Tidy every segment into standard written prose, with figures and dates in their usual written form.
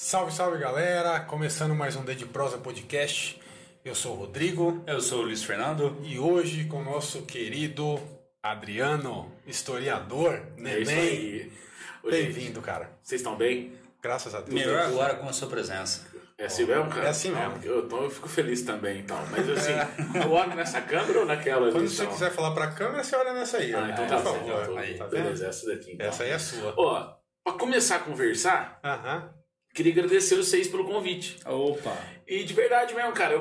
Salve, salve galera! Começando mais um Dedo de Prosa Podcast. Eu sou o Rodrigo. Eu sou o Luiz Fernando. E hoje com o nosso querido Adriano, historiador, Neném. Bem-vindo, cara. Vocês estão bem? Graças a Deus. Melhor agora com a sua presença. É assim mesmo, cara? É assim mesmo. Então eu fico feliz também, então. Mas assim, eu olho nessa câmera ou naquela? Quando você quiser falar pra câmera, você olha nessa aí. Então por tá favor. bom. Aí, tá Beleza, vendo? essa daqui. Então. Essa aí é sua. Ó, pra começar a conversar, queria agradecer vocês pelo convite. Opa! E de verdade mesmo, cara,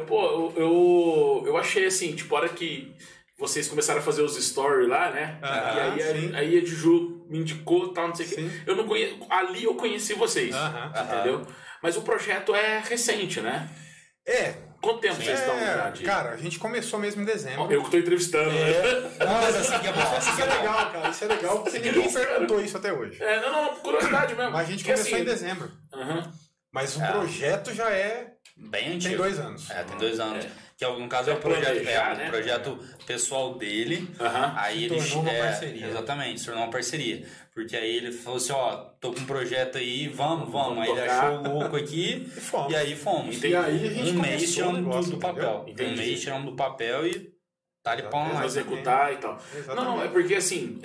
eu achei assim, tipo, a hora que vocês começaram a fazer os stories lá, né? E aí a Juju me indicou e tal, não sei o quê. Eu não conheço. Ali eu conheci vocês. Entendeu? Mas o projeto é recente, né? Quanto tempo vocês estão já? Cara, a gente começou mesmo em dezembro. Eu que tô entrevistando, né? Nossa, assim que é bom. Isso é legal, cara. Isso é legal porque ninguém perguntou isso até hoje. Não, curiosidade mesmo. Mas a gente começou em dezembro. Mas o projeto já é bem antigo. Tem 2 anos. Tem 2 anos. Que no caso é o projeto, um projeto pessoal dele. Aí ele tornou uma parceria. Exatamente, se tornou uma parceria. Porque aí ele falou assim, tô com um projeto aí, vamos. Aí ele tocar. achou o louco aqui E aí fomos. E aí a gente mês tiramos negócio, do papel. Entendi. Um mês tiramos do papel e tá ali pão Pra mais. executar e tal. Exatamente. Não, é porque assim,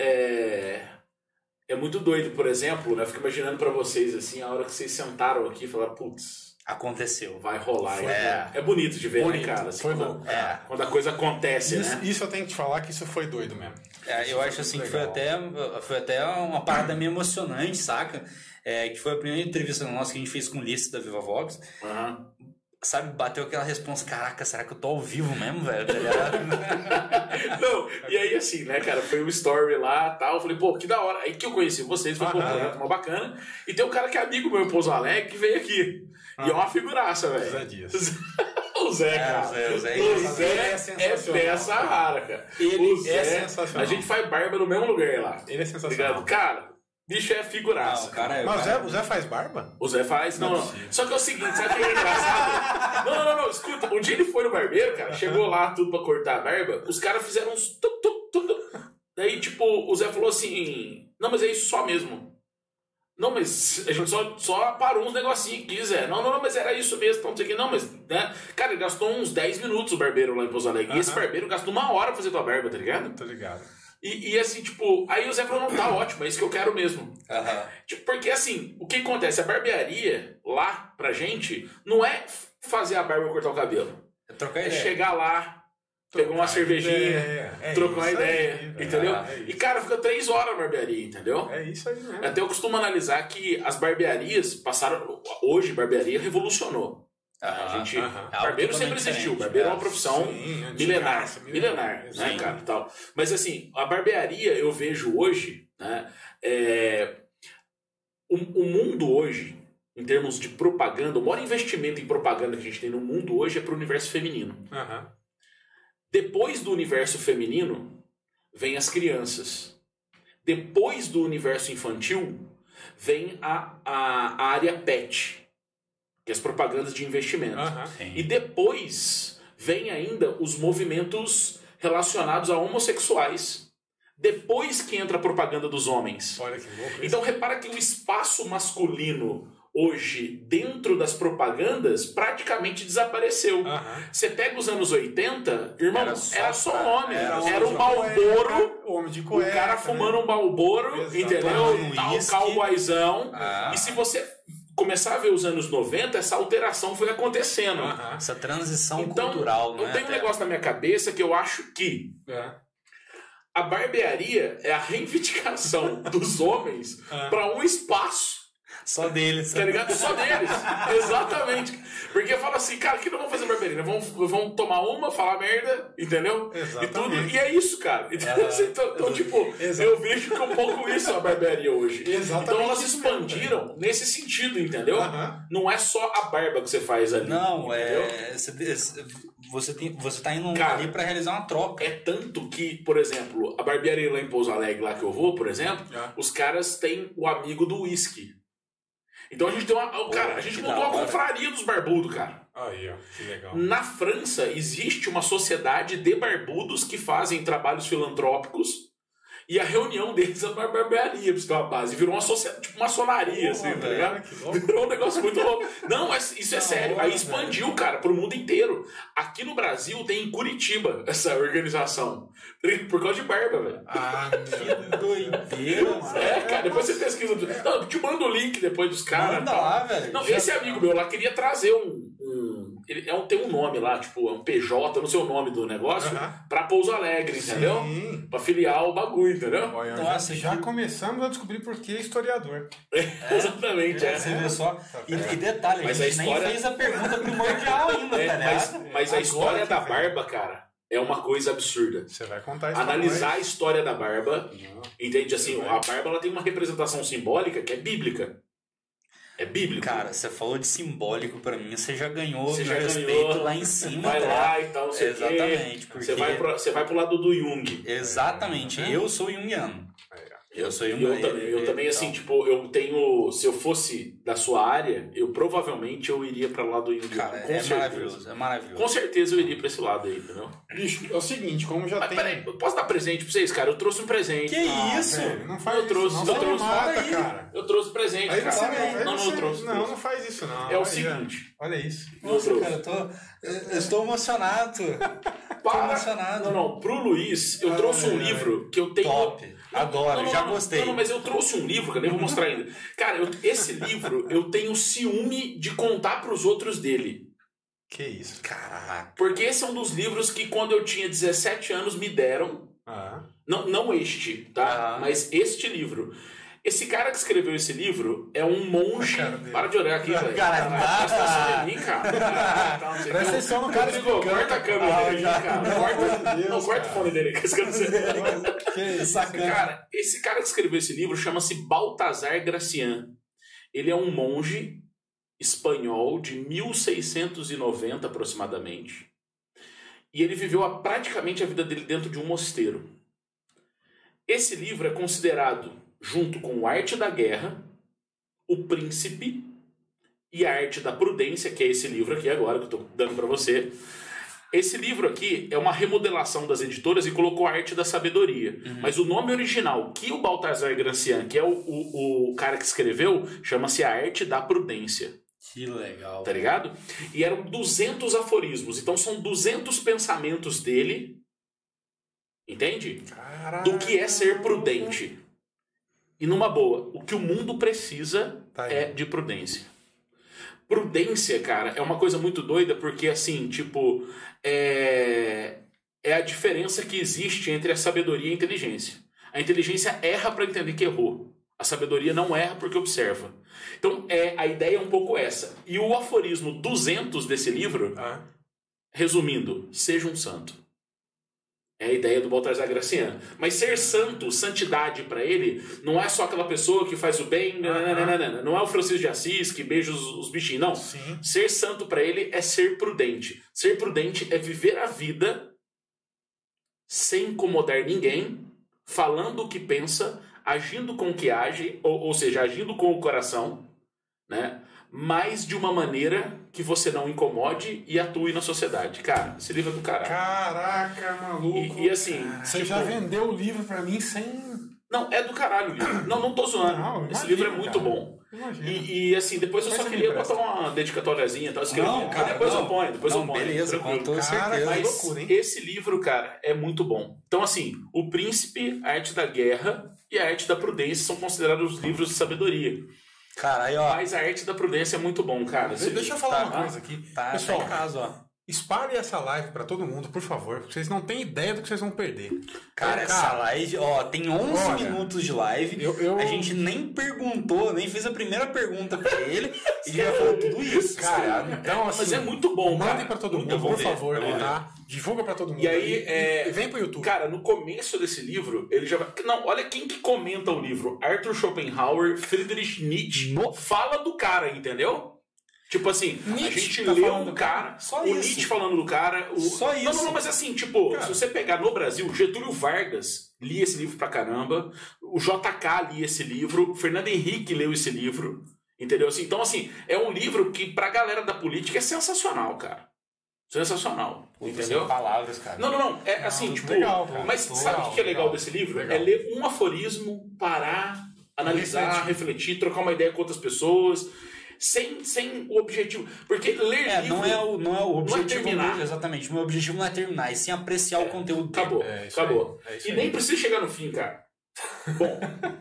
é muito doido, por exemplo, né? Eu fico imaginando pra vocês assim, a hora que vocês sentaram aqui e falaram, putz, Aconteceu. vai rolar. Foi É bonito de ver, Bonito. né, cara? Assim, Foi quando, bom. quando a coisa acontece, né? Isso eu tenho que te falar que isso foi doido mesmo. Eu acho assim que foi até uma parada meio emocionante, saca? Que foi a primeira entrevista nossa que a gente fez com o Ulisses da Viva Vox. Sabe, bateu aquela resposta, caraca, será que eu tô ao vivo mesmo, velho? Tá ligado? Não, e aí assim, né, cara, foi um story lá e tal, eu falei, pô, que da hora. Aí que eu conheci vocês, foi um projeto uma bacana. E tem um cara que é amigo meu em Pouso Alegre que veio aqui. E é uma figuraça, velho. Zé Dias. O Zé, cara. O Zé é peça rara, cara. Ele é sensacional. A gente faz barba no mesmo lugar lá. Ele é sensacional. Ligado? Cara, bicho é figuraça. Mas o Zé faz barba? O Zé faz? Não. Só que é o seguinte, sabe o que é engraçado? Não, escuta. Um dia ele foi no barbeiro, cara, chegou lá tudo pra cortar a barba, os caras fizeram uns Daí, tipo, o Zé falou assim, não, mas é isso só mesmo. Não, mas a gente só parou uns negocinhos aqui, Zé. Não, mas era isso mesmo, não sei o que. Não, mas, né? Cara, ele gastou uns 10 minutos o barbeiro lá em Pouso Alegre. E esse barbeiro gastou 1 hora pra fazer tua barba, tá ligado? Tô ligado. E assim, tipo, aí o Zé falou, não, tá ótimo, é isso que eu quero mesmo. Tipo, porque assim, o que acontece? A barbearia lá, pra gente, não é fazer a barba e cortar o cabelo. Trocar É ideia. chegar lá, pegar uma cervejinha, trocar uma ideia, entendeu? E cara, fica 3 horas na barbearia, entendeu? É isso aí mesmo. Até eu costumo analisar que as barbearias passaram. Hoje, barbearia revolucionou. Barbeiro sempre existiu. Barbeiro é uma profissão milenar, né, cara, tal. Mas assim, a barbearia eu vejo hoje, né, o mundo hoje, em termos de propaganda, o maior investimento em propaganda que a gente tem no mundo hoje é pro universo feminino. Depois do universo feminino, vem as crianças. Depois do universo infantil, vem a área pet, que é as propagandas de investimento. E depois vem ainda os movimentos relacionados a homossexuais. Depois que entra a propaganda dos homens. Olha que louco. Então repara que o espaço masculino hoje, dentro das propagandas, praticamente desapareceu. Você pega os anos 80, irmão, era só nome. Era um Marlboro, o homem de cueca, o cara fumando um Marlboro, entendeu? Um cowboyzão. E se você começar a ver os anos 90, essa alteração foi acontecendo. Essa transição cultural, né? Eu tenho um negócio na minha cabeça que eu acho que a barbearia é a reivindicação dos homens para um espaço só deles. Tá ligado? Só deles. Exatamente. Porque fala assim, cara, o que nós vamos fazer barbearia? Vamos tomar uma, falar merda, entendeu? Exatamente. E é isso, cara. Então, tipo, eu vejo que é um pouco isso a barbearia hoje. Exatamente. Então elas expandiram nesse sentido, entendeu? Não é só a barba que você faz ali. Não, você tá indo ali pra realizar uma troca. É tanto que, por exemplo, a barbearia lá em Pouso Alegre, lá que eu vou, por exemplo, os caras têm o amigo do whisky. Então a gente tem a gente montou uma confraria dos barbudos, cara. Aí, ó, que legal. Na França existe uma sociedade de barbudos que fazem trabalhos filantrópicos E a reunião deles é uma barbearia, pra você ter uma base. Virou uma sociedade, tipo maçonaria, assim, tá ligado? Virou um negócio muito louco. Não, mas isso é sério. Aí expandiu, cara, pro mundo inteiro. Aqui no Brasil tem em Curitiba essa organização. Por causa de barba, velho. Ah, que doideira, mano. É, cara, depois você pesquisa. Não, eu te mando o link depois dos caras. Manda lá, velho. Não, esse amigo meu lá queria trazer tem um nome lá, tipo, é um PJ, não sei o nome do negócio, pra Pouso Alegre, entendeu? Sim. Pra filiar o bagulho, entendeu? Olha, nossa, já começamos a descobrir por que historiador. Exatamente, Você vê só. E detalhe, mas a gente nem fez a pergunta primordial ainda, tá ligado? Mas a história da barba, cara, é uma coisa absurda. Você vai contar isso. Analisar a história da barba, entende? Assim, a barba ela tem uma representação simbólica que é bíblica. É bíblico. Cara, você falou de simbólico pra mim, você já ganhou meu respeito lá em cima. Vai lá e tal, você exatamente. Porque... Você vai pro lado do Jung. Exatamente, eu sou junguiano. Eu sou junguiano. Eu também, assim, tipo, eu tenho... Se eu fosse da sua área, eu provavelmente iria pra lá do Jung. Cara, é maravilhoso, é maravilhoso. Com certeza eu iria pra esse lado aí, entendeu? Bicho, é o seguinte, como já tem... Peraí, eu posso dar presente pra vocês, cara? Eu trouxe um presente. Que isso? Velho, não faz eu trouxe, isso. Não, mata, cara. Eu trouxe presente, aí cara. Você, não trouxe. Não faz isso, não. É o seguinte. Olha isso. Nossa, cara, eu estou emocionado. Estou emocionado. Não. Pro Luiz, eu trouxe um livro que eu tenho... Top. Adoro, já gostei. Não, mas eu trouxe um livro que eu nem vou mostrar ainda. Cara, esse livro eu tenho ciúme de contar pros outros dele. Que isso? Caraca. Porque esse é um dos livros que quando eu tinha 17 anos me deram. Não este, tá? Mas este livro. Esse cara que escreveu esse livro é um monge. Para de olhar aqui, velho. Presta atenção em mim, cara. Presta atenção no cara. Corta a câmera dele, cara. Corta o fone dele. Que sacana. Cara, esse cara que escreveu esse livro chama-se Baltasar Gracián. Ele é um monge espanhol de 1690 aproximadamente. E ele viveu praticamente a vida dele dentro de um mosteiro. Esse livro é considerado, junto com Arte da Guerra, O Príncipe e a Arte da Prudência, que é esse livro aqui agora que eu estou dando para você. Esse livro aqui é uma remodelação das editoras e colocou a Arte da Sabedoria. Mas o nome original, que o Baltasar Gracián, que é o cara que escreveu, chama-se A Arte da Prudência. Que legal. Tá ligado? E eram 200 aforismos. Então são 200 pensamentos dele. Entende? Caraca. Do que é ser prudente. E numa boa, o que o mundo precisa é de prudência. Prudência, cara, é uma coisa muito doida porque, assim, tipo, é a diferença que existe entre a sabedoria e a inteligência. A inteligência erra para entender que errou. A sabedoria não erra porque observa. Então, a ideia é um pouco essa. E o aforismo 200 desse livro, resumindo, seja um santo. É a ideia do Baltasar Gracián. Mas ser santo, santidade para ele, não é só aquela pessoa que faz o bem, não é o Francisco de Assis que beija os bichinhos, não. Sim. Ser santo para ele é ser prudente. Ser prudente é viver a vida sem incomodar ninguém, falando o que pensa, agindo com o que age, ou seja, agindo com o coração, né? Mas de uma maneira que você não incomode e atue na sociedade. Cara, esse livro é do caralho. Caraca, maluco. E assim... Você já vendeu o livro pra mim sem... Não, é do caralho o livro. Não tô zoando. Não, esse livro é muito bom. E assim, depois eu só queria botar uma dedicatóriazinha. Tá? Depois eu ponho. Beleza, com toda certeza. Mas loucura, hein? esse livro, cara, é muito bom. Então assim, O Príncipe, A Arte da Guerra e A Arte da Prudência são considerados os livros de sabedoria. Cara, aí, ó. Mas A Arte da Prudência é muito bom, cara. Deixa eu falar uma coisa aqui. Pessoal, tá em casa, ó. Espalhe essa live pra todo mundo, por favor. Vocês não têm ideia do que vocês vão perder. Cara, essa live, ó, tem 11 minutos de live. A gente nem perguntou, nem fez a primeira pergunta pra ele e já falou tudo isso. Cara, então assim, mas é muito bom, cara. Mandem pra todo mundo, por favor, tá? Divulga pra todo mundo. E aí, e vem pro YouTube. Cara, no começo desse livro, ele já vai... Não, olha quem que comenta o livro. Arthur Schopenhauer, Friedrich Nietzsche. Fala do cara, entendeu? Tipo assim, Nietzsche, a gente leu do cara, o Nietzsche falando do cara. Só isso. Não, mas assim, tipo, cara, se você pegar no Brasil, Getúlio Vargas lia esse livro pra caramba, o JK lia esse livro, o Fernando Henrique leu esse livro, entendeu? Assim, então, assim, é um livro que pra galera da política é sensacional, cara. Sensacional. Entendeu? Sem palavras, cara. Não. É assim, tipo... Legal, cara. Mas sabe o que é legal desse livro? É ler um aforismo, parar, analisar, refletir, trocar uma ideia com outras pessoas... Sem o objetivo. Porque ler livro... Não é o objetivo. Não é terminar. Exatamente. O meu objetivo não é terminar, e sim apreciar o conteúdo dele. Acabou. E nem precisa chegar no fim, cara. Bom,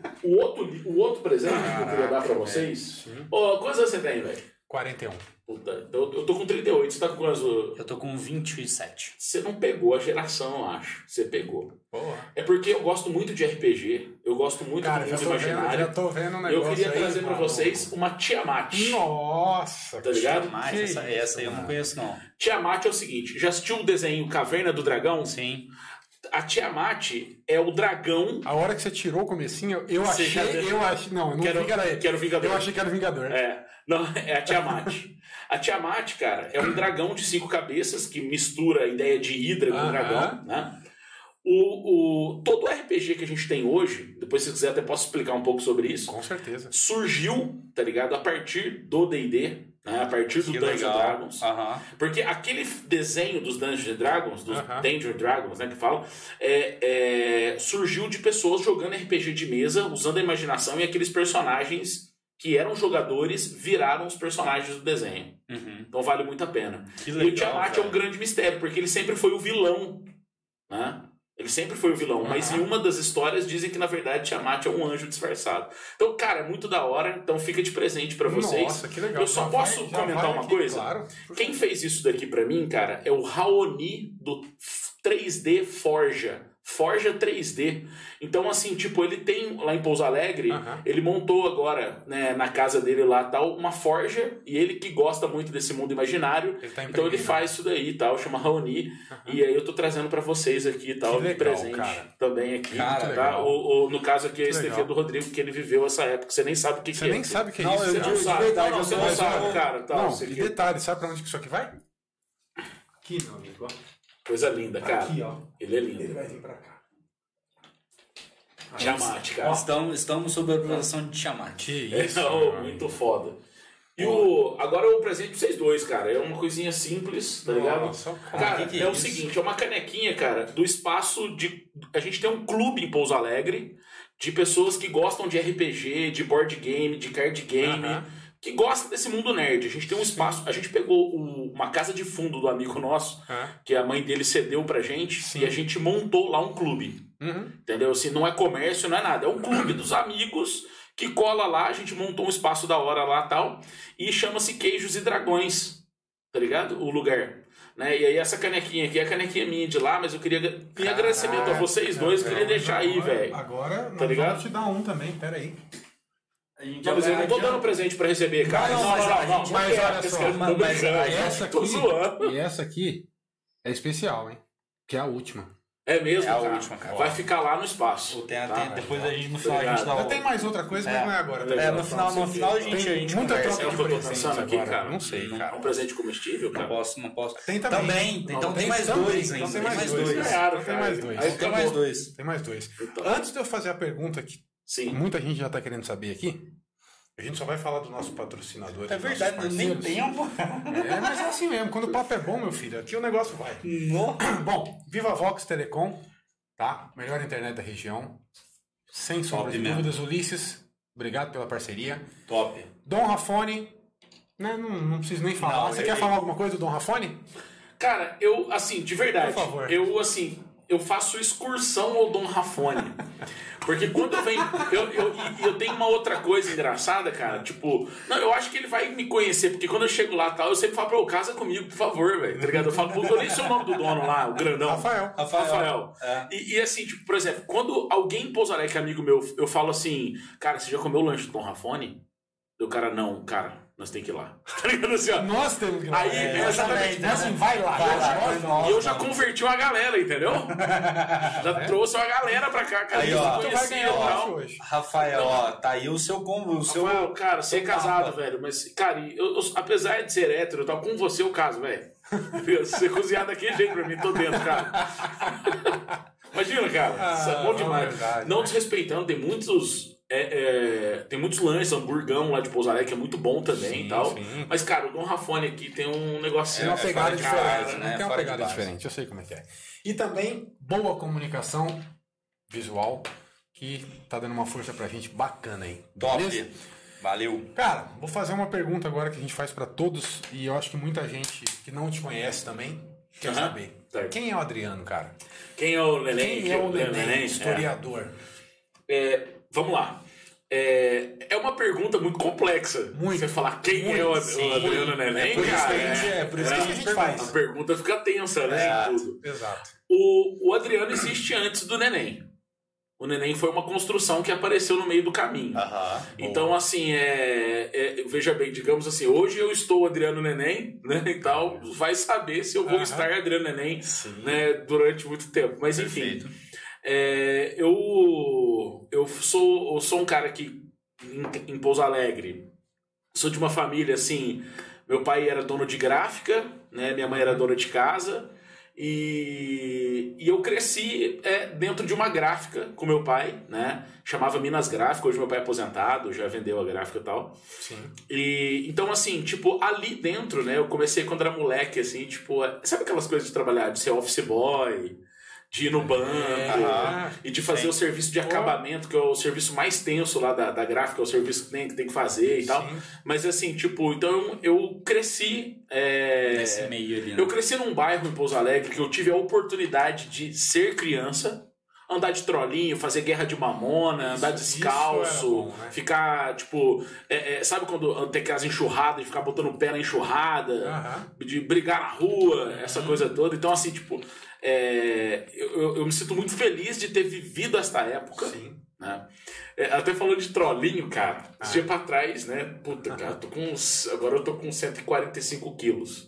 o outro presente que eu queria dar pra vocês... Quantos anos você tem, velho? 41. Puta, eu tô com 38. Você tá com quantos? Eu tô com 27. Você não pegou a geração, eu acho. Você pegou. Boa. É porque eu gosto muito de RPG. Eu gosto muito do mundo imaginário. Já tô vendo um negócio. Eu queria trazer pra vocês uma Tiamat. Nossa, tá ligado? Tiamat, essa aí eu não conheço, não. Tiamat é o seguinte: já assistiu o desenho Caverna do Dragão? Sim. A Tiamat é o dragão. A hora que você tirou o comecinho, eu achei. Não, eu não vi que era ele. Que era o Vingador. Eu achei que era o Vingador. Não, é a Tiamat. A Tiamat, cara, é um dragão de 5 cabeças que mistura a ideia de Hidra com dragão, né? Todo RPG que a gente tem hoje, depois se quiser até posso explicar um pouco sobre isso. Com certeza. Surgiu, tá ligado? A partir do D&D, né? A partir do Dungeons & Dragons. Porque aquele desenho dos Dungeons & Dragons, dos Danger Dragons, né, que falam, surgiu de pessoas jogando RPG de mesa, usando a imaginação, e aqueles personagens que eram jogadores viraram os personagens do desenho. Então vale muito a pena. Legal, e o Tiamat é um grande mistério, porque ele sempre foi o vilão, né? Ele sempre foi o vilão, mas em uma das histórias dizem que na verdade Tiamat é um anjo disfarçado. Então, cara, é muito da hora, então fica de presente pra vocês. Nossa, que legal. Eu só posso comentar uma coisa? Claro. Quem fez isso daqui pra mim, cara, é o Raoni do 3D Forja. Forja 3D. Então, assim, tipo, ele tem lá em Pouso Alegre, ele montou agora, né, na casa dele lá, tal, uma forja, e ele que gosta muito desse mundo imaginário, então ele faz isso daí e tal, chama Raoni, e aí eu tô trazendo pra vocês aqui e tal, de presente, cara. Também aqui, tá? No caso aqui é esse TV do Rodrigo, que ele viveu essa época, você nem sabe o que é. Você nem sabe o que é isso. Você não sabe. Você não sabe, cara. Tal, não, e detalhe, sabe pra onde que isso aqui vai? Aqui, meu amigo, ó. Coisa linda, cara. Aqui, ó. Ele é lindo. Ele vai vir pra cá. Tiamat, cara. Estamos sob a organização de Tiamat. Que isso, muito foda. E agora o presente pra vocês dois, cara. É uma coisinha simples, tá ligado? Nossa, cara, é o seguinte, é uma canequinha, cara, do espaço de... A gente tem um clube em Pouso Alegre de pessoas que gostam de RPG, de board game, de card game, que gostam desse mundo nerd. A gente tem um espaço... A gente pegou uma casa de fundo do amigo nosso, que a mãe dele cedeu pra gente, e a gente montou lá um clube. Entendeu? Assim, não é comércio, não é nada. É um clube dos amigos que cola lá. A gente montou um espaço da hora lá e tal. E chama-se Queijos e Dragões. Tá ligado? O lugar. Né? E aí essa canequinha aqui é a canequinha minha de lá, mas eu queria... Em agradecimento a vocês dois, eu queria deixar aí, velho. Agora, tá ligado? Vamos te dar um também, pera aí. Não, mas eu não tô dando presente pra receber, cara. Não. Mas olha só. E essa aqui é especial, hein? Que é a última. É mesmo, a cara. última, cara. Vai ficar lá no espaço. Depois a gente, no final, a gente dá tem mais outra coisa, mas não é agora. Tá no final a gente muita conversa. troca que eu tô pensando aqui, cara. Não sei, cara. Um presente comestível, cara? Não posso. Tem também. Então tem mais dois ainda. Tem mais dois. Tem mais dois. Antes de eu fazer a pergunta que muita gente já tá querendo saber aqui, a gente só vai falar do nosso patrocinador. É verdade, não nem tempo. Mas é assim mesmo. Quando o papo é bom, meu filho, aqui o negócio vai. Bom, Vivavox Telecom, tá? Melhor internet da região. Sem sombra de dúvidas. Ulisses, obrigado pela parceria. Top. Dom Rafone, né? Não preciso nem falar. Você quer falar alguma coisa do Dom Rafone? Cara, eu, assim, de verdade, por favor. Eu faço excursão ao Dom Rafone. Porque quando eu venho... Eu tenho uma outra coisa engraçada, cara. Tipo... Não, eu acho que ele vai me conhecer. Porque quando eu chego lá e tal, eu sempre falo pra ele, casa comigo, por favor, velho. Tá ligado? Eu falo, eu nem sei o nome do dono lá, o grandão. Rafael. E assim, tipo, por exemplo, quando alguém em Pouso Alegre, que é amigo meu, eu falo assim, cara, você já comeu o lanche do Dom Rafone? O cara, não, cara, nós temos que ir lá. Tá ligado assim, ó? Nós temos que ir lá. Aí, exatamente. Assim, vai lá. E eu já converti uma galera, entendeu? Já trouxe uma galera pra cá, cara. Aí, ó, tu vai ganhar hoje. Rafael, ó, tá aí o seu combo. Rafael, cara, você é casado, velho. Mas, cara, eu, apesar de ser hétero, eu tava com você o caso, velho. Você cozinhar daquele jeito pra mim, tô dentro, cara. Imagina, cara. Isso é bom demais. Não desrespeitando, tem muitos tem muitos lanches, hamburgão lá de Pouso Alegre, que é muito bom também e tal. Sim. Mas, cara, o Dom Rafone aqui tem um negocinho. Tem uma pegada diferente, né? Tem uma pegada diferente, eu sei como é que é. E também, boa comunicação visual, que tá dando uma força pra gente bacana aí. Top! Beleza? Valeu! Cara, vou fazer uma pergunta agora que a gente faz pra todos, e eu acho que muita gente que não te conhece também quer saber. Certo. Quem é o Adriano, cara? Quem é o Neném? Quem é o Neném, historiador? Vamos lá. É uma pergunta muito complexa. Muito. Você falar quem é o Adriano Neném, por isso cara. por isso que a gente faz. A pergunta fica tensa, né? Tudo. Exato. O Adriano existe antes do Neném. O Neném foi uma construção que apareceu no meio do caminho. Então, assim, veja bem, digamos assim, hoje eu estou Adriano Neném, né? Então, vai saber se eu vou estar Adriano Neném, né, durante muito tempo. Mas, enfim, eu sou um cara que, em Pouso Alegre, sou de uma família, assim, meu pai era dono de gráfica, né? Minha mãe era dona de casa. E eu cresci dentro de uma gráfica com meu pai, né? Chamava Minas Gráfica, hoje meu pai é aposentado, já vendeu a gráfica e tal. Sim. E então, assim, tipo, ali dentro, né? Eu comecei quando era moleque, assim, tipo, sabe aquelas coisas de trabalhar, de ser office boy, de ir no banco e de fazer o serviço de acabamento, que é o serviço mais tenso lá da gráfica, é o serviço que tem que fazer e tal. Mas assim, tipo, então eu cresci nesse meio ali, né? Eu cresci num bairro em Pouso Alegre que eu tive a oportunidade de ser criança, andar de trolinho, fazer guerra de mamona, andar descalço, bom, né? ficar, tipo... sabe quando tem aquelas enxurradas e ficar botando o pé na enxurrada, de brigar na rua, essa coisa toda. Então, assim, tipo... eu me sinto muito feliz de ter vivido esta época. Sim. Né? Até falando de trolinho, cara, esse dia pra trás, né? Puta, cara, agora eu tô com 145 quilos.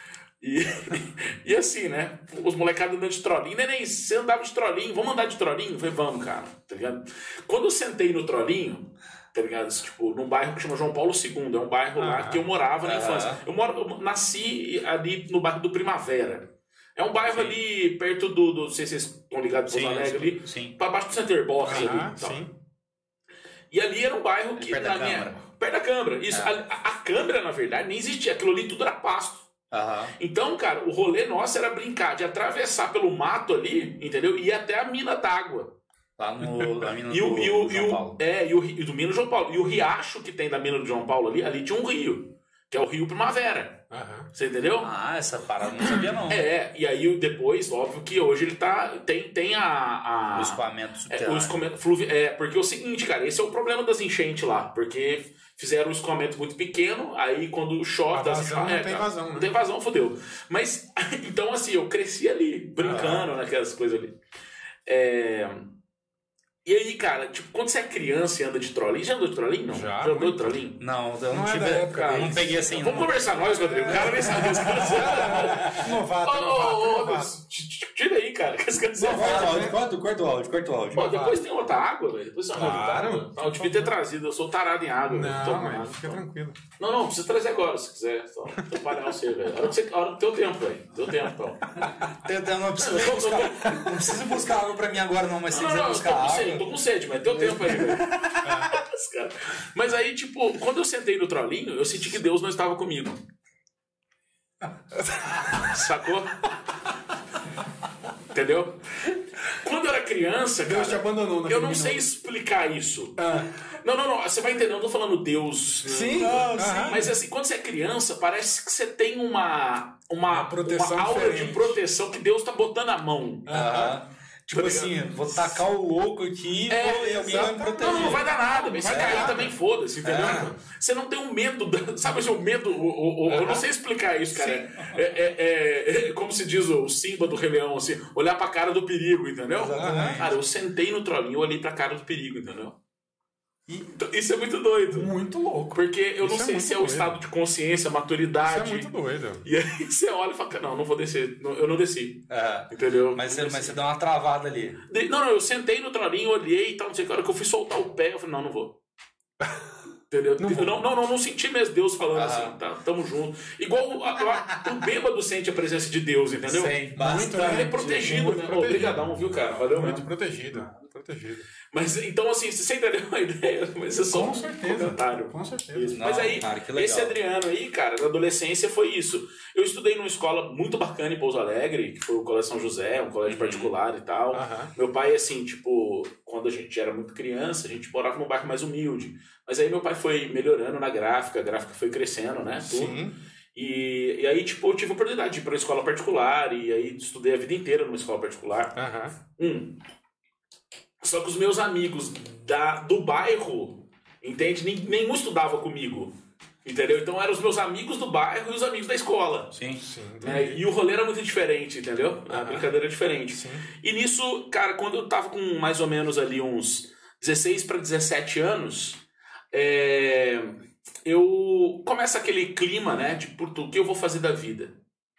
E assim, né? Os molecados andando de trolinho. Neném, você andava de trolinho, vamos andar de trolinho? Eu falei, vamos, cara, tá ligado? Quando eu sentei no trolinho, tá ligado? Tipo, num bairro que chama João Paulo II, é um bairro lá que eu morava na infância. Eu nasci ali no bairro do Primavera. É um bairro ali perto do. Não sei se vocês estão ligados com Pouso Alegre ali. Sim. Pra baixo do Center Box ali. Sim. E ali era um bairro que. Perto da Câmara. Perto da Câmara. Isso. A Câmara, na verdade, nem existia. Aquilo ali tudo era pasto. Então, cara, o rolê nosso era brincar de atravessar pelo mato ali, entendeu? E ir até a mina d'água. Lá na mina do João Paulo. E do Mina João Paulo. E o riacho que tem da mina do João Paulo ali tinha um rio. Que é o Rio Primavera. Você entendeu? Essa parada eu não sabia, não. E aí depois, óbvio que hoje ele tem o escoamento subterrâneo. O escoamento porque é o seguinte, cara, esse é o problema das enchentes lá. Porque fizeram um escoamento muito pequeno, aí quando chove... Não tem vazão, né? Não tem vazão, fodeu. Mas, então assim, eu cresci ali, brincando naquelas coisas ali. E aí, cara, tipo, quando você é criança e anda de trolinho... Já andou de trolinho? Não? Já andou de trolinho? Não, eu não tive... eu não peguei assim... Vamos conversar nós, Rodrigo. O cara nem sabe as coisas. Novato. Tira aí, cara. Corta o áudio. Depois tem outra água, velho. Depois tem outra água. Eu devia ter trazido. Eu sou tarado em água. Não, fica tranquilo. Não precisa trazer agora, se quiser. Só trabalhar você, velho. A hora do teu tempo, velho. Teu tempo, então. Não precisa buscar água pra mim agora, não. Mas se quiser buscar água... Eu tô com sede, mas teu tempo aí, velho. Mas aí, tipo, quando eu sentei no trolinho, eu senti que Deus não estava comigo. Sacou? Entendeu? Quando eu era criança, Deus te abandonou. Eu não sei explicar isso. Não. Você vai entender, eu não tô falando Deus. Sim. Mas assim, quando você é criança, parece que você tem uma proteção aura diferente. de proteção que Deus tá botando a mão. Tipo assim, vou tacar o louco aqui e alguém vai me proteger. Não vai dar nada, vai cair também, foda-se, entendeu? Você não tem um medo, sabe assim, o medo, eu não sei explicar isso, cara. Como se diz o Simba do Rei Leão, assim, olhar pra cara do perigo, entendeu? Cara, eu sentei no trolinho, eu olhei pra cara do perigo, entendeu? Isso é muito doido. Muito louco. Porque eu não sei se é o estado de consciência, maturidade. Isso é muito doido. E aí você olha e fala, não vou descer. Eu não desci. Entendeu? Mas você deu uma travada ali. Não, eu sentei no trolinho, olhei e tal, não sei o que. A hora que eu fui soltar o pé, eu falei, não vou. Entendeu? Não senti mesmo Deus falando assim, tá, tamo junto. Igual o bêbado sente a presença de Deus, entendeu? Sim, bastante. Ele é protegido, né? Obrigadão, viu, cara? Valeu muito mesmo. Protegido. Mas, então, assim, você entendeu a ideia? Mas é só com certeza, comentário. Com certeza. Não, mas aí, cara, esse Adriano aí, cara, na adolescência foi isso. Eu estudei numa escola muito bacana em Pouso Alegre, que foi o Colégio São José, um colégio particular e tal. Meu pai, assim, tipo, quando a gente era muito criança, a gente morava num bairro mais humilde. Mas aí meu pai foi melhorando na gráfica, a gráfica foi crescendo, né? Tudo. Sim. E aí, tipo, eu tive a oportunidade de ir para uma escola particular, e aí estudei a vida inteira numa escola particular. Só que os meus amigos do bairro, entende? Nenhum estudava comigo. Entendeu? Então eram os meus amigos do bairro e os amigos da escola. Sim. E o rolê era muito diferente, entendeu? A brincadeira era diferente. Sim. E nisso, cara, quando eu tava com mais ou menos ali uns 16 para 17 anos, eu começa aquele clima, né? De o que eu vou fazer da vida.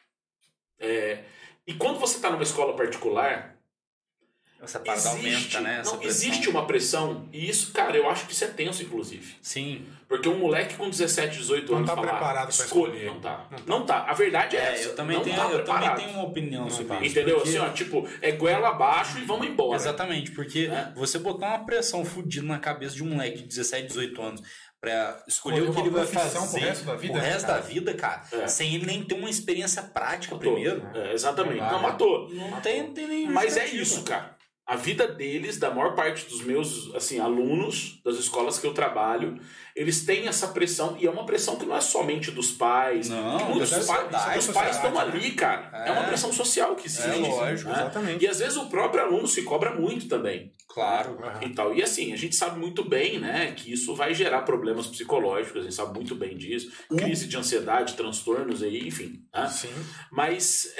E quando você tá numa escola particular, essa parada aumenta, né? Existe uma pressão, e isso, cara, eu acho que isso é tenso, inclusive. Sim. Porque um moleque com 17, 18 anos não tá preparado pra escolher. Não tá. A verdade é essa. Eu também tenho uma opinião sobre isso. Entendeu? Porque... assim, ó, tipo, goela abaixo e vamos embora. Exatamente, porque você botar uma pressão fodida na cabeça de um moleque de 17, 18 anos pra escolher o que ele vai fazer pro resto da vida, cara, sem ele nem ter uma experiência prática primeiro. Exatamente. Não matou. Não tem nem Mas é isso, cara. A vida deles, da maior parte dos meus assim, alunos das escolas que eu trabalho, eles têm essa pressão, e é uma pressão que não é somente dos pais. Não, os pais estão ali, cara. É uma pressão social que existe. Lógico, né? Exatamente. E às vezes o próprio aluno se cobra muito também. Claro. E tal. E assim, a gente sabe muito bem, né, que isso vai gerar problemas psicológicos, a gente sabe muito bem disso. Crise de ansiedade, transtornos aí, enfim. Né? Sim. Mas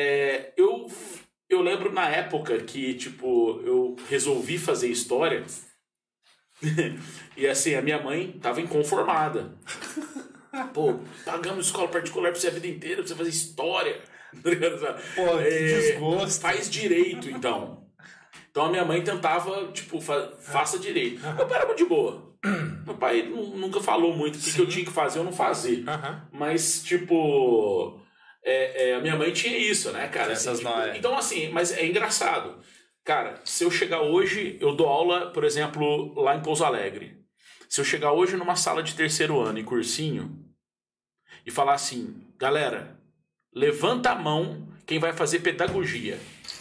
eu lembro na época que, tipo, eu resolvi fazer história e, assim, a minha mãe tava inconformada. Pô, pagamos escola particular pra você a vida inteira, pra você fazer história. Pô, que desgosto. Faz direito, então. Então a minha mãe tentava, tipo, faça direito. Meu pai era muito de boa. Meu pai nunca falou muito o que eu tinha que fazer ou não fazer. Mas, tipo... a minha mãe tinha isso, né, cara? Assim, tipo, então, assim, mas é engraçado. Cara, se eu chegar hoje, eu dou aula, por exemplo, lá em Pouso Alegre. Se eu chegar hoje numa sala de terceiro ano, em cursinho, e falar assim, galera, levanta a mão quem vai fazer pedagogia.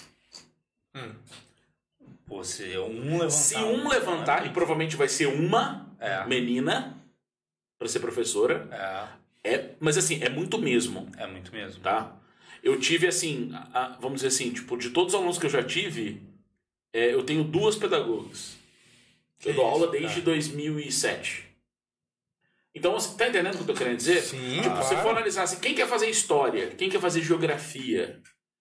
Pô, se um levantar... Se um levantar, e provavelmente vai ser uma menina para ser professora... mas assim, é muito mesmo. É muito mesmo. Tá? Eu tive assim, vamos dizer assim, tipo, de todos os alunos que eu já tive, eu tenho 2 pedagogas. Eu dou aula desde 2007. Então, você tá entendendo o que eu tô querendo dizer? Sim, tipo, se você for analisar assim, quem quer fazer história? Quem quer fazer geografia?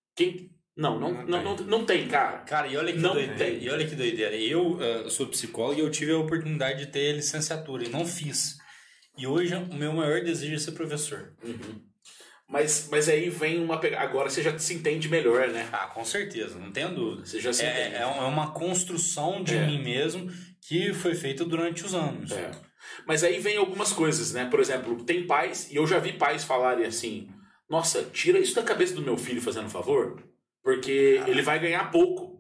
Não tem, cara. Cara, e olha que doideira. Eu sou psicólogo e eu tive a oportunidade de ter licenciatura e não fiz. E hoje o meu maior desejo é ser professor. Mas aí vem uma pegada. Agora você já se entende melhor, né? Ah, com certeza, não tenho dúvida. Você já se entende. É uma construção de mim mesmo que foi feita durante os anos. Mas aí vem algumas coisas, né? Por exemplo, tem pais, e eu já vi pais falarem assim: nossa, tira isso da cabeça do meu filho, fazendo favor, porque ele vai ganhar pouco.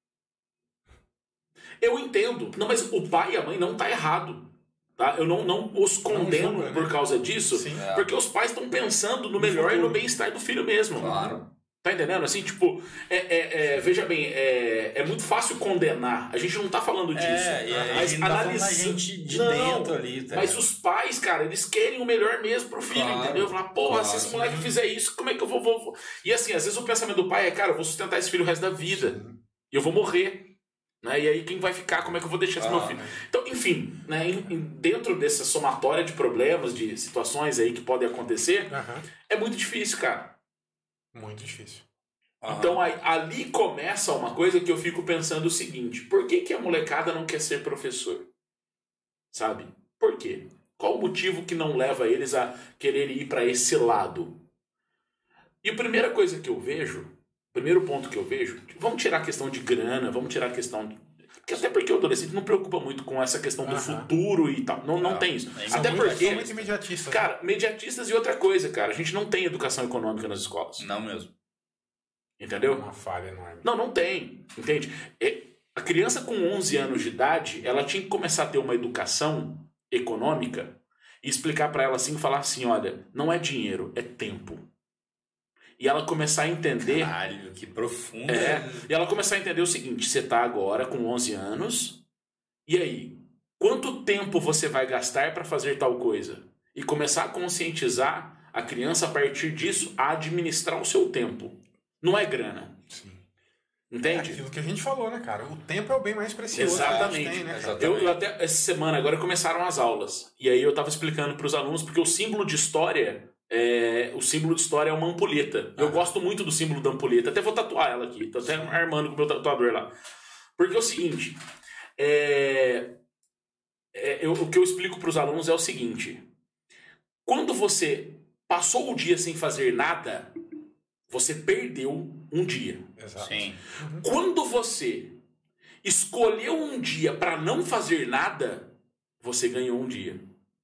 Eu entendo. Não, mas o pai e a mãe não tá errado. Tá? Eu não os condeno por causa disso, porque os pais estão pensando no melhor e no bem-estar do filho mesmo. Claro. Tá entendendo? Assim, tipo, veja bem, é muito fácil condenar. A gente não tá falando disso. Mas analisando a gente de dentro ali. Tá? Mas os pais, cara, eles querem o melhor mesmo pro filho, entendeu? Falar, porra, se esse moleque fizer isso, como é que eu vou... E assim, às vezes o pensamento do pai é, cara, eu vou sustentar esse filho o resto da vida. E eu vou morrer. Né? E aí quem vai ficar, como é que eu vou deixar esse meu filho? Então, enfim, né? Dentro dessa somatória de problemas, de situações aí que podem acontecer, é muito difícil, cara. Muito difícil. Então ali começa uma coisa que eu fico pensando o seguinte: por que a molecada não quer ser professor? Sabe? Por quê? Qual o motivo que não leva eles a querer ir para esse lado? E a primeira coisa que eu vejo, primeiro ponto que eu vejo, vamos tirar a questão de grana, vamos tirar a questão... Até porque o adolescente não preocupa muito com essa questão do futuro e tal. Não tem isso. Até porque... São muito imediatistas. Cara, imediatistas e outra coisa, cara. A gente não tem educação econômica nas escolas. Não mesmo. Entendeu? Uma falha enorme. Não tem. Entende? A criança com 11 anos de idade, ela tinha que começar a ter uma educação econômica e explicar para ela assim, falar assim, olha, não é dinheiro, é tempo. E ela começar a entender... Caralho, que profundo. E ela começar a entender o seguinte, você tá agora com 11 anos, e aí? Quanto tempo você vai gastar para fazer tal coisa? E começar a conscientizar a criança a partir disso a administrar o seu tempo. Não é grana. Sim. Entende? É aquilo que a gente falou, né, cara? O tempo é o bem mais precioso. Exatamente. Que a gente tem, né, Exatamente. Eu até essa semana agora começaram as aulas. E aí eu tava explicando para os alunos, porque o símbolo de história é uma ampulheta. Eu gosto muito do símbolo da ampulheta. Até vou tatuar ela aqui. Tô até armando com o meu tatuador lá. Porque é o seguinte, o que eu explico para os alunos é o seguinte. Quando você passou o dia sem fazer nada, você perdeu um dia. Exato. Sim. Quando você escolheu um dia para não fazer nada, você ganhou um dia.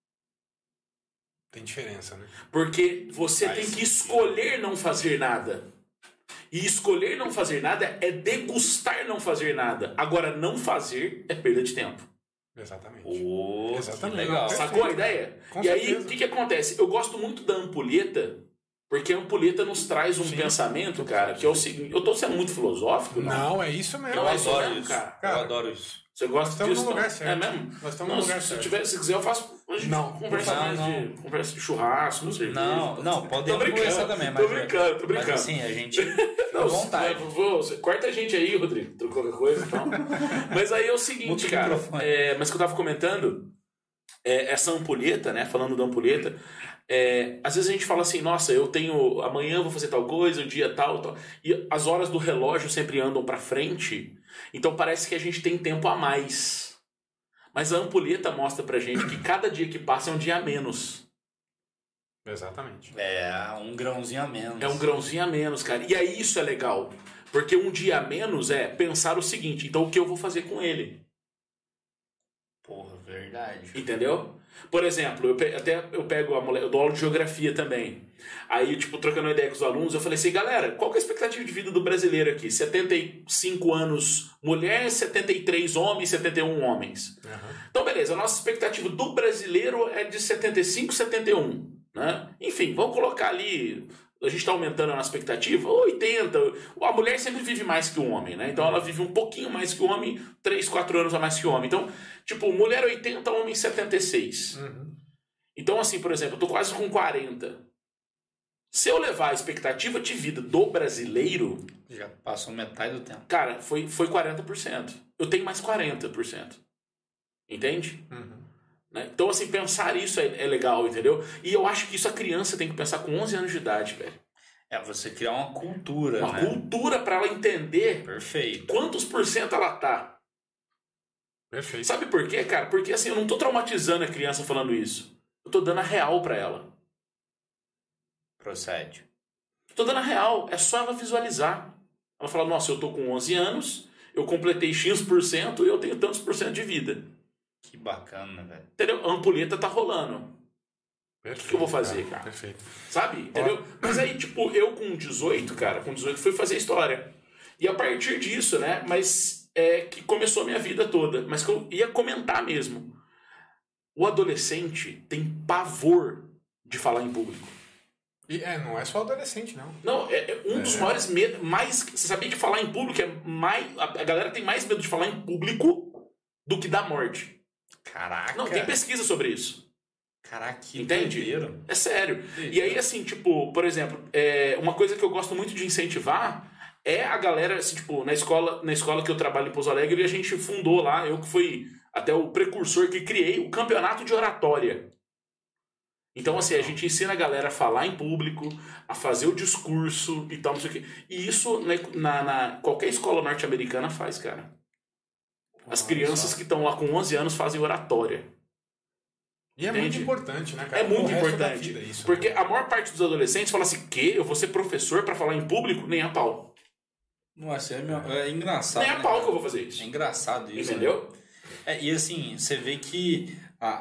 Tem diferença, né? Porque você tem que escolher não fazer nada. E escolher não fazer nada é degustar não fazer nada. Agora, não fazer é perda de tempo. Exatamente. Exatamente. Legal. Sacou a ideia? Com e certeza. aí, o que acontece? Eu gosto muito da ampulheta, porque a ampulheta nos traz um pensamento, cara, que é o seguinte... Eu tô sendo muito filosófico, não? Não, é isso mesmo. Eu Eu adoro mesmo, isso. cara. Eu adoro isso. Você gosta disso? no lugar certo. É mesmo? Nós estamos no lugar certo. Se quiser, eu faço... A gente conversa de churrasco, não sei. Não, podemos conversar também. Tô brincando. Mas assim, a gente fica à vontade. Corta a gente aí, Rodrigo. Trocou qualquer coisa e tal. Mas aí é o seguinte, cara. Mas que eu tava comentando, essa ampulheta, né? Falando da ampulheta, às vezes a gente fala assim, nossa, eu tenho... Amanhã eu vou fazer tal coisa, o dia tal. E as horas do relógio sempre andam pra frente. Então parece que a gente tem tempo a mais. Mas a ampulheta mostra pra gente que cada dia que passa é um dia a menos. Exatamente. Um grãozinho a menos. É um grãozinho a menos, cara. E aí isso é legal. Porque um dia a menos é pensar o seguinte, então o que eu vou fazer com ele? Porra, verdade. Entendeu? Por exemplo, eu pego eu dou aula de geografia também. Aí, tipo, trocando uma ideia com os alunos, eu falei assim, galera, qual que é a expectativa de vida do brasileiro aqui? 75 anos mulher, 73 homens, 71 homens. Uhum. Então, beleza, a nossa expectativa do brasileiro é de 75, 71. Né? Enfim, vamos colocar ali... A gente está aumentando a nossa expectativa, 80. A mulher sempre vive mais que o homem, né? Então ela vive um pouquinho mais que o homem, 3, 4 anos a mais que o homem. Então, tipo, mulher 80, homem 76. Uhum. Então, assim, por exemplo, eu tô quase com 40. Se eu levar a expectativa de vida do brasileiro... Já passou metade do tempo. Cara, foi 40%. Eu tenho mais 40%. Entende? Uhum. Então, assim, pensar isso é legal, entendeu? E eu acho que isso a criança tem que pensar com 11 anos de idade, velho. Você criar uma cultura, Uma cultura pra ela entender... Perfeito. Quantos por cento ela tá. Perfeito. Sabe por quê, cara? Porque, assim, eu não tô traumatizando a criança falando isso. Eu tô dando a real pra ela. Procede. Tô dando a real. É só ela visualizar. Ela fala, nossa, eu tô com 11 anos, eu completei X% e eu tenho tantos por cento de vida. Que bacana, velho. Entendeu? A ampulheta tá rolando. Perfeito, o que eu vou fazer, cara? Perfeito. Sabe? Entendeu? Mas aí, tipo, eu com 18, cara, fui fazer história. E a partir disso, né? Mas que começou a minha vida toda. Mas que eu ia comentar mesmo. O adolescente tem pavor de falar em público. E não é só adolescente, não. Não, um dos maiores medos. Você sabia que falar em público é mais. A galera tem mais medo de falar em público do que da morte. Caraca. Não, tem pesquisa sobre isso. Caraca, que entende? Doideiro. É sério. E aí, assim, tipo, por exemplo, uma coisa que eu gosto muito de incentivar é a galera, assim, tipo, na escola que eu trabalho em Pouso Alegre, a gente fundou lá, eu que fui até o precursor que criei o campeonato de oratória. Então, assim, a gente ensina a galera a falar em público, a fazer o discurso e tal, não sei o quê. E isso, na qualquer escola norte-americana faz, cara. As crianças que estão lá com 11 anos fazem oratória. E é muito importante, né, cara? É muito importante. Isso, porque né? a maior parte dos adolescentes fala assim, eu vou ser professor para falar em público? Nem a pau. Nossa, é engraçado. Nem a pau que eu vou fazer isso. É engraçado isso. Entendeu? Né? E assim, você vê que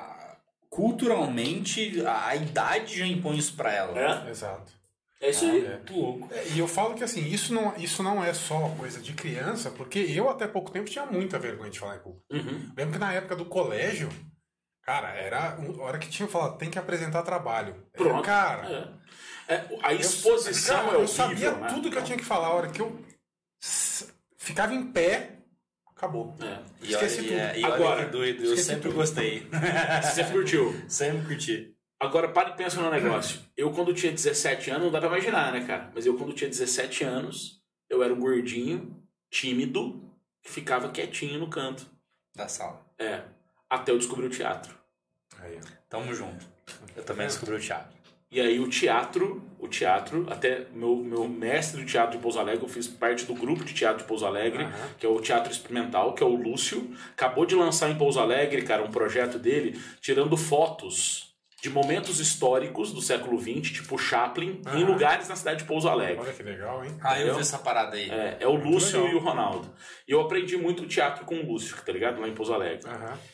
culturalmente a idade já impõe isso pra ela. Exato. É isso aí. Louco. E eu falo que assim, isso não é só coisa de criança, porque eu até pouco tempo tinha muita vergonha de falar em público. Lembro que na época do colégio, cara, era a hora que tinha falado, tem que apresentar trabalho. Pronto. Cara, a exposição é horrível, eu sabia né? tudo que eu tinha que falar. A hora que eu ficava em pé, acabou. Esqueci tudo. E agora, olha que doido, eu sempre gostei. Você sempre curtiu? Sempre curti. Agora, para e pensa no negócio. Eu, quando tinha 17 anos, não dá pra imaginar, né, cara? Mas eu, quando tinha 17 anos, eu era um gordinho, tímido, que ficava quietinho no canto da sala. Até eu descobrir o teatro. Aí. Tamo junto. Eu também descobri o teatro. E aí o teatro, até meu mestre do teatro de Pouso Alegre, eu fiz parte do grupo de teatro de Pouso Alegre, que é o Teatro Experimental, que é o Lúcio. Acabou de lançar em Pouso Alegre, cara, um projeto dele, tirando fotos de momentos históricos do século XX, tipo Chaplin, em lugares na cidade de Pouso Alegre. Olha que legal, hein? Eu vi essa parada aí. É o Lúcio e o Ronaldo. E eu aprendi muito teatro com o Lúcio, tá ligado? Lá em Pouso Alegre.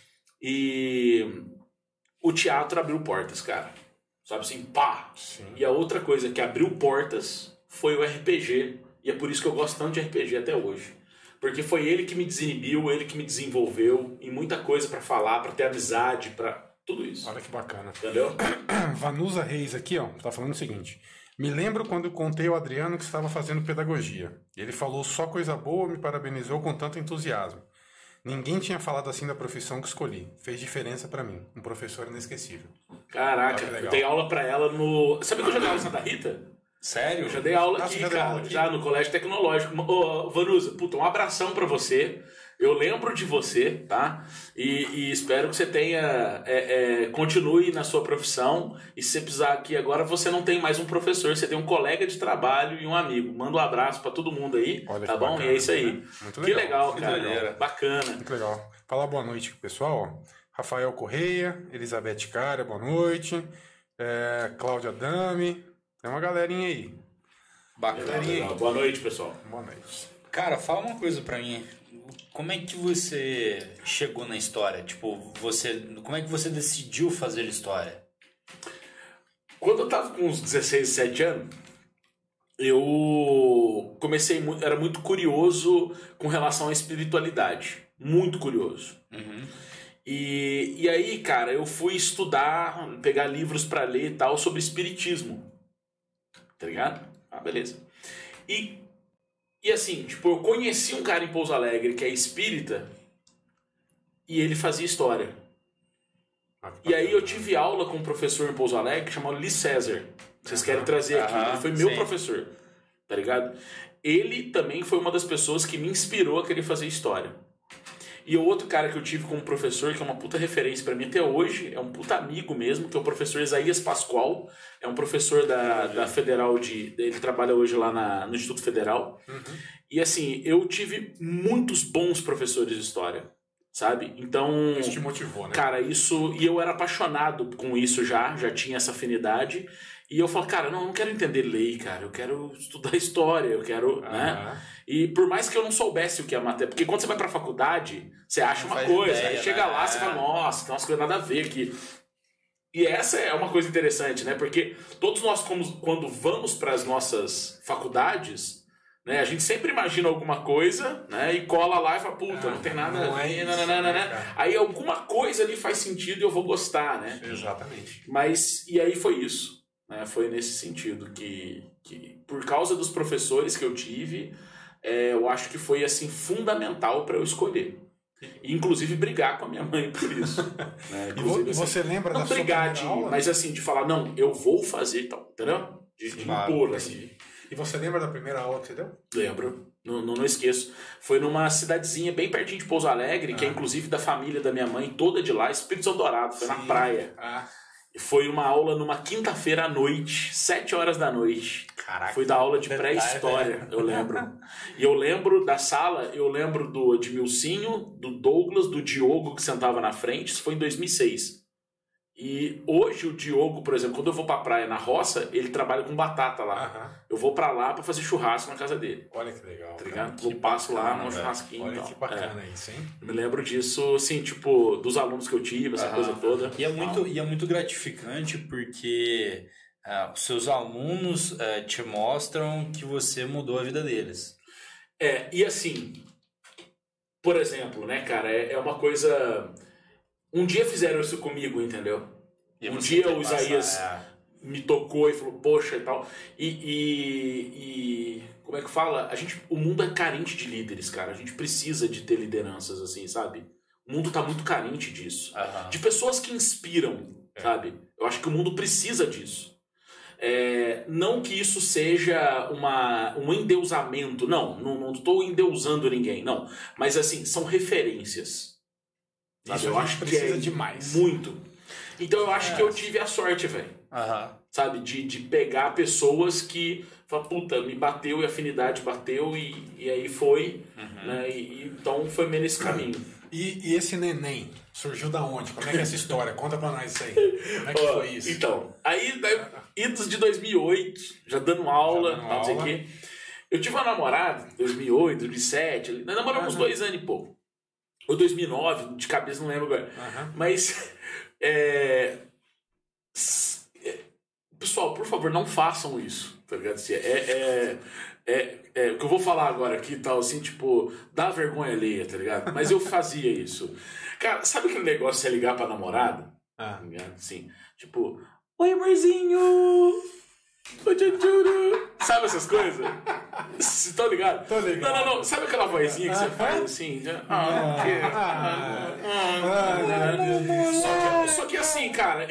E o teatro abriu portas, cara. Sabe assim, pá! Sim. E a outra coisa que abriu portas foi o RPG. E é por isso que eu gosto tanto de RPG até hoje. Porque foi ele que me desinibiu, ele que me desenvolveu em muita coisa pra falar, pra ter amizade, pra tudo isso. Olha que bacana. Entendeu? Vanusa Reis aqui, ó, tá falando o seguinte. Me lembro quando eu contei ao Adriano que estava fazendo pedagogia. Ele falou só coisa boa, me parabenizou com tanto entusiasmo. Ninguém tinha falado assim da profissão que escolhi. Fez diferença pra mim. Um professor inesquecível. Caraca, eu dei aula pra ela no... Sabe que eu já dei aula em Santa Rita? Sério? Eu já dei aula aqui, cara. Já no Colégio Tecnológico. Ô, Vanusa, puta, um abração pra você. Eu lembro de você, tá? E espero que você tenha... continue na sua profissão. E se você precisar aqui agora, você não tem mais um professor. Você tem um colega de trabalho e um amigo. Manda um abraço pra todo mundo aí. Olha, tá bom? bacana, E é isso aí. Né? Muito que legal, cara. Bacana. Muito legal. Fala boa noite, pessoal. Rafael Correia, Elizabeth Cara, boa noite. Cláudia Dami. Tem uma galerinha aí. Bacana. Boa noite, pessoal. Boa noite. Cara, fala uma coisa pra mim. Como é que você chegou na história? Tipo, como é que você decidiu fazer história? Quando eu tava com uns 16, 17 anos, eu comecei... Era muito curioso com relação à espiritualidade. Muito curioso. E aí, cara, eu fui estudar, pegar livros pra ler e tal sobre espiritismo. Tá ligado? Beleza. E assim, tipo, eu conheci um cara em Pouso Alegre que é espírita e ele fazia história. E aí eu tive aula com um professor em Pouso Alegre chamado Lee César. Vocês querem trazer aqui. Ele foi meu professor. Tá ligado? Ele também foi uma das pessoas que me inspirou a querer fazer história. E o outro cara que eu tive como professor, que é uma puta referência pra mim até hoje, é um puta amigo mesmo, que é o professor Isaías Pascoal. É um professor da Federal ele trabalha hoje lá no Instituto Federal. E assim, eu tive muitos bons professores de história, sabe? Então... Isso te motivou, né? Cara, isso... E eu era apaixonado com isso já tinha essa afinidade. E eu falo, cara, não quero entender lei, cara. Eu quero estudar história, eu quero, né? E por mais que eu não soubesse o que é matéria... Porque quando você vai pra faculdade, você acha uma coisa. Ideia, aí chega lá, você fala, nossa, tem umas coisas nada a ver aqui. E essa é uma coisa interessante, né? Porque todos nós, quando vamos para as nossas faculdades, né? A gente sempre imagina alguma coisa, né? E cola lá e fala, puta, não tem nada a ver, né? Aí alguma coisa ali faz sentido e eu vou gostar, né? Exatamente. E aí foi isso. Né? Foi nesse sentido que por causa dos professores que eu tive, eu acho que foi assim fundamental para eu escolher. E, inclusive brigar com a minha mãe por isso. Né? E você lembra da sua brigar primeira aula? Mas assim, de falar, não, eu vou fazer tal, entendeu? De impor, assim. E você lembra da primeira aula que você deu? Lembro, não esqueço. Foi numa cidadezinha bem pertinho de Pouso Alegre, que é inclusive da família da minha mãe, toda de lá, Espírito Santo Dourado, foi na praia. Foi uma aula numa quinta-feira à noite, 7 horas da noite. Caraca. Foi da aula de pré-história, eu lembro. E eu lembro da sala, eu lembro do Edmilcinho, do Douglas, do Diogo que sentava na frente, isso foi em 2006. E hoje o Diogo, por exemplo, quando eu vou pra praia na roça, ele trabalha com batata lá. Eu vou pra lá pra fazer churrasco na casa dele. Olha que legal. Tá ligado? Eu passo lá no churrasquinho. Olha que bacana isso, hein? Eu me lembro disso, assim, tipo, dos alunos que eu tive, essa coisa toda. E é muito gratificante porque os seus alunos te mostram que você mudou a vida deles. E assim, por exemplo, né, cara, é uma coisa... Um dia fizeram isso comigo, entendeu? Um dia o Isaías me tocou e falou, poxa e tal. E como é que fala? O mundo é carente de líderes, cara. A gente precisa de ter lideranças, assim, sabe? O mundo tá muito carente disso. De pessoas que inspiram, sabe? Eu acho que o mundo precisa disso. Não que isso seja um endeusamento. Não estou endeusando ninguém, não. Mas, assim, são referências. Isso eu acho que precisa demais. Muito. Então eu acho que eu tive a sorte, velho. Sabe? De pegar pessoas que falam, puta, me bateu e a afinidade bateu e aí foi. Né? Então foi meio nesse caminho. E esse neném surgiu da onde? Como é que é essa história? Conta pra nós isso aí. Como é que foi isso? Então, idos de 2008, já dando aula, não sei o quê. Eu tive uma namorada em 2008, 2007. Nós namoramos 2 anos e pouco. Ou 2009, de cabeça não lembro agora. Mas, pessoal, por favor, não façam isso, tá ligado? Assim, o que eu vou falar agora aqui, tal, assim, tipo, dá vergonha alheia, tá ligado? Mas eu fazia isso. Cara, sabe aquele negócio de você ligar pra namorada? Tá ligado? Assim, tipo, oi, amorzinho! Sabe essas coisas? Vocês estão ligados? Tô ligado. Não. Sabe aquela vozinha que você faz assim? Só que assim, cara,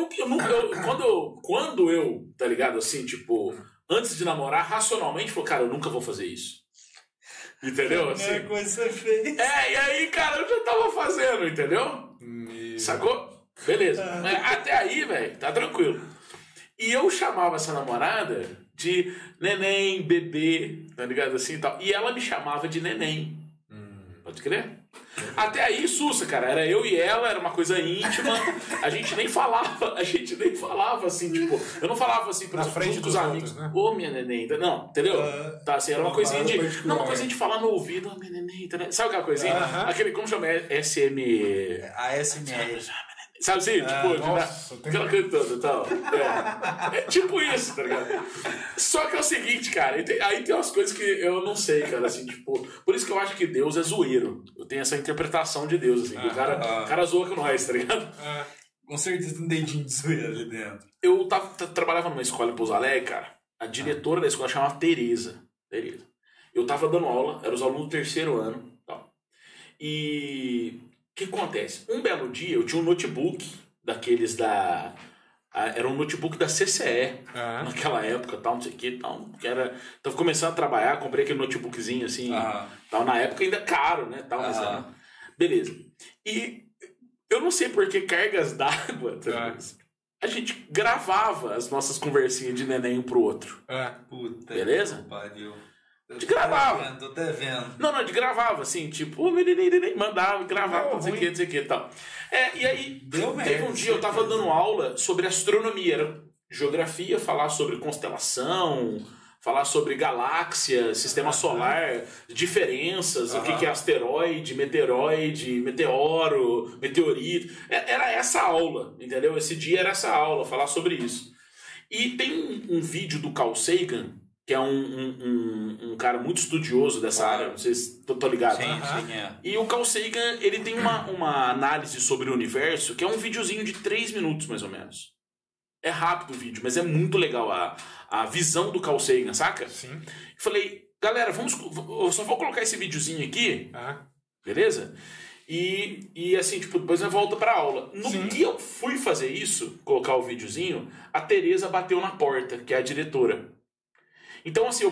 quando eu, tá ligado? Assim, tipo, antes de namorar, racionalmente, falou, cara, eu nunca vou fazer isso. Entendeu? Assim, coisa você fez. e aí, cara, eu já tava fazendo, entendeu? Sacou? Beleza. Até aí, velho, tá tranquilo. E eu chamava essa namorada de neném, bebê, tá ligado? Assim e tal. E ela me chamava de neném. Pode crer? Até aí, sussa, cara. Era eu e ela, era uma coisa íntima. A gente nem falava assim, tipo... Eu não falava assim na frente dos amigos, né? Ô, minha neném. Não, entendeu? Tá, assim, era uma coisinha de... Não, uma coisinha de falar no ouvido. Ô, minha neném. Tá, sabe aquela coisinha? Aquele, como chama? SM... ASMR. Sabe assim? Tipo, aquela coisa toda e tal. É tipo isso, tá ligado? Só que é o seguinte, cara, aí tem umas coisas que eu não sei, cara, assim, tipo... Por isso que eu acho que Deus é zoeiro. Eu tenho essa interpretação de Deus, assim. O cara zoa com nós, tá ligado? Com certeza tem um dedinho de zoeira ali dentro. Eu trabalhava numa escola em Pouso Alegre, cara. A diretora da escola chamava Tereza. Eu tava dando aula, eram os alunos do 3º ano. Tal. E... O que acontece? Um belo dia eu tinha um notebook daqueles da... Era um notebook da CCE naquela época, tal, não sei o que, tal. Tava começando a trabalhar, comprei aquele notebookzinho assim, tal, na época ainda caro, né? Tal, mas, beleza. E eu não sei por que cargas d'água, a gente gravava as nossas conversinhas de neném um pro outro. Puta. Beleza? Pariu. De gravava. Tô até vendo. Não, de gravava, assim, tipo, neném, mandava, gravava, não sei o que e tal. E aí, teve um dia eu tava dando aula sobre astronomia, era geografia, falar sobre constelação, falar sobre galáxia, sistema solar, diferenças, o que é asteroide, meteoro, meteorito. Era essa aula, entendeu? Esse dia era essa aula, falar sobre isso. E tem um vídeo do Carl Sagan, que é um cara muito estudioso dessa área, não sei se tô ligado. Sim. E o Carl Sagan, ele tem uma análise sobre o universo, que é um videozinho de 3 minutos, mais ou menos. É rápido o vídeo, mas é muito legal a visão do Carl Sagan, saca? Sim. Falei, galera, eu só vou colocar esse videozinho aqui, beleza? E assim, tipo, depois eu volto pra aula. No que eu fui fazer isso, colocar o videozinho, a Tereza bateu na porta, que é a diretora. Então, assim,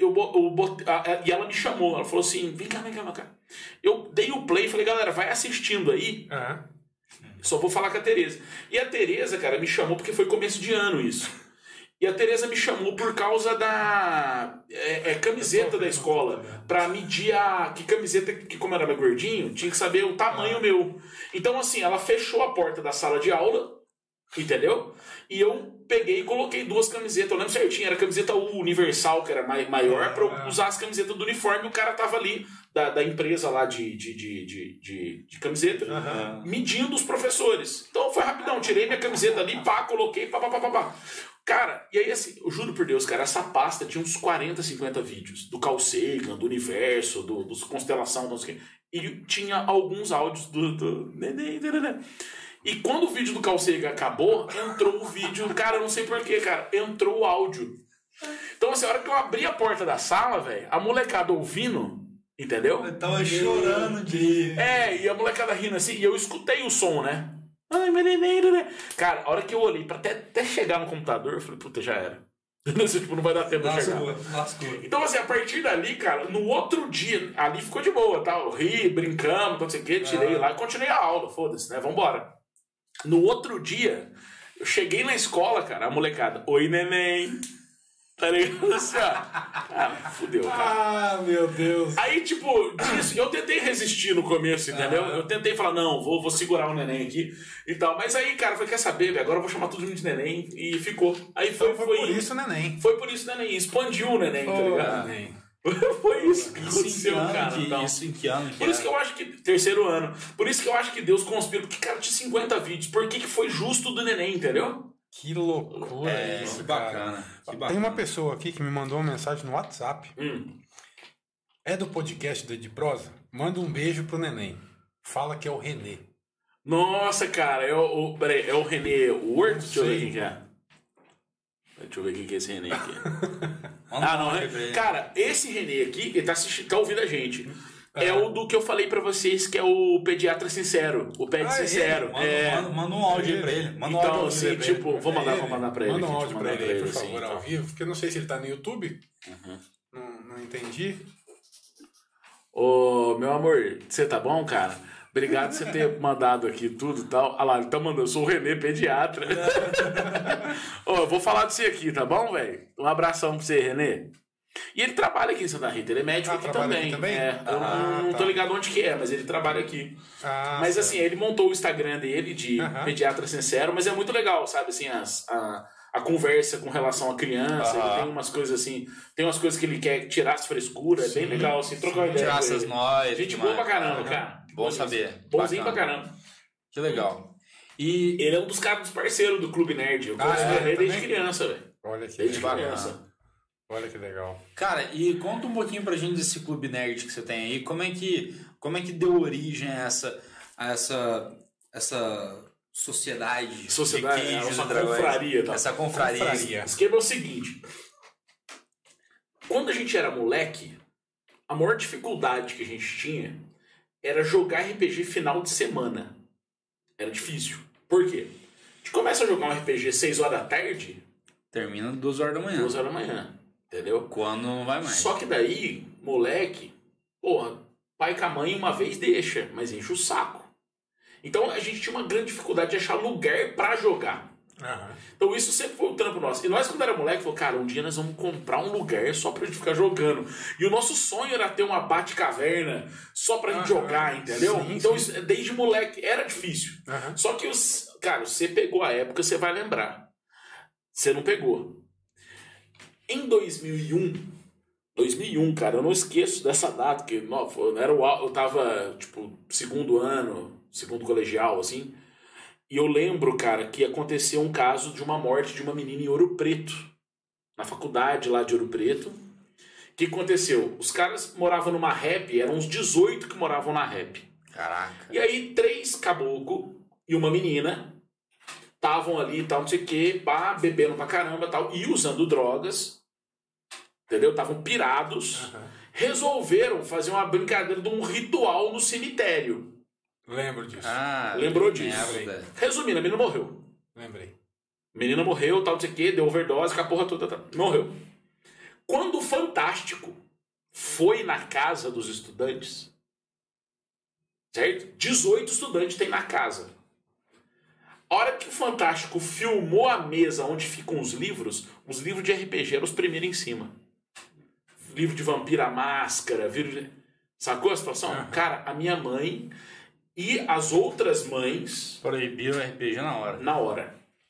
e ela me chamou, ela falou assim, vem cá. Eu dei o play e falei, galera, vai assistindo aí, só vou falar com a Tereza. E a Tereza, cara, me chamou porque foi começo de ano isso. E a Tereza me chamou por causa da camiseta da escola, pra medir que camiseta, que como era mais gordinho, tinha que saber o tamanho meu. Então, assim, ela fechou a porta da sala de aula, Entendeu? E eu peguei e coloquei 2 camisetas. Eu lembro certinho, era a camiseta Universal, que era maior, pra eu usar as camisetas do uniforme. O cara tava ali, da empresa lá de camiseta, medindo os professores. Então foi rapidão, tirei minha camiseta ali, pá, coloquei, pá. Cara, e aí assim, eu juro por Deus, cara, essa pasta tinha uns 40, 50 vídeos. Do Carl Sagan, do Universo, dos Constelação, não sei o quê. E tinha alguns áudios do Neném. E quando o vídeo do Carl Sagan acabou, entrou o vídeo... Cara, eu não sei porquê, cara. Entrou o áudio. Então, assim, a hora que eu abri a porta da sala, velho, a molecada ouvindo, entendeu? Eu tava chorando de... E a molecada rindo assim, e eu escutei o som, né? Ai, meu neném, né? Cara, a hora que eu olhei pra até chegar no computador, eu falei, puta, já era. Tipo, não vai dar tempo de chegar. Lascou. Então, assim, a partir dali, cara, no outro dia, ali ficou de boa, tá? Eu ri, brincamos, não sei o quê, tirei lá e continuei a aula, foda-se, né? Vambora. No outro dia, eu cheguei na escola, cara, a molecada, oi, neném. Tá ligado? Assim, ó. Fudeu, cara. Ah, meu Deus. Aí, tipo, disso, eu tentei resistir no começo, entendeu? Eu tentei falar, não, vou segurar o neném aqui e tal. Mas aí, cara, eu falei, quer saber, velho? Agora eu vou chamar todo mundo de neném. E ficou. Aí foi por isso, neném. Foi por isso, neném. Expandiu o neném, tá ligado? Neném. Foi isso que aconteceu, cara. Então, isso em que ano? Por isso que eu acho que... 3º ano. Por isso que eu acho que Deus conspira. Porque, cara, tinha 50 vídeos. Por que foi justo do neném, entendeu? Que loucura isso, que bacana. Tem uma pessoa aqui que me mandou uma mensagem no WhatsApp. É do podcast do Ed Prosa? Manda um beijo pro neném. Fala que é o Renê. Nossa, cara. Peraí, é o Renê Word? Deixa eu ver quem que é. Deixa eu ver quem que é esse Renê aqui. Não, né? Cara, esse Renê aqui, ele tá ouvindo a gente. É o do que eu falei pra vocês, que é o Pediatra Sincero. O Ped Sincero. Manda um áudio aí pra ele. Então, assim, tipo, vou mandar pra ele. Manda um áudio pra ele aí, por favor, ao vivo. Porque eu não sei se ele tá no YouTube. Não entendi. Ô, meu amor, você tá bom, cara? Obrigado por você ter mandado aqui tudo e tal. Olha lá, ele tá mandando, eu sou o Renê, pediatra. Eu vou falar de você aqui, tá bom, velho? Um abração pra você, Renê. E ele trabalha aqui em Santa Rita, ele é médico aqui também. Eu não tô ligado onde que é, mas ele trabalha aqui. Mas assim, ele montou o Instagram dele de Pediatra Sincero, mas é muito legal, sabe? Assim, a conversa com relação à criança, ele tem umas coisas assim, tem umas coisas que ele quer tirar as frescuras, é bem legal, assim, trocar uma ideia. Tirar essas noias. Gente boa pra caramba, cara. Bom saber. Bonzinho pra caramba. Que legal. E ele é um dos caras dos parceiros do Clube Nerd. Eu conheço ele desde criança, velho. Olha que desde criança. Olha que legal. Cara, e conta um pouquinho pra gente desse Clube Nerd que você tem aí. Como é que deu origem a essa sociedade de queijos e dragões? Confraria, tá? Essa confraria. O esquema é o seguinte. Quando a gente era moleque, a maior dificuldade que a gente tinha era jogar RPG final de semana. Era difícil. Por quê? A gente começa a jogar um RPG 6 horas da tarde... Termina 2 horas da manhã. 2 horas da manhã. Entendeu? Quando não vai mais. Só que daí, moleque, porra, pai com a mãe uma vez deixa, mas enche o saco. Então a gente tinha uma grande dificuldade de achar lugar pra jogar. Então isso sempre foi um trampo nosso. E nós, quando era moleque, falou, cara, um dia nós vamos comprar um lugar só pra gente ficar jogando. E o nosso sonho era ter uma Batcaverna só pra gente jogar, entendeu? Sim, então sim. Isso, desde moleque era difícil. Só que, cara, você pegou a época, você vai lembrar. Você não pegou. Em 2001, cara, eu não esqueço dessa data, que eu tava, tipo, segundo colegial, assim, e eu lembro, cara, que aconteceu um caso de uma morte de uma menina em Ouro Preto, na faculdade lá de Ouro Preto. O que aconteceu? Os caras moravam numa rap, eram uns 18 que moravam na rap. Caraca. E aí, 3 caboclos e uma menina estavam ali e tal, não sei o que, bebendo pra caramba e tal, e usando drogas, entendeu? Estavam pirados, resolveram fazer uma brincadeira de um ritual no cemitério. Lembro disso. Lembrou disso? Resumindo, a menina morreu. Lembrei. A menina morreu, tal, não sei o que, deu overdose, com a porra toda, morreu. Quando o Fantástico foi na casa dos estudantes, certo? 18 estudantes tem na casa. A hora que o Fantástico filmou a mesa onde ficam os livros de RPG eram os primeiros em cima. Livro de Vampira Máscara, sacou a situação? Cara, a minha mãe e as outras mães... Proibiram o RPG na hora. Na hora.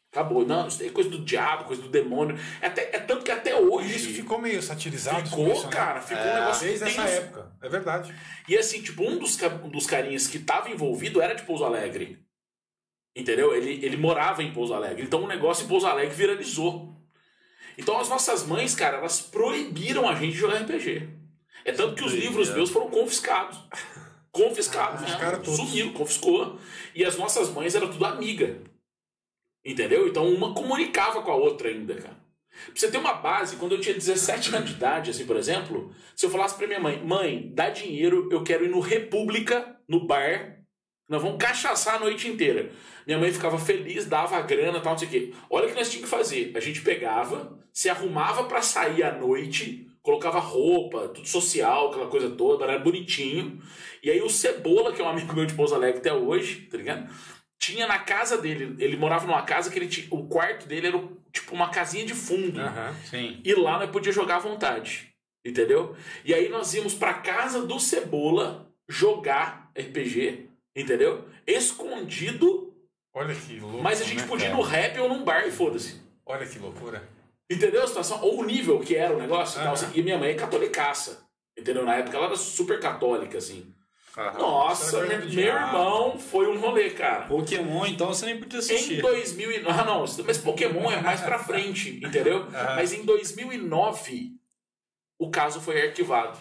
Acabou. Não, isso é coisa do diabo, coisa do demônio. É tanto que até hoje... Isso ficou meio satirizado. Ficou, cara. Ficou um negócio desde essa época. É verdade. E assim, tipo, um dos carinhas que tava envolvido era de Pouso Alegre. Entendeu? Ele morava em Pouso Alegre. Então o negócio em Pouso Alegre viralizou. Então as nossas mães, cara, elas proibiram a gente de jogar RPG. É tanto que os livros meus foram confiscados. Confiscados, né? Sumiram, confiscou. E as nossas mães eram tudo amiga. Entendeu? Então uma comunicava com a outra ainda, cara. Pra você ter uma base, quando eu tinha 17 anos de idade, assim, por exemplo, se eu falasse pra minha mãe, mãe, dá dinheiro, eu quero ir no República, no bar, nós vamos cachaçar a noite inteira. Minha mãe ficava feliz, dava a grana, tal, não sei o quê. Olha o que nós tínhamos que fazer. A gente pegava, se arrumava pra sair à noite, colocava roupa, tudo social, aquela coisa toda, era bonitinho. E aí o Cebola, que é um amigo meu de Pouso Alegre até hoje, tá ligado? Tinha na casa dele, ele morava numa casa que ele tinha, o quarto dele era tipo uma casinha de fundo. Sim. E lá nós podíamos jogar à vontade. Entendeu? E aí nós íamos pra casa do Cebola jogar RPG, entendeu? Escondido. Olha que louco. Mas a gente podia ir no rap ou num bar e foda-se. Olha que loucura. Entendeu a situação? Ou o nível que era o negócio e tal. Assim. E minha mãe é catolicaça. Entendeu? Na época ela era super católica, assim. Nossa, meu irmão, foi um rolê, cara. Pokémon, então, você nem podia assistir. Em 2000... não, mas Pokémon é mais pra frente, entendeu? Mas em 2009, o caso foi arquivado.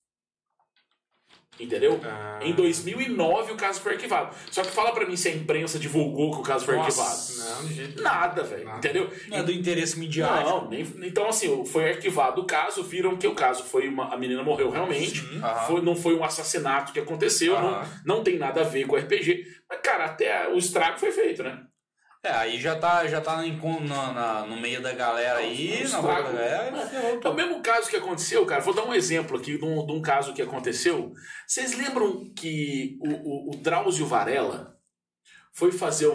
Entendeu? Em 2009 o caso foi arquivado. Só que fala pra mim se a imprensa divulgou que o caso foi arquivado. Não, de jeito nada, velho. Entendeu? Não é do interesse midiático. Não, então assim, foi arquivado o caso, viram que o caso foi a menina morreu realmente. Não foi um assassinato que aconteceu, não tem nada a ver com o RPG. Mas, cara, até o estrago foi feito, né? Aí já tá no meio da galera aí, na boca da galera. É o mesmo caso que aconteceu, cara. Vou dar um exemplo aqui de um caso que aconteceu. Vocês lembram que o Drauzio Varela foi fazer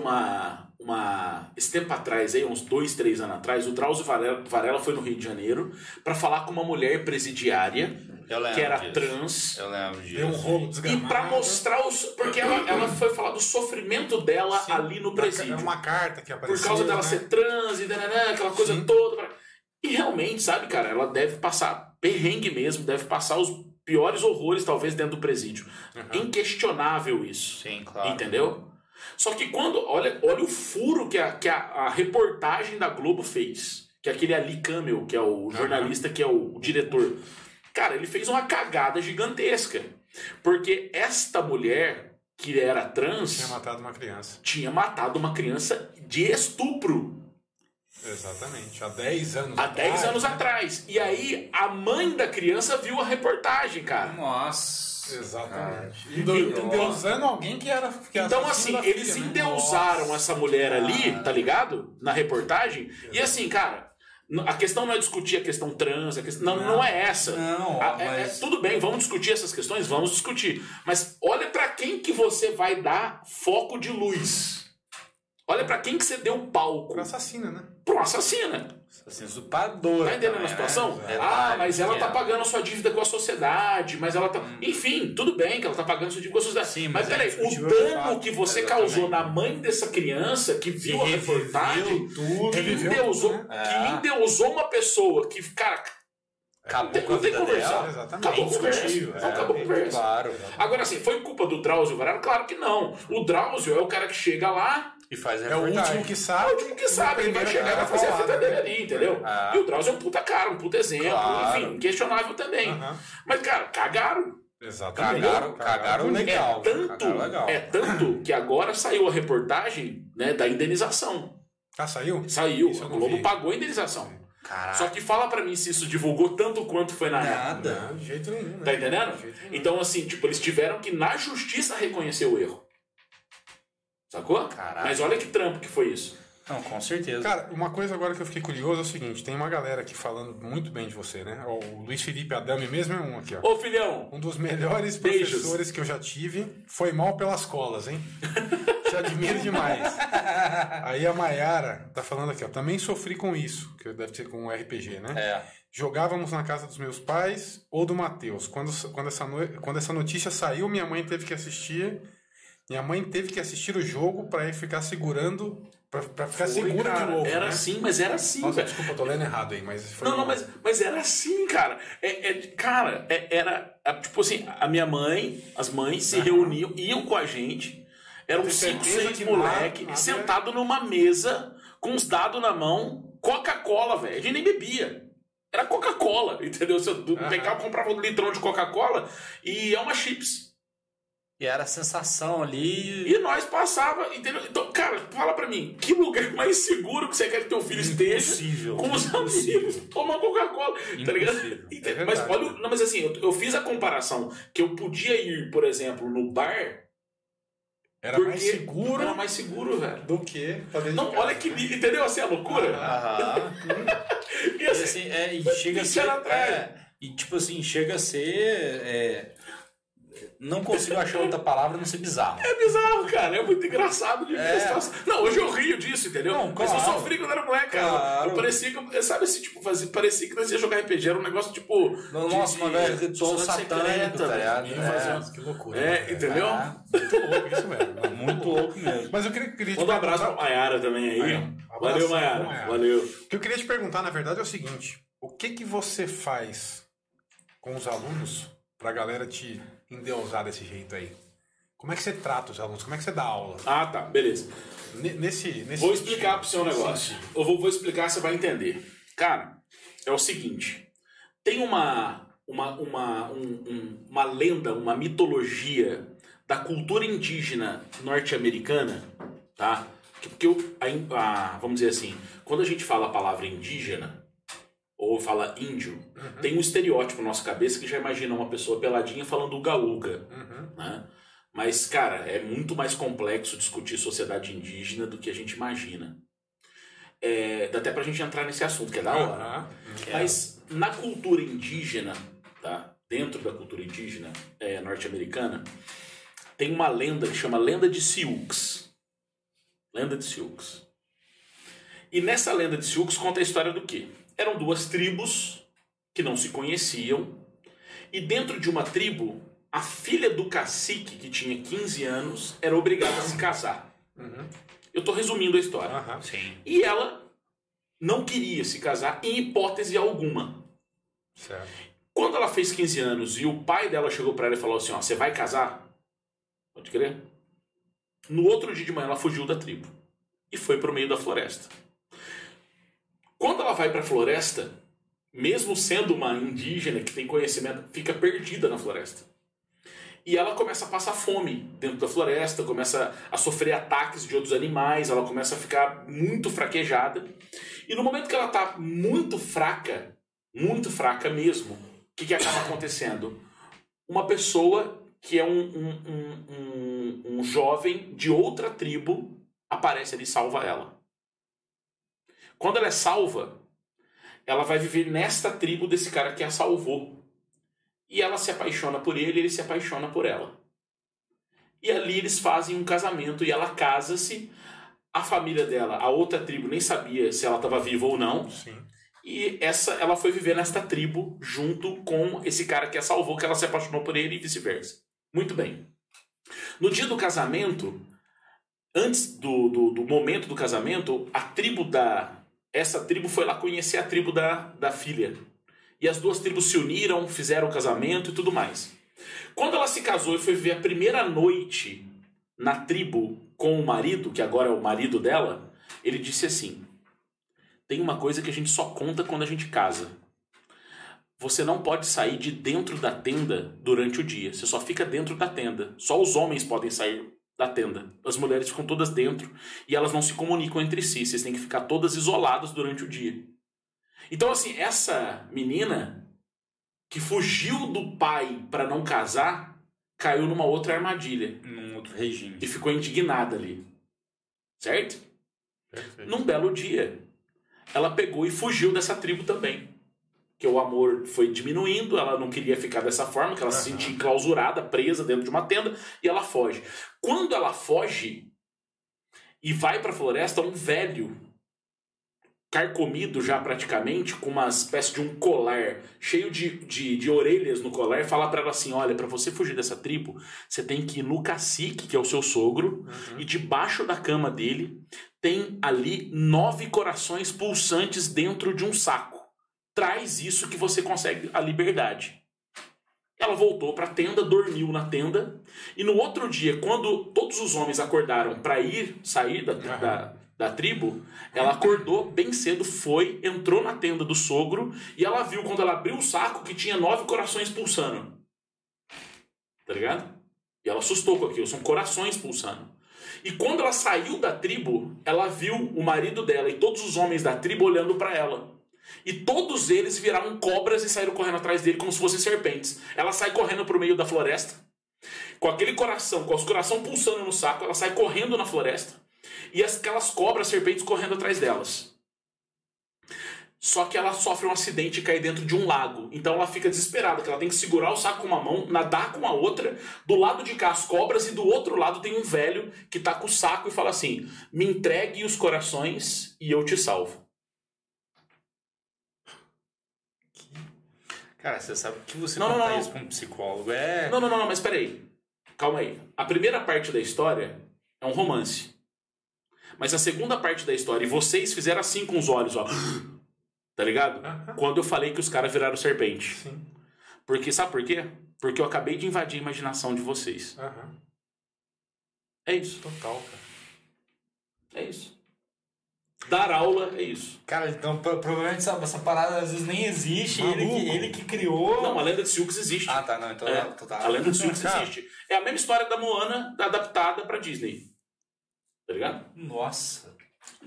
esse tempo atrás, aí, uns 2, 3 anos atrás, o Drauzio Varela foi no Rio de Janeiro para falar com uma mulher presidiária que era trans. Eu lembro disso. Deu um rolo desgramado. E pra mostrar porque ela foi falar do sofrimento dela ali no presídio. É uma carta que apareceu. Por causa dela ser trans e aquela coisa toda. E realmente, sabe, cara, ela deve passar perrengue mesmo, deve passar os piores horrores, talvez, dentro do presídio. Inquestionável isso. Sim, claro. Entendeu? Só que quando... Olha o furo que a reportagem da Globo fez. Que é aquele Ali Camel, que é o jornalista, que é o diretor. Cara, ele fez uma cagada gigantesca. Porque esta mulher, que era trans... Tinha matado uma criança. De estupro. Exatamente. Há 10 anos atrás. Há 10 anos atrás. E aí, a mãe da criança viu a reportagem, cara. Nossa. Exatamente. Endeusando alguém que era... Então, assim, eles endeusaram essa mulher ali, tá ligado? Na reportagem. E assim, cara... A questão não é discutir a questão trans, não é essa. Não, mas... tudo bem, vamos discutir essas questões? Vamos discutir. Mas olha pra quem que você vai dar foco de luz. Olha pra quem que você deu palco. Pro assassino, né? Pro assassino. Assassino usurpador. Tá entendendo a situação? Mas ela tá pagando a sua dívida com a sociedade, mas ela tá... Enfim, tudo bem que ela tá pagando a sua dívida com a sociedade. Sim, mas peraí, o dano que você causou na mãe dessa criança que viu a reportagem, que endeusou uma pessoa que, cara... Acabou com a vida dela. Acabou com a conversa. Claro. Agora, assim, foi culpa do Drauzio Varela? Claro que não. O Drauzio é o cara que chega lá... E faz a é o último que sabe. É o último que sabe. Ele vai chegar e vai fazer a fita dele ali, entendeu? E o Drauzio é um puta cara, um puta exemplo. Claro. Enfim, inquestionável também. Mas, cara, cagaram. Exatamente. Cagaram legal. É tanto que agora saiu a reportagem, né, da indenização. Saiu? Saiu. A Globo pagou a indenização. Caraca. Só que fala pra mim se isso divulgou tanto quanto foi na época. Não, de jeito nenhum. Tá entendendo? Então, assim, tipo, eles tiveram que na justiça reconhecer o erro. Sacou? Caraca. Mas olha que trampo que foi isso. Não, com certeza. Cara, uma coisa agora que eu fiquei curioso é o seguinte, tem uma galera aqui falando muito bem de você, né? O Luiz Felipe Adame mesmo é um aqui, ó. Ô, filhão! Um dos melhores professores que eu já tive. Foi mal pelas colas, hein? Te admiro demais. Aí a Maiara tá falando aqui, ó. Também sofri com isso, que deve ser com o RPG, né? Jogávamos na casa dos meus pais ou do Matheus. Quando essa notícia saiu, minha mãe teve que assistir o jogo para ficar segurando Pra ficar seguro, cara, de novo. Era assim, mas era assim. Nossa, desculpa, eu tô lendo errado aí, mas foi. Não, mas era assim, cara. Era tipo assim, a minha mãe, as mães se reuniam, iam com a gente. Eram 5, 6 moleques sentados numa mesa, com os dados na mão, Coca-Cola, velho. A gente nem bebia. Era Coca-Cola, entendeu? Você pegava, comprava um litrão de Coca-Cola e é uma chips. E era a sensação ali. E nós passava, entendeu? Então, cara, fala pra mim, que lugar mais seguro que você quer que teu filho esteja com os amigos? Tomar Coca-Cola, tá ligado? Mas olha, não, mas assim, eu fiz a comparação que eu podia ir, por exemplo, no bar. Era mais seguro. Era mais seguro, velho. Do que fazer de Não, casa. olha que. Entendeu assim a loucura? E assim, e chega a ser. E tipo assim, chega a ser. Não consigo achar outra palavra, não ser bizarro. É bizarro, cara. É muito engraçado de ver a situação. Não, hoje eu rio disso, entendeu? Não, claro. Mas eu sofri quando era moleque, cara. Claro. Eu parecia que. Sabe assim, tipo, parecia que nós ia jogar RPG. Era um negócio tipo. Nossa, mas velho, ritual satânico, tá ligado? Que loucura. Entendeu? Muito louco isso mesmo. Muito louco mesmo. Mas eu queria Manda um abraço pra Maiara também aí. Valeu, Maiara. Valeu. O que eu queria te perguntar, na verdade, é o seguinte: o que você faz com os alunos pra galera te endeusar desse jeito aí? Como é que você trata os alunos? Como é que você dá aula? Ah, tá, beleza. Vou explicar pro seu negócio. Eu vou explicar, você vai entender. Cara, é o seguinte. Tem uma lenda, uma mitologia da cultura indígena norte-americana, tá? Porque vamos dizer assim, quando a gente fala a palavra indígena, ou fala índio, tem um estereótipo na nossa cabeça que já imagina uma pessoa peladinha falando uga-uga, né? Mas, cara, é muito mais complexo discutir sociedade indígena do que a gente imagina. Dá até pra gente entrar nesse assunto, que é da hora. Mas na cultura indígena, tá? Dentro da cultura indígena norte-americana, tem uma lenda que chama Lenda de Sioux. Lenda de Sioux. E nessa Lenda de Sioux conta a história do quê? Eram 2 tribos que não se conheciam, e dentro de uma tribo, a filha do cacique, que tinha 15 anos, era obrigada a se casar. Eu estou resumindo a história. Sim. E ela não queria se casar em hipótese alguma. Certo. Quando ela fez 15 anos e o pai dela chegou para ela e falou assim, ó, você vai casar? Pode crer? No outro dia de manhã ela fugiu da tribo e foi para o meio da floresta. Quando ela vai para a floresta, mesmo sendo uma indígena que tem conhecimento, fica perdida na floresta. E ela começa a passar fome dentro da floresta, começa a sofrer ataques de outros animais, ela começa a ficar muito fraquejada. E no momento que ela está muito fraca mesmo, o que acaba acontecendo? Uma pessoa que é um jovem de outra tribo aparece ali e salva ela. Quando ela é salva, ela vai viver nesta tribo desse cara que a salvou. E ela se apaixona por ele, ele se apaixona por ela. E ali eles fazem um casamento e ela casa-se. A família dela, a outra tribo, nem sabia se ela estava viva ou não. Sim. E ela foi viver nesta tribo junto com esse cara que a salvou, que ela se apaixonou por ele e vice-versa. Muito bem. No dia do casamento, antes do momento do casamento, essa tribo foi lá conhecer a tribo da filha. E as 2 tribos se uniram, fizeram o casamento e tudo mais. Quando ela se casou e foi viver a primeira noite na tribo com o marido, que agora é o marido dela, ele disse assim, tem uma coisa que a gente só conta quando a gente casa. Você não pode sair de dentro da tenda durante o dia. Você só fica dentro da tenda. Só os homens podem sair da tenda. As mulheres ficam todas dentro e elas não se comunicam entre si. Vocês têm que ficar todas isoladas durante o dia. Então, assim, essa menina que fugiu do pai para não casar, caiu numa outra armadilha. Num outro regime. E ficou indignada ali. Certo? Perfeito. Num belo dia, ela pegou e fugiu dessa tribo também. Que o amor foi diminuindo, ela não queria ficar dessa forma, que ela se sentia enclausurada, presa dentro de uma tenda, e ela foge. Quando ela foge e vai para a floresta, um velho, carcomido já praticamente, com uma espécie de um colar, cheio de orelhas no colar, fala para ela assim, olha, para você fugir dessa tribo, você tem que ir no cacique, que é o seu sogro, e debaixo da cama dele tem ali 9 corações pulsantes dentro de um saco. Traz isso que você consegue a liberdade. Ela voltou para a tenda, dormiu na tenda, e no outro dia, quando todos os homens acordaram para sair da tribo, ela acordou bem cedo, entrou na tenda do sogro, e ela viu, quando ela abriu o saco, que tinha 9 corações pulsando. Tá ligado? E ela assustou com aquilo, são corações pulsando. E quando ela saiu da tribo, ela viu o marido dela e todos os homens da tribo olhando para ela. E todos eles viraram cobras e saíram correndo atrás dele como se fossem serpentes. Ela sai correndo pro meio da floresta, com aquele coração, com os coração pulsando no saco, ela sai correndo na floresta. E aquelas cobras, serpentes correndo atrás delas. Só que ela sofre um acidente e cai dentro de um lago. Então ela fica desesperada, que ela tem que segurar o saco com uma mão, nadar com a outra. Do lado de cá as cobras e do outro lado tem um velho que tá com o saco e fala assim: me entregue os corações e eu te salvo. Cara, você sabe que você contar isso pra um psicólogo é... Não, mas peraí. Calma aí. A primeira parte da história é um romance. Mas a segunda parte da história, e vocês fizeram assim com os olhos, ó... Tá ligado? Quando eu falei que os caras viraram serpente. Sim. Porque, sabe por quê? Porque eu acabei de invadir a imaginação de vocês. É isso. Total, cara. É isso. Dar aula é isso. Cara, então provavelmente essa parada às vezes nem existe. Ele que criou... Não, a Lenda de Silks existe. Ah, tá. Não, então a Lenda de Silks existe. É a mesma história da Moana adaptada pra Disney. Tá ligado? Nossa.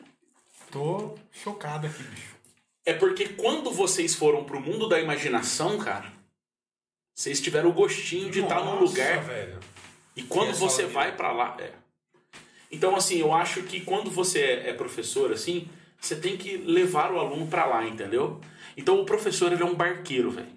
Tô chocado aqui, bicho. É porque quando vocês foram pro mundo da imaginação, cara, vocês tiveram o gostinho de estar num lugar. Velho. E quando você vai pra lá... Então, assim, eu acho que quando você é professor, assim, você tem que levar o aluno pra lá, entendeu? Então, o professor, ele é um barqueiro, velho.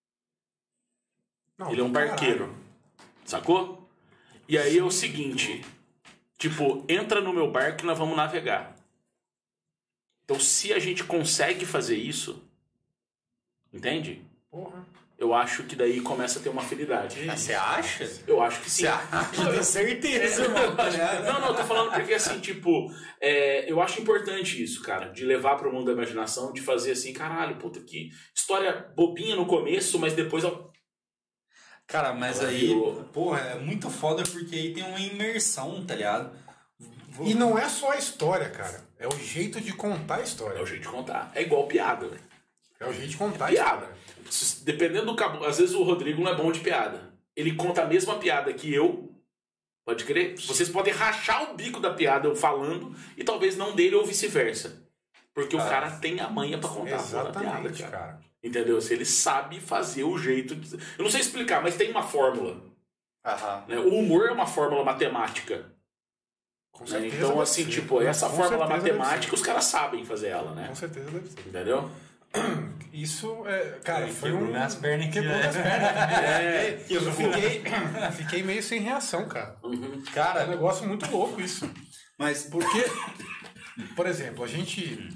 Ele é um barqueiro. Sacou? E aí é o seguinte, tipo, entra no meu barco e nós vamos navegar. Então, se a gente consegue fazer isso, entende? Porra. Eu acho que daí começa a ter uma afinidade. Você acha? Eu acho que sim. Você acha? Eu tenho certeza, irmão. Não, eu tô falando porque, assim, tipo, eu acho importante isso, cara, de levar pro mundo da imaginação, de fazer assim, caralho, puta, que história bobinha no começo, mas depois... Cara, mas aí, porra, é muito foda porque aí tem uma imersão, tá ligado? E não é só a história, cara. É o jeito de contar a história. É o jeito de contar. É igual piada, velho. É o jeito de contar a história. Dependendo do cabo... Às vezes o Rodrigo não é bom de piada. Ele conta a mesma piada que eu. Pode crer? Vocês podem rachar o bico da piada eu falando e talvez não dele ou vice-versa. Porque o cara tem a manha pra contar a piada, cara. Entendeu? Se ele sabe fazer o jeito... Eu não sei explicar, mas tem uma fórmula. Né? O humor é uma fórmula matemática. Com certeza. Então, assim, ser. Tipo, essa fórmula matemática, os caras sabem fazer ela, né? Com certeza deve ser. Entendeu? Isso é... Cara, foi quebrou minhas pernas. Quebrou minhas pernas. Eu fiquei meio sem reação, cara. Cara, é um negócio muito louco isso. Mas porque, por exemplo, a gente...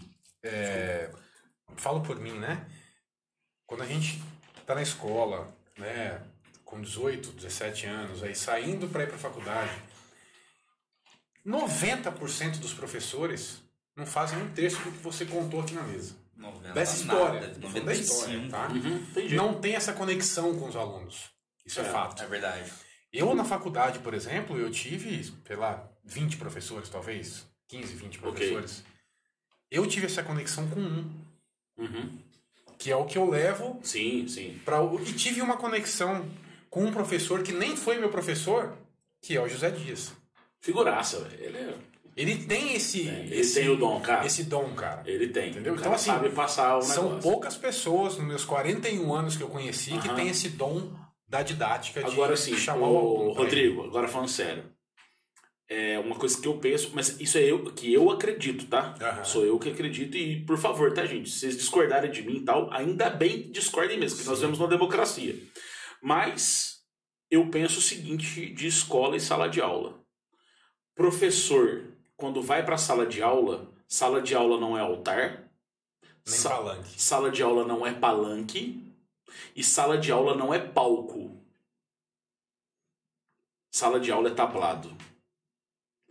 falo por mim, né? Quando a gente tá na escola, né? Com 18, 17 anos, aí saindo para ir pra faculdade, 90% dos professores não fazem um terço do que você contou aqui na mesa. Dessa história. Da história, tá? Não tem essa conexão com os alunos. Isso é fato. É verdade. Eu, na faculdade, por exemplo, eu tive, sei lá, 20 professores, talvez. 15, 20 professores. Eu tive essa conexão com um. Que é o que eu levo. Sim. E tive uma conexão com um professor que nem foi meu professor, que é o José Dias. Figuraça, velho. Ele tem Ele tem o dom, cara. Esse dom, cara. Ele tem. Entendeu? Então, assim, sabe passar o são negócio. poucas pessoas, nos meus 41 anos que eu conheci, que tem esse dom da didática agora, de sim, chamar o aluno. Rodrigo, agora falando sério. É uma coisa que eu penso, mas isso é que eu acredito, tá? Sou eu que acredito e, por favor, tá, gente? Se vocês discordarem de mim e tal, ainda bem discordem mesmo, porque nós vivemos numa democracia. Mas eu penso o seguinte de escola e sala de aula. Professor, quando vai para sala de aula não é altar, nem palanque. Sala de aula não é palanque e sala de aula não é palco. Sala de aula é tablado.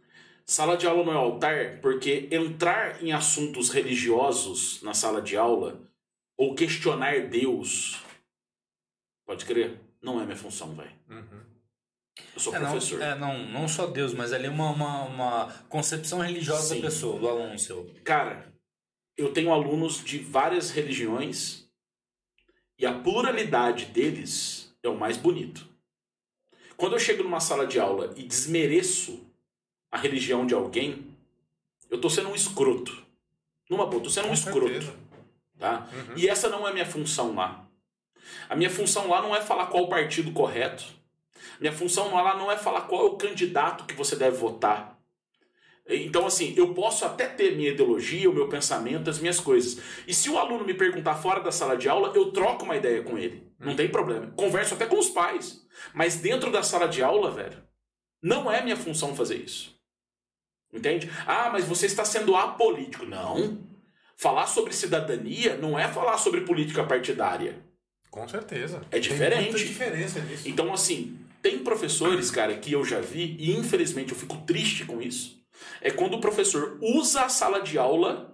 Sala de aula não é altar porque entrar em assuntos religiosos na sala de aula ou questionar Deus, pode crer, não é minha função, velho. Eu sou professor. Não só Deus, mas ali uma concepção religiosa da pessoa, do aluno seu. Cara, eu tenho alunos de várias religiões e a pluralidade deles é o mais bonito. Quando eu chego numa sala de aula e desmereço a religião de alguém, eu tô sendo um escroto. Numa boa, tô sendo um escroto. Tá? E essa não é a minha função lá. A minha função lá não é falar qual o partido correto. Minha função lá não é falar qual é o candidato que você deve votar. Então, assim, eu posso até ter minha ideologia, o meu pensamento, as minhas coisas. E se o aluno me perguntar fora da sala de aula, eu troco uma ideia com ele. Não tem problema. Converso até com os pais. Mas dentro da sala de aula, velho, não é minha função fazer isso. Entende? Ah, mas você está sendo apolítico. Não. Falar sobre cidadania não é falar sobre política partidária. Com certeza. É diferente. Tem muita diferença nisso. Então, assim, tem professores, cara, que eu já vi, e infelizmente eu fico triste com isso, é quando o professor usa a sala de aula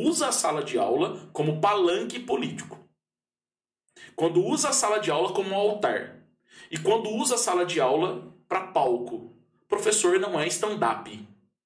como palanque político. Quando usa a sala de aula como altar. E quando usa a sala de aula para palco. Professor não é stand-up.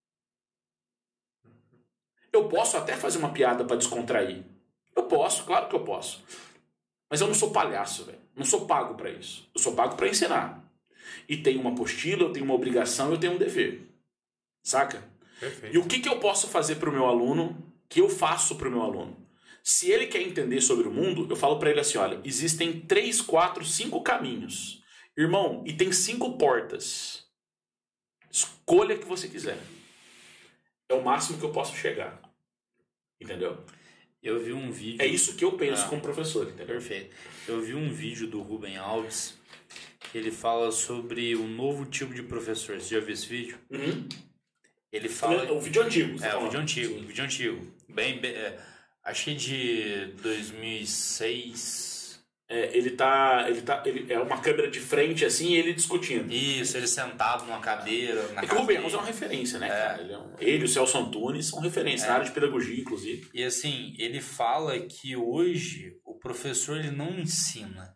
Eu posso até fazer uma piada para descontrair. Eu posso, claro que eu posso. Mas eu não sou palhaço, velho. Não sou pago para isso. Eu sou pago para ensinar. E tenho uma apostila, eu tenho uma obrigação, eu tenho um dever. Saca? Perfeito. E o que eu posso fazer para o meu aluno, que eu faço para o meu aluno? Se ele quer entender sobre o mundo, eu falo para ele assim, olha, existem 3, 4, 5 caminhos. Irmão, e tem 5 portas. Escolha a que você quiser. É o máximo que eu posso chegar. Entendeu? Eu vi um vídeo... É isso que eu penso como professor, entendeu? Perfeito. Eu vi um vídeo do Rubem Alves, que ele fala sobre um novo tipo de professor. Você já viu esse vídeo? Ele fala... O vídeo antigo. O vídeo antigo. Bem, acho que é de 2006... Ele é uma câmera de frente assim e ele discutindo. Isso, ele sentado numa cadeira. É que o Rubem Alves é uma referência, né, cara? Ele e o Celso Antunes são referências na área de pedagogia, inclusive. E assim, ele fala que hoje o professor ele não ensina.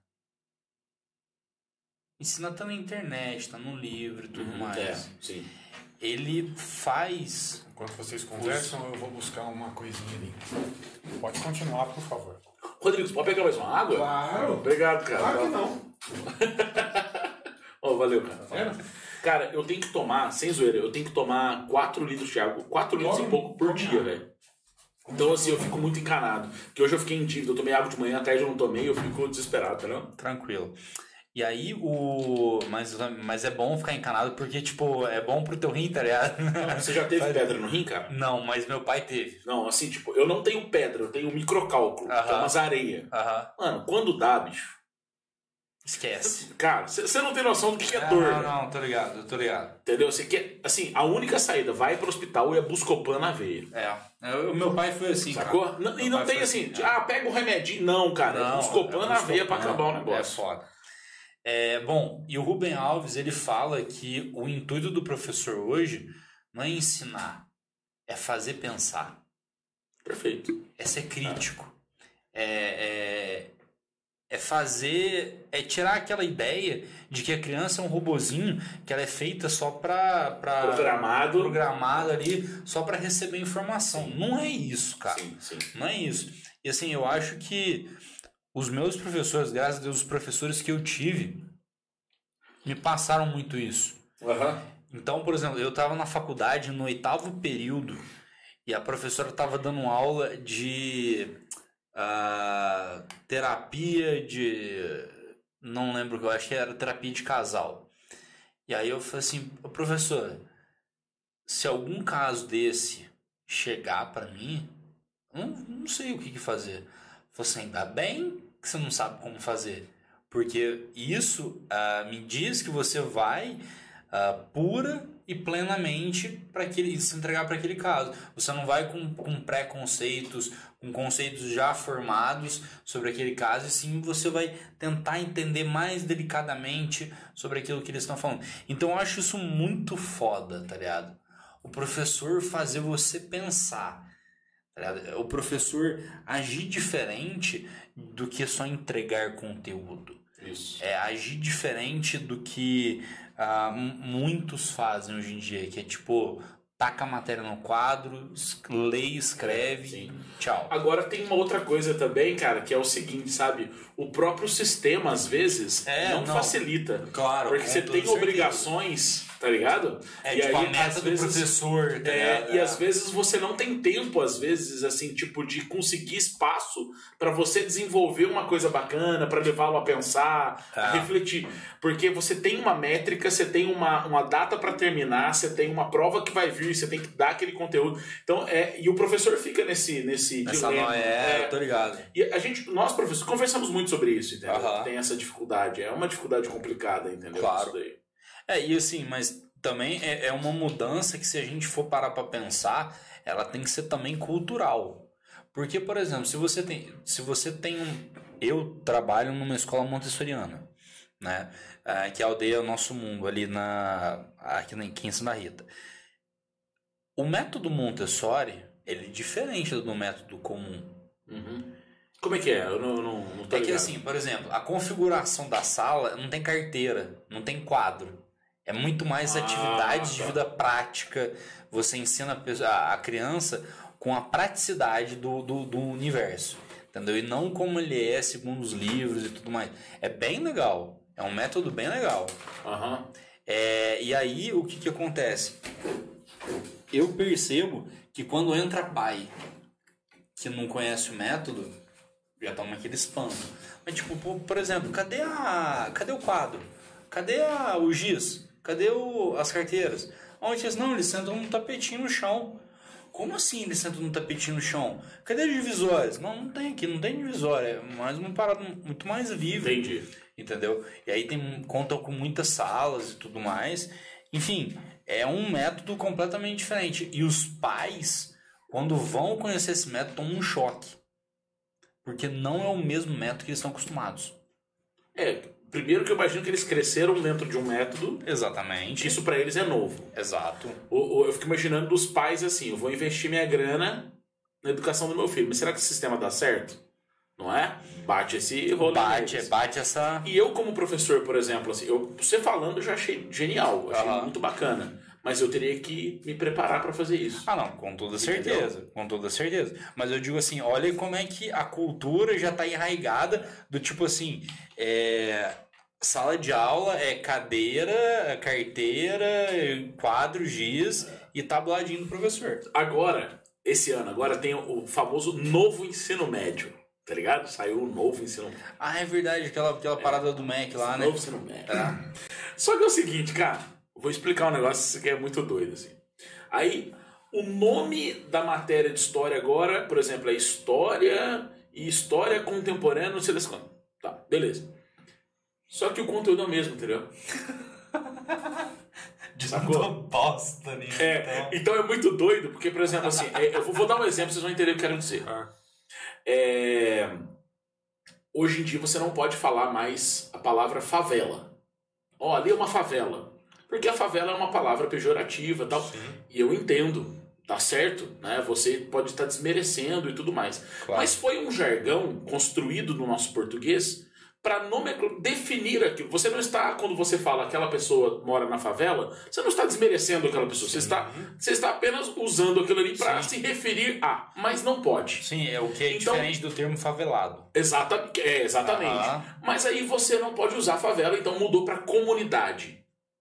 Ensina tá na internet, tá no livro e tudo mais. Sim. Ele faz... Enquanto vocês conversam, eu vou buscar uma coisinha ali. Pode continuar, por favor. Rodrigo, você pode pegar mais uma água? Claro. Obrigado, cara. Claro que não. Valeu, cara. Cara, eu tenho que tomar, sem zoeira, eu tenho que tomar 4 litros de água. 4 litros e pouco por dia, velho. Então, assim, eu fico muito encanado. Porque hoje eu fiquei em dívida. Eu tomei água de manhã, à tarde eu não tomei, eu fico desesperado, entendeu? Tranquilo. E aí, mas é bom ficar encanado porque, tipo, é bom pro teu rim, tá ligado? Você já teve pedra no rim, cara? Não, mas meu pai teve. Não, assim, tipo, eu não tenho pedra, eu tenho microcálculo, que é umas areias. Mano, quando dá, bicho... Esquece. Cara, você não tem noção do que é dor. Não, tô ligado. Entendeu? Você quer, assim, a única saída, vai pro hospital e é Buscopan na veia. O meu pai foi assim, sacou? Cara. E não tem assim, pega o remedinho. Não, cara, é Buscopan na veia pra acabar o negócio. É foda. Bom, e o Rubem Alves, ele fala que o intuito do professor hoje não é ensinar, é fazer pensar. Perfeito. É ser crítico. É tirar aquela ideia de que a criança é um robozinho, que ela é feita só programada ali, só para receber informação. Sim. Não é isso, cara. Sim. Não é isso. E assim, eu acho que os meus professores, graças a Deus, os professores que eu tive, me passaram muito isso. Então, por exemplo, eu estava na faculdade no 8º período e a professora estava dando aula de terapia de... Não lembro, eu acho que era terapia de casal. E aí eu falei assim, professora, se algum caso desse chegar para mim, eu não sei o que fazer. Eu falei assim, ainda bem que você não sabe como fazer. Porque isso me diz que você vai pura e plenamente se entregar para aquele caso. Você não vai com preconceitos, com conceitos já formados sobre aquele caso, e sim você vai tentar entender mais delicadamente sobre aquilo que eles estão falando. Então eu acho isso muito foda, tá ligado? o professor fazer você pensar. O professor agir diferente do que só entregar conteúdo. Isso. Agir diferente do que muitos fazem hoje em dia, que é tipo, taca a matéria no quadro, lê, escreve, tchau. Agora tem uma outra coisa também, cara, que é o seguinte, sabe? O próprio sistema, às vezes, não facilita. Claro. Porque você tem obrigações, tá ligado? E tipo, aí, a meta do professor, tá ligado? E às vezes você não tem tempo, às vezes, assim, tipo, de conseguir espaço pra você desenvolver uma coisa bacana, pra levá-lo a pensar, a refletir. Porque você tem uma métrica, você tem uma data pra terminar, você tem uma prova que vai vir, você tem que dar aquele conteúdo. Então, e o professor fica nesse dilema. Tô ligado. E nós, professores, conversamos muito sobre isso, entendeu? Tem essa dificuldade. É uma dificuldade complicada, entendeu? Claro. Isso daí. E assim, mas também é uma mudança que, se a gente for parar pra pensar, ela tem que ser também cultural. Porque, por exemplo, se você tem eu trabalho numa escola montessoriana, né? Que é a Aldeia Nosso Mundo, ali aqui em Santa Rita. O método Montessori, ele é diferente do método comum. Uhum. Como é que é? Eu não tô ligado. Que assim, por exemplo, a configuração da sala não tem carteira, não tem quadro. É muito mais atividades de vida prática. Você ensina a criança com a praticidade do universo. Entendeu? E não como ele é segundo os livros e tudo mais. É bem legal. É um método bem legal. E aí, o que acontece? Eu percebo que quando entra pai que não conhece o método, já toma aquele espanto. Mas tipo, por exemplo, cadê o quadro? Cadê o giz? Cadê as carteiras? Não, eles sentam num tapetinho no chão. Como assim eles sentam num tapetinho no chão? Cadê os divisórios? Não tem aqui, não tem divisória. É mais uma parada muito mais viva. Entendi. Entendeu? E aí conta com muitas salas e tudo mais. Enfim, é um método completamente diferente. E os pais, quando vão conhecer esse método, tomam um choque. Porque não é o mesmo método que eles estão acostumados. Primeiro que eu imagino que eles cresceram dentro de um método. Exatamente. Isso pra eles é novo. Exato. Eu fico imaginando dos pais assim, eu vou investir minha grana na educação do meu filho. Mas será que esse sistema dá certo? Não é? Bate esse rolê. Bate essa... E eu como professor, por exemplo, assim, você falando eu já achei genial. Achei muito bacana. Mas eu teria que me preparar para fazer isso. Não, com toda certeza. Entendeu? Com toda certeza. Mas eu digo assim, olha como é que a cultura já tá enraigada do tipo assim, sala de aula é cadeira, carteira, quadro, giz e tabuladinho do professor. Esse ano, tem o famoso novo ensino médio. Tá ligado? Saiu o novo ensino médio. É verdade, aquela parada do MEC lá, né? Novo ensino médio. Só que é o seguinte, cara. Vou explicar um negócio que é muito doido, assim. Aí, o nome da matéria de história agora, por exemplo, é História e História Contemporânea, não sei das quantas. Tá, beleza. Só que o conteúdo é o mesmo, entendeu? Sacou? Bosta nisso. Então é muito doido, porque, por exemplo, assim, eu vou dar um exemplo, vocês vão entender o que eu quero dizer. Hoje em dia você não pode falar mais a palavra favela. Ali é uma favela. Porque a favela é uma palavra pejorativa e tal. Sim. E eu entendo, tá certo? Né? Você pode estar desmerecendo e tudo mais. Claro. Mas foi um jargão construído no nosso português para definir aquilo. Você não está, quando você fala aquela pessoa mora na favela, você não está desmerecendo aquela pessoa. Você está apenas usando aquilo ali para se referir a. Mas não pode. Sim, é o que é diferente do termo favelado. Exatamente. Mas aí você não pode usar favela, então mudou para comunidade.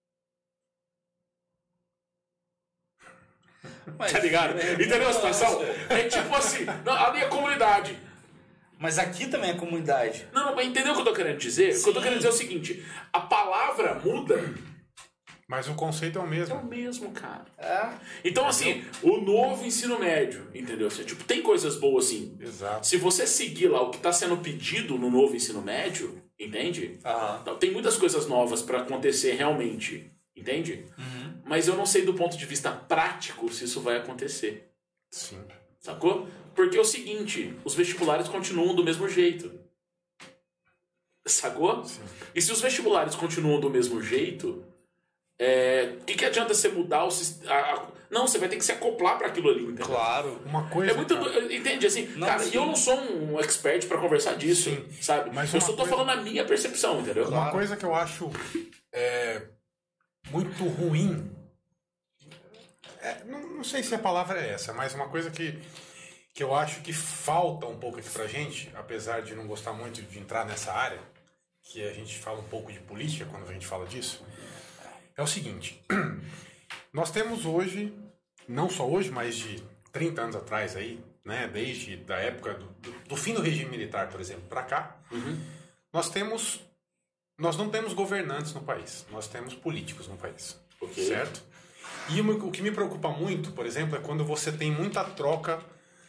Tá ligado? Entendeu a situação? É tipo assim, ali é comunidade. Mas aqui também é comunidade. Não, mas entendeu o que eu tô querendo dizer? Sim. O que eu tô querendo dizer é o seguinte, a palavra muda, mas o conceito é o mesmo. É o mesmo, cara. Então, assim, o novo ensino médio, entendeu? Tipo, tem coisas boas, assim. Exato. Se você seguir lá o que tá sendo pedido no novo ensino médio, entende? Então, tem muitas coisas novas pra acontecer realmente, entende? Mas eu não sei do ponto de vista prático se isso vai acontecer. Sim. Sacou? Porque é o seguinte, os vestibulares continuam do mesmo jeito. Sacou? Sim. E se os vestibulares continuam do mesmo jeito, que adianta você mudar o sistema? Não, você vai ter que se acoplar para aquilo ali. Entendeu? Claro. Uma coisa. Entende assim? Não, cara, e eu não sou um expert para conversar disso, sabe? Mas eu só tô falando a minha percepção, entendeu? Uma coisa que eu acho muito ruim. Não sei se a palavra é essa, mas uma coisa que eu acho que falta um pouco aqui pra gente, apesar de não gostar muito de entrar nessa área, que a gente fala um pouco de política quando a gente fala disso, é o seguinte. Nós temos hoje, não só hoje, mas de 30 anos atrás aí, né, desde da época do fim do regime militar, por exemplo, para cá, nós não temos governantes no país, nós temos políticos no país, certo? E o que me preocupa muito, por exemplo, é quando você tem muita troca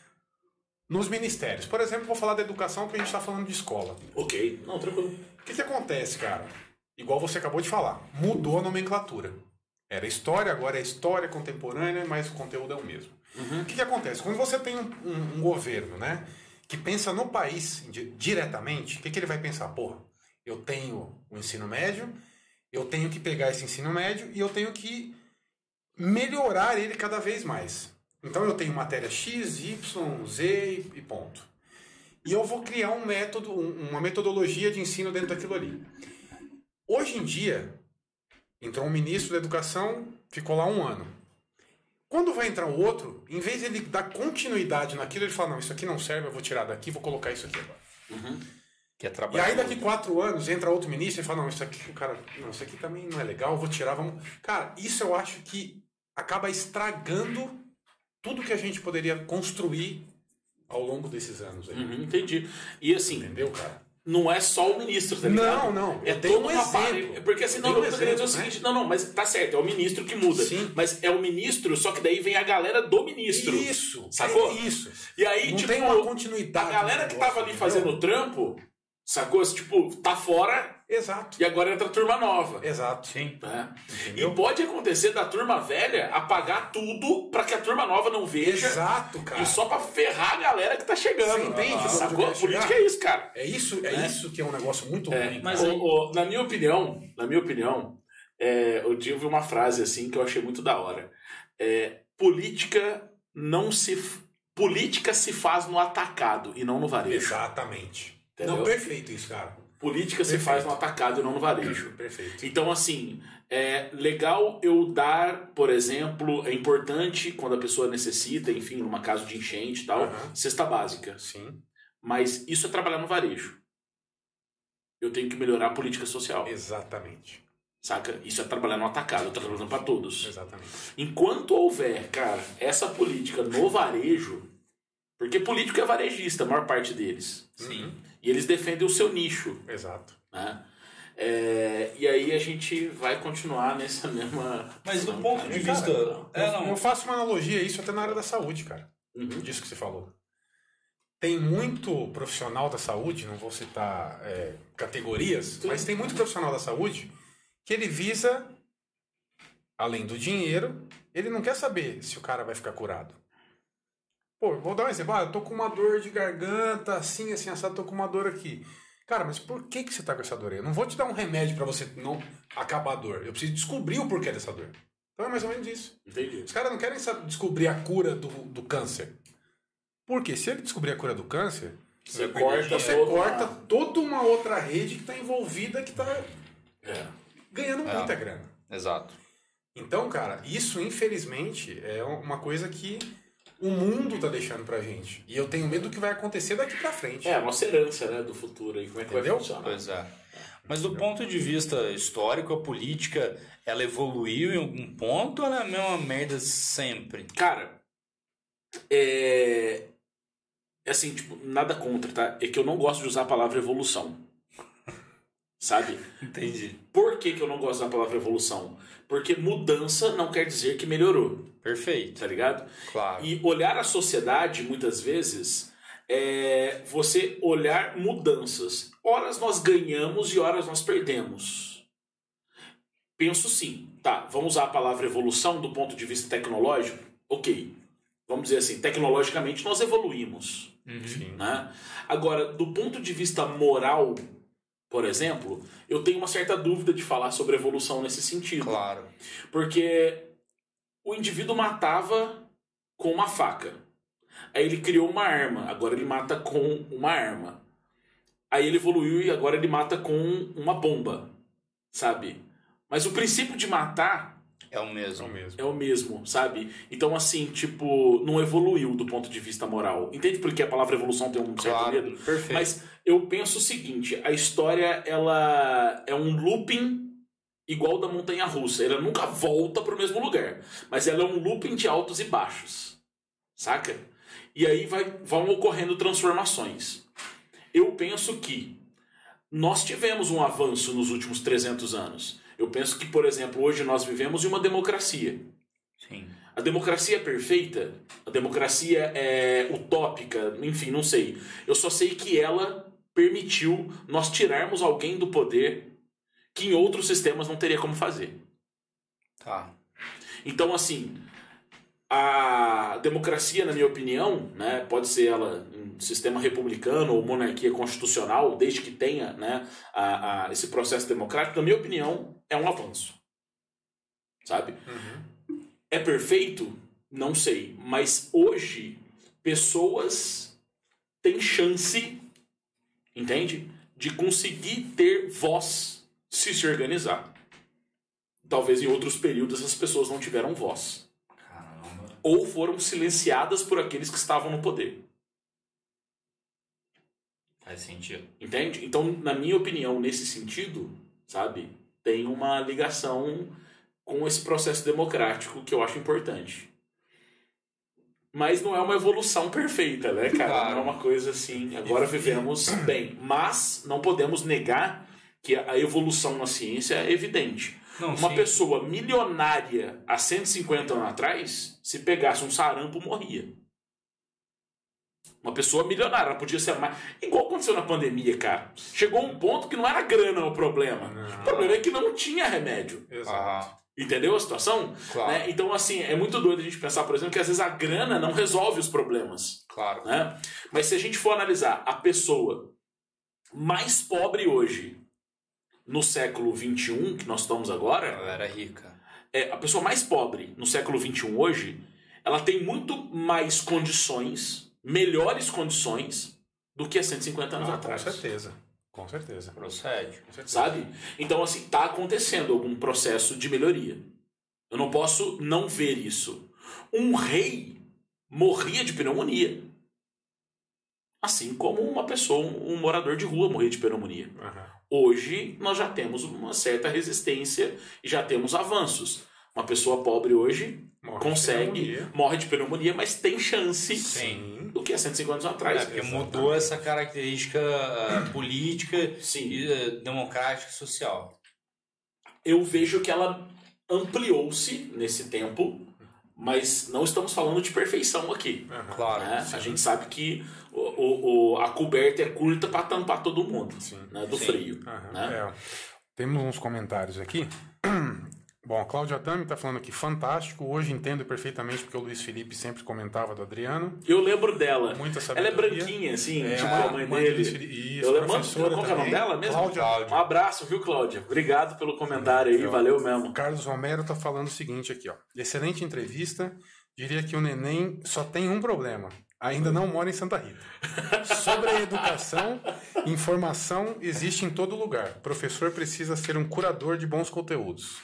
nos ministérios. Por exemplo, vou falar da educação, porque a gente está falando de escola. Ok, não, tranquilo. O que acontece, cara? Igual você acabou de falar, mudou a nomenclatura. Era história, agora é história contemporânea, mas o conteúdo é o mesmo. O que acontece? Quando você tem um governo, né, que pensa no país diretamente, o que ele vai pensar? Porra, eu tenho o ensino médio, eu tenho que pegar esse ensino médio e eu tenho que melhorar ele cada vez mais. Então eu tenho matéria X, Y, Z e ponto. E eu vou criar um método, uma metodologia de ensino dentro daquilo ali. Hoje em dia, entrou um ministro da educação, ficou lá 1 ano. Quando vai entrar um outro, em vez de ele dar continuidade naquilo, ele fala, não, isso aqui não serve, eu vou tirar daqui, vou colocar isso aqui agora. Que é e aí daqui 4 anos entra outro ministro e fala, não, isso aqui, o cara, não, isso aqui também não é legal, eu vou tirar, vamos... Cara, isso eu acho que acaba estragando tudo que a gente poderia construir ao longo desses anos aí. Entendi. E assim... Entendeu, cara? Não é só o ministro, tá ligado? Não. É todo um exemplo. Porque assim, não, eu tô querendo dizer o seguinte, não, mas tá certo, é o ministro que muda. Sim. Mas é o ministro, só que daí vem a galera do ministro. Isso. Sacou? Isso. E aí, não tipo, tem uma continuidade. A galera que tava ali fazendo o trampo, sacou? Tipo, tá fora. Exato. E agora entra a turma nova. Exato. Sim. E pode acontecer da turma velha apagar tudo pra que a turma nova não veja. Exato, cara. E só pra ferrar a galera que tá chegando. Você entende? Sacou? A política é isso, cara. É isso que é um negócio muito ruim. Mas na minha opinião, eu tive uma frase assim que eu achei muito da hora. Política se faz no atacado e não no varejo. Exatamente. Entendeu? Não, perfeito isso, cara. Política se faz no atacado e não no varejo. Perfeito. Então, assim, é legal eu dar, por exemplo, é importante quando a pessoa necessita, enfim, numa casa de enchente e tal, cesta básica. Sim. Mas isso é trabalhar no varejo. Eu tenho que melhorar a política social. Exatamente. Saca? Isso é trabalhar no atacado, eu tô trabalhando para todos. Exatamente. Enquanto houver, cara, essa política no varejo, porque político é varejista, a maior parte deles. Sim. E eles defendem o seu nicho. Exato. Né? E aí a gente vai continuar nessa mesma... Mas do ponto de vista... Eu faço uma analogia a isso até na área da saúde, cara. Disso que você falou. Tem muito profissional da saúde, não vou citar categorias, mas tem muito profissional da saúde que ele visa, além do dinheiro, ele não quer saber se o cara vai ficar curado. Pô, vou dar um exemplo. Eu tô com uma dor de garganta, assim, assado, tô com uma dor aqui. Cara, mas por que você tá com essa dor aí? Eu não vou te dar um remédio pra você não acabar a dor. Eu preciso descobrir o porquê dessa dor. Então é mais ou menos isso. Entendi. Os caras não querem descobrir a cura do câncer. Por quê? Se ele descobrir a cura do câncer, você corta toda uma outra rede que tá envolvida, que tá ganhando muita grana. Exato. Então, cara, isso infelizmente é uma coisa que o mundo tá deixando pra gente. E eu tenho medo do que vai acontecer daqui pra frente. É a nossa herança, né, do futuro aí. Como é que vai funcionar? Pois é. Mas do ponto de vista histórico, a política, ela evoluiu em algum ponto ou ela é a mesma merda sempre? Cara, assim, tipo, nada contra, tá? É que eu não gosto de usar a palavra evolução. Sabe? Entendi. Por que eu não gosto da palavra evolução? Porque mudança não quer dizer que melhorou. Perfeito. Tá ligado? Claro. E olhar a sociedade, muitas vezes, é você olhar mudanças. Horas nós ganhamos e horas nós perdemos. Penso sim. Tá, vamos usar a palavra evolução do ponto de vista tecnológico? Ok. Vamos dizer assim, tecnologicamente nós evoluímos. Uhum. Né? Agora, do ponto de vista moral, por exemplo, eu tenho uma certa dúvida de falar sobre evolução nesse sentido. Claro. Porque o indivíduo matava com uma faca. Aí ele criou uma arma, agora ele mata com uma arma. Aí ele evoluiu e agora ele mata com uma bomba, sabe? Mas o princípio de matar é o mesmo. É o mesmo, sabe? Então, assim, tipo, não evoluiu do ponto de vista moral. Entende por que a palavra evolução tem um certo medo? Perfeito. Mas eu penso o seguinte, a história, ela é um looping igual da montanha-russa. Ela nunca volta para o mesmo lugar. Mas ela é um looping de altos e baixos. Saca? E aí vão ocorrendo transformações. Eu penso que nós tivemos um avanço nos últimos 300 anos. Eu penso que, por exemplo, hoje nós vivemos em uma democracia. Sim. A democracia é perfeita? A democracia é utópica? Enfim, não sei. Eu só sei que ela permitiu nós tirarmos alguém do poder que em outros sistemas não teria como fazer. Tá. Então, assim, a democracia, na minha opinião, né, pode ser ela um sistema republicano ou monarquia constitucional, desde que tenha, né, esse processo democrático, na minha opinião, é um avanço. Sabe? Uhum. É perfeito? Não sei. Mas hoje, pessoas têm chance, entende? De conseguir ter voz se organizar. Talvez em outros períodos essas pessoas não tiveram voz. Ou foram silenciadas por aqueles que estavam no poder. Faz sentido. Entende? Então, na minha opinião, nesse sentido, sabe, tem uma ligação com esse processo democrático que eu acho importante. Mas não é uma evolução perfeita, né, cara? Claro. Não é uma coisa assim, agora vivemos bem. Mas não podemos negar que a evolução na ciência é evidente. Não, uma sim. pessoa milionária há 150 anos atrás, se pegasse um sarampo, morria. Uma pessoa milionária, ela podia ser mais... Igual aconteceu na pandemia, cara. Chegou um ponto que não era grana o problema. Não. O problema é que não tinha remédio. Exato. Entendeu a situação? Claro. Né? Então, assim, é muito doido a gente pensar, por exemplo, que às vezes a grana não resolve os problemas. Claro. Né? Mas se a gente for analisar a pessoa mais pobre hoje, no século XXI, que nós estamos agora... Ela era rica. A pessoa mais pobre no século XXI hoje, ela tem muito mais condições, melhores condições, do que há 150 anos atrás. Com certeza. Com certeza. Procede. Sabe? Então, assim, está acontecendo algum processo de melhoria. Eu não posso não ver isso. Um rei morria de pneumonia. Assim como uma pessoa, um morador de rua morria de pneumonia. Uhum. Hoje, nós já temos uma certa resistência e já temos avanços. Uma pessoa pobre hoje morre de pneumonia, mas tem chance Sim. do que há 150 anos atrás. Porque mudou essa característica política, Sim. E democrática e social. Eu vejo que ela ampliou-se nesse tempo, mas não estamos falando de perfeição aqui. Uhum. Claro. Né? A gente sabe que a coberta é curta para tampar todo mundo, né? Do frio. Uhum. Né? Temos uns comentários aqui. Bom, a Cláudia Tami está falando aqui, fantástico. Hoje entendo perfeitamente porque o Luiz Felipe sempre comentava do Adriano. Eu lembro dela. Muita Ela é sabedoria. branquinha, assim, tipo a a mãe dele. Isso, Eu lembro. professora Qual que é o nome também. dela mesmo? Cláudia. Um abraço, viu, Cláudia? Obrigado pelo comentário aí, valeu mesmo. O Carlos Romero está falando o seguinte aqui, ó. Excelente entrevista. Diria que o neném só tem um problema. Ainda não mora em Santa Rita. Sobre a educação, informação existe em todo lugar. O professor precisa ser um curador de bons conteúdos.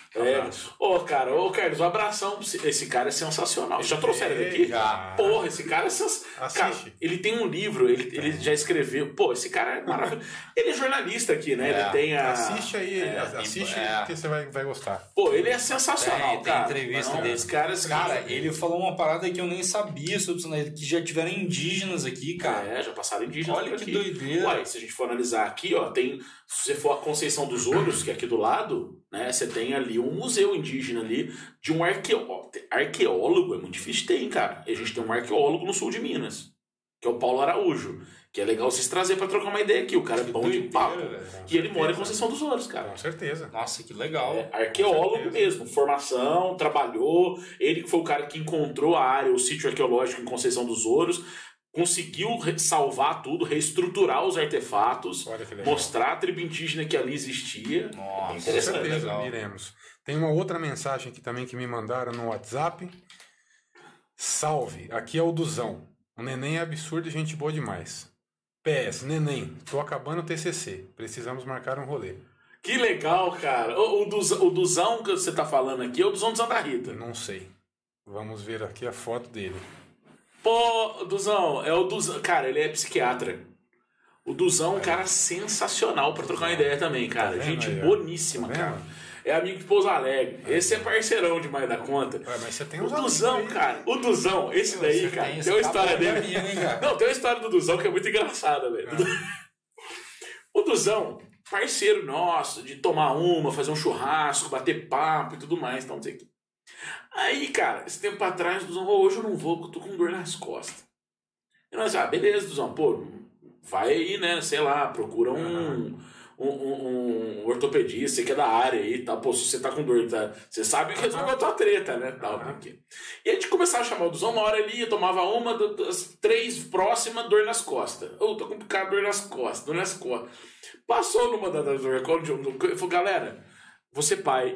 Ô, Carlos, um abração. Esse cara é sensacional. Já trouxeram ele aqui? Já. Porra, esse cara é sensacional. Cara, ele tem um livro, ele já escreveu. Pô, esse cara é maravilhoso. Ele é jornalista aqui, né? Ele tem a... Assiste aí, assiste que você vai gostar. Pô, ele é sensacional, cara. Tem entrevista desse cara. Cara, ele falou uma parada que eu nem sabia sobre isso, né? Que já tiveram indígenas aqui, cara. Já passaram indígenas. Olha que doideira. Uai, se a gente for analisar aqui, ó, tem... Se você for a Conceição dos Ouros, que é aqui do lado, né? Você tem ali um museu indígena ali de um arqueólogo. Arqueólogo é muito difícil ter, hein, cara? E a gente tem um arqueólogo no sul de Minas, que é o Paulo Araújo. Que é legal vocês trazer pra trocar uma ideia aqui. O cara é bom de papo. E ele mora em Conceição dos Ouros, cara. Com certeza. Nossa, que legal. Arqueólogo mesmo. Formação, trabalhou. Ele que foi o cara que encontrou a área, o sítio arqueológico em Conceição dos Ouros. conseguiu salvar tudo, reestruturar os artefatos, mostrar a tribo indígena que ali existia. Nossa, com certeza, iremos. Tem uma outra mensagem aqui também que me mandaram no WhatsApp. Salve, aqui é o Duzão. O neném é absurdo e gente boa demais. PS, neném, tô acabando o TCC. Precisamos marcar um rolê. Que legal, cara. O Duzão que você tá falando aqui é o Duzão de Santa Rita. Não sei. Vamos ver aqui a foto dele. Pô, Duzão, é o Duzão. Cara, ele é psiquiatra. O Duzão é um cara sensacional pra trocar uma ideia também, cara. Tá gente aí, boníssima, tá cara. É amigo de Pouso Alegre. Esse é parceirão demais da conta. Ué, mas você tem o Duzão, aí, cara. O Duzão, esse daí, cara. Tem uma história dele. Não, tem uma história do Duzão que é muito engraçada, velho. O Duzão, parceiro nosso, de tomar uma, fazer um churrasco, bater papo e tudo mais, então não sei o que. Aí, cara, esse tempo atrás, o Duzão, hoje eu não vou, porque eu tô com dor nas costas. E nós, beleza, Duzão, pô, vai aí, né, sei lá, procura um ortopedista, você que é da área aí e tal, pô, se você tá com dor, tá, você sabe que resolveu a tua treta, né, tal, E a gente começava a chamar o Duzão, uma hora ele ia, tomava uma, das 3 próximas, dor nas costas. Tô complicado, dor nas costas. Passou numa das dor, eu falei, galera, você pai...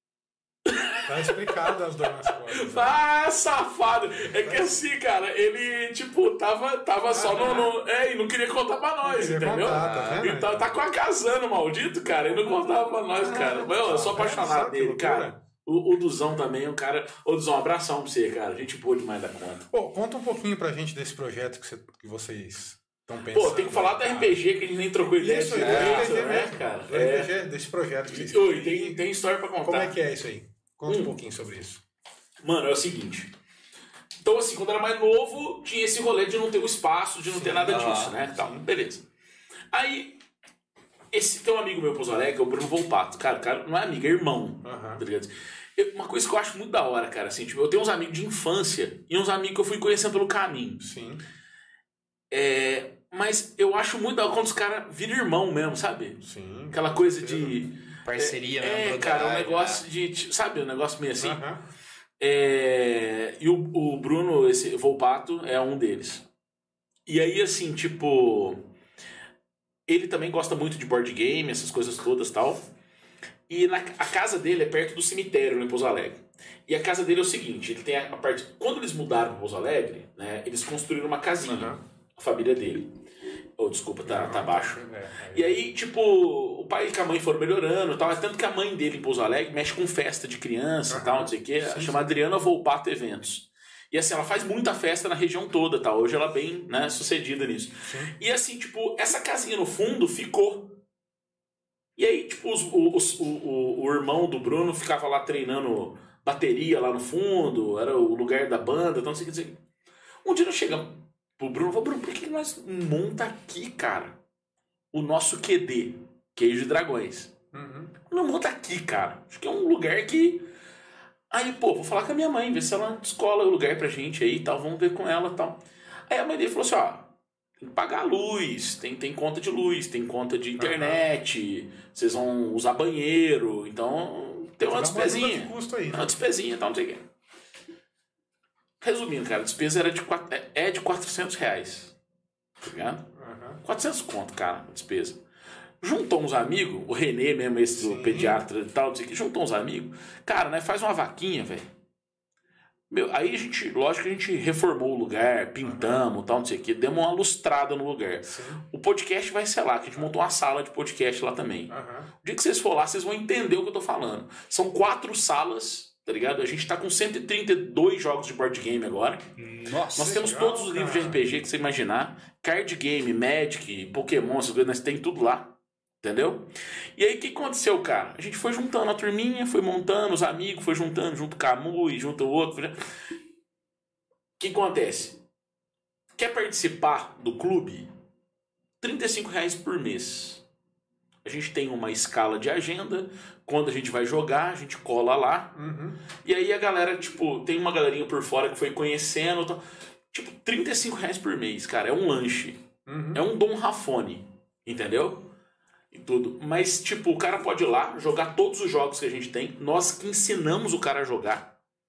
Tá explicado as dores nas costas. Safado! É que assim, cara, ele, tipo, tava só no. E não queria contar pra nós, entendeu? Contar, ele tá com a casando, maldito, cara, e não contava pra nós, cara. Eu sou apaixonado dele, cara. O Duzão também é um cara. Ô, Duzão, um abração pra você, cara. A gente boa demais da conta. Pô, conta um pouquinho pra gente desse projeto que vocês estão pensando. Pô, tem que falar do RPG que a gente nem trocou ideia disso, né, cara? Do RPG, desse projeto que vocês têm. Tem história pra contar. Como é que é isso aí? Conta um pouquinho sobre isso. Mano, é o seguinte. Então, assim, quando era mais novo, tinha esse rolê de não ter o espaço, de não ter nada disso, né? Tal. Beleza. Aí, tem um amigo meu, Pouso Alegre, que é o Bruno Volpato. Cara, o cara não é amigo, é irmão. Tá ligado? Uma coisa que eu acho muito da hora, cara, assim, tipo, eu tenho uns amigos de infância e uns amigos que eu fui conhecendo pelo caminho. Sim. Mas eu acho muito da hora quando os caras viram irmão mesmo, sabe? Sim. Aquela coisa de... Parceria, né? Cara, um negócio de... Sabe, um negócio meio assim. E o Bruno, esse Volpato, é um deles. E aí, assim, tipo... Ele também gosta muito de board game, essas coisas todas e tal. E a casa dele é perto do cemitério, em Pouso Alegre. E a casa dele é o seguinte, ele tem a parte... Quando eles mudaram para Pouso Alegre, né, eles construíram uma casinha, a família dele. Desculpa, tá baixo. E aí, tipo, o pai e a mãe foram melhorando e tal. É tanto que a mãe dele em Pouso Alegre mexe com festa de criança e tal, não sei o quê. Chama Adriana Volpato Eventos. E assim, ela faz muita festa na região toda, tá? Hoje ela é bem, né, sucedida nisso. Sim. E assim, tipo, essa casinha no fundo ficou. E aí, tipo, o irmão do Bruno ficava lá treinando bateria lá no fundo, era o lugar da banda, então não sei o que dizer. Um dia nós chegamos pro Bruno, falou, Bruno, por que nós monta aqui, cara, o nosso QD, Queijo de Dragões? Não monta aqui, cara. Acho que é um lugar que... Aí, pô, vou falar com a minha mãe, ver se ela descola o lugar pra gente aí e tal, vamos ver com ela e tal. Aí a mãe dele falou assim, tem que pagar a luz, tem conta de luz, tem conta de internet, vocês vão usar banheiro, então tem uma despesinha. Uma despesinha e tal, não sei o quê. Resumindo, cara, a despesa era de R$400, tá ligado? 400 conto, cara, a despesa. Juntou uns amigos, o Renê mesmo, esse do pediatra e tal, juntou uns amigos. Cara, né, faz uma vaquinha, velho. Aí lógico que a gente reformou o lugar, pintamos, tal, não sei o que, demos uma lustrada no lugar. Sim. O podcast vai ser lá, que a gente montou uma sala de podcast lá também. O dia que vocês for lá, vocês vão entender o que eu tô falando. São 4 salas, tá ligado? A gente tá com 132 jogos de board game agora. Nossa, nós temos todos os livros de RPG que você imaginar. Card game, Magic, Pokémon, essas coisas, nós temos tudo lá. Entendeu? E aí o que aconteceu, cara? A gente foi juntando a turminha, foi montando, os amigos, foi juntando, junto com a Camu, junto o outro. O que acontece? Quer participar do clube? R$35 por mês. A gente tem uma escala de agenda. Quando a gente vai jogar, a gente cola lá. E aí a galera, tipo, tem uma galerinha por fora que foi conhecendo. Então, tipo, R$35 por mês, cara. É um lanche. É um Dom Rafone. Entendeu? E tudo. Mas, tipo, o cara pode ir lá, jogar todos os jogos que a gente tem. Nós que ensinamos o cara a jogar.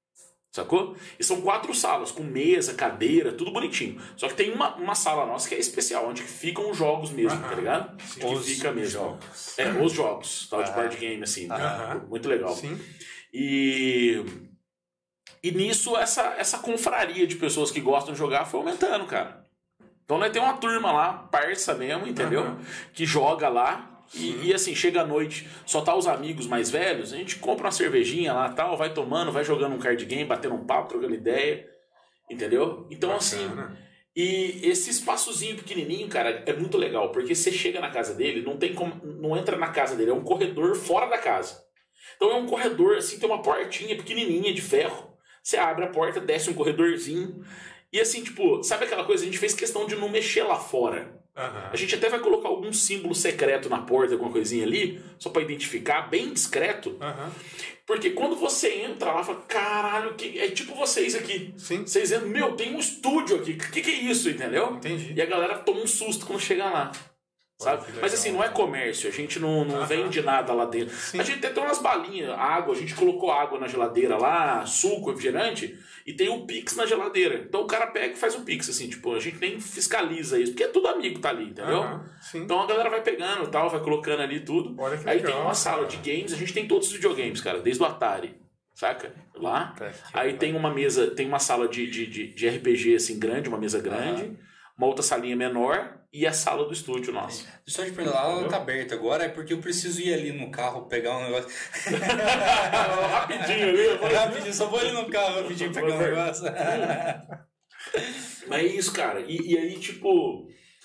Sacou? E são 4 salas, com mesa, cadeira, tudo bonitinho. Só que tem uma sala nossa que é especial, onde ficam os jogos mesmo, tá ligado? Sim. Que fica mesmo. Jogos. Os jogos, tal de board game, assim. Muito legal. Sim. E nisso, essa confraria de pessoas que gostam de jogar foi aumentando, cara. Então, nós temos uma turma lá, parça mesmo, entendeu? Que joga lá. E assim, chega à noite, só tá os amigos mais velhos, a gente compra uma cervejinha lá, tal, vai tomando, vai jogando um card game, batendo um papo, trocando ideia, entendeu? Então, assim, e esse espaçozinho pequenininho, cara, é muito legal, porque você chega na casa dele, não entra na casa dele, é um corredor fora da casa. Então é um corredor, assim, tem uma portinha pequenininha de ferro, você abre a porta, desce um corredorzinho, e assim, tipo, sabe aquela coisa, a gente fez questão de não mexer lá fora. A gente até vai colocar algum símbolo secreto na porta, alguma coisinha ali, só pra identificar, bem discreto. Porque quando você entra lá, fala, caralho, é tipo vocês aqui. Sim. Vocês entram, meu, tem um estúdio aqui, o que é isso, entendeu? Entendi. E a galera toma um susto quando chega lá. Sabe? Mas assim, não é comércio, a gente não vende nada lá dentro. Sim. A gente tem umas balinhas, água, a gente colocou água na geladeira lá, suco, refrigerante, e tem um Pix na geladeira. Então o cara pega e faz o Pix, assim, tipo, a gente nem fiscaliza isso, porque é tudo amigo que tá ali, entendeu? Então a galera vai pegando e tal, vai colocando ali tudo. Aí legal, tem uma sala de games, a gente tem todos os videogames, cara, desde o Atari. Saca? Lá. Aí tem uma mesa, tem uma sala de RPG assim grande, uma mesa grande, uma outra salinha menor e a sala do estúdio nosso. Só de perguntar, ela tá aberta agora, é porque eu preciso ir ali no carro pegar um negócio. Rapidinho ali. Rapidinho, só vou ali no carro rapidinho pegar um negócio. Mas é isso, cara. E aí, tipo.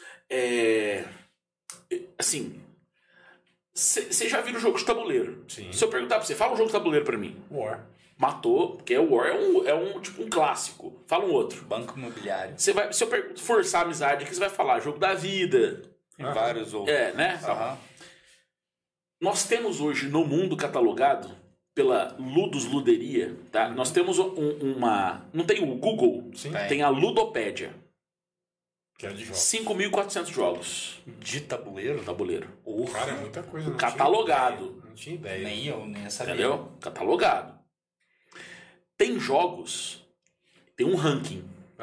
Assim. Você já viu o jogo de tabuleiro? Sim. Se eu perguntar pra você, fala um jogo de tabuleiro pra mim. War. Matou, porque o War tipo um clássico. Fala um outro. Banco Imobiliário. Se eu forçar a amizade aqui, você vai falar Jogo da Vida. E vários outros. Né? Nós temos hoje no mundo catalogado pela Ludus Luderia, tá? Nós temos uma... Não tem o Google? Sim. Tem a Ludopédia. Que é de jogos. 5.400 jogos. De tabuleiro? Tabuleiro. Cara, é muita coisa. Não catalogado. Não tinha ideia. Nem eu, nem sabia. Entendeu? Catalogado. Tem jogos... Tem um ranking.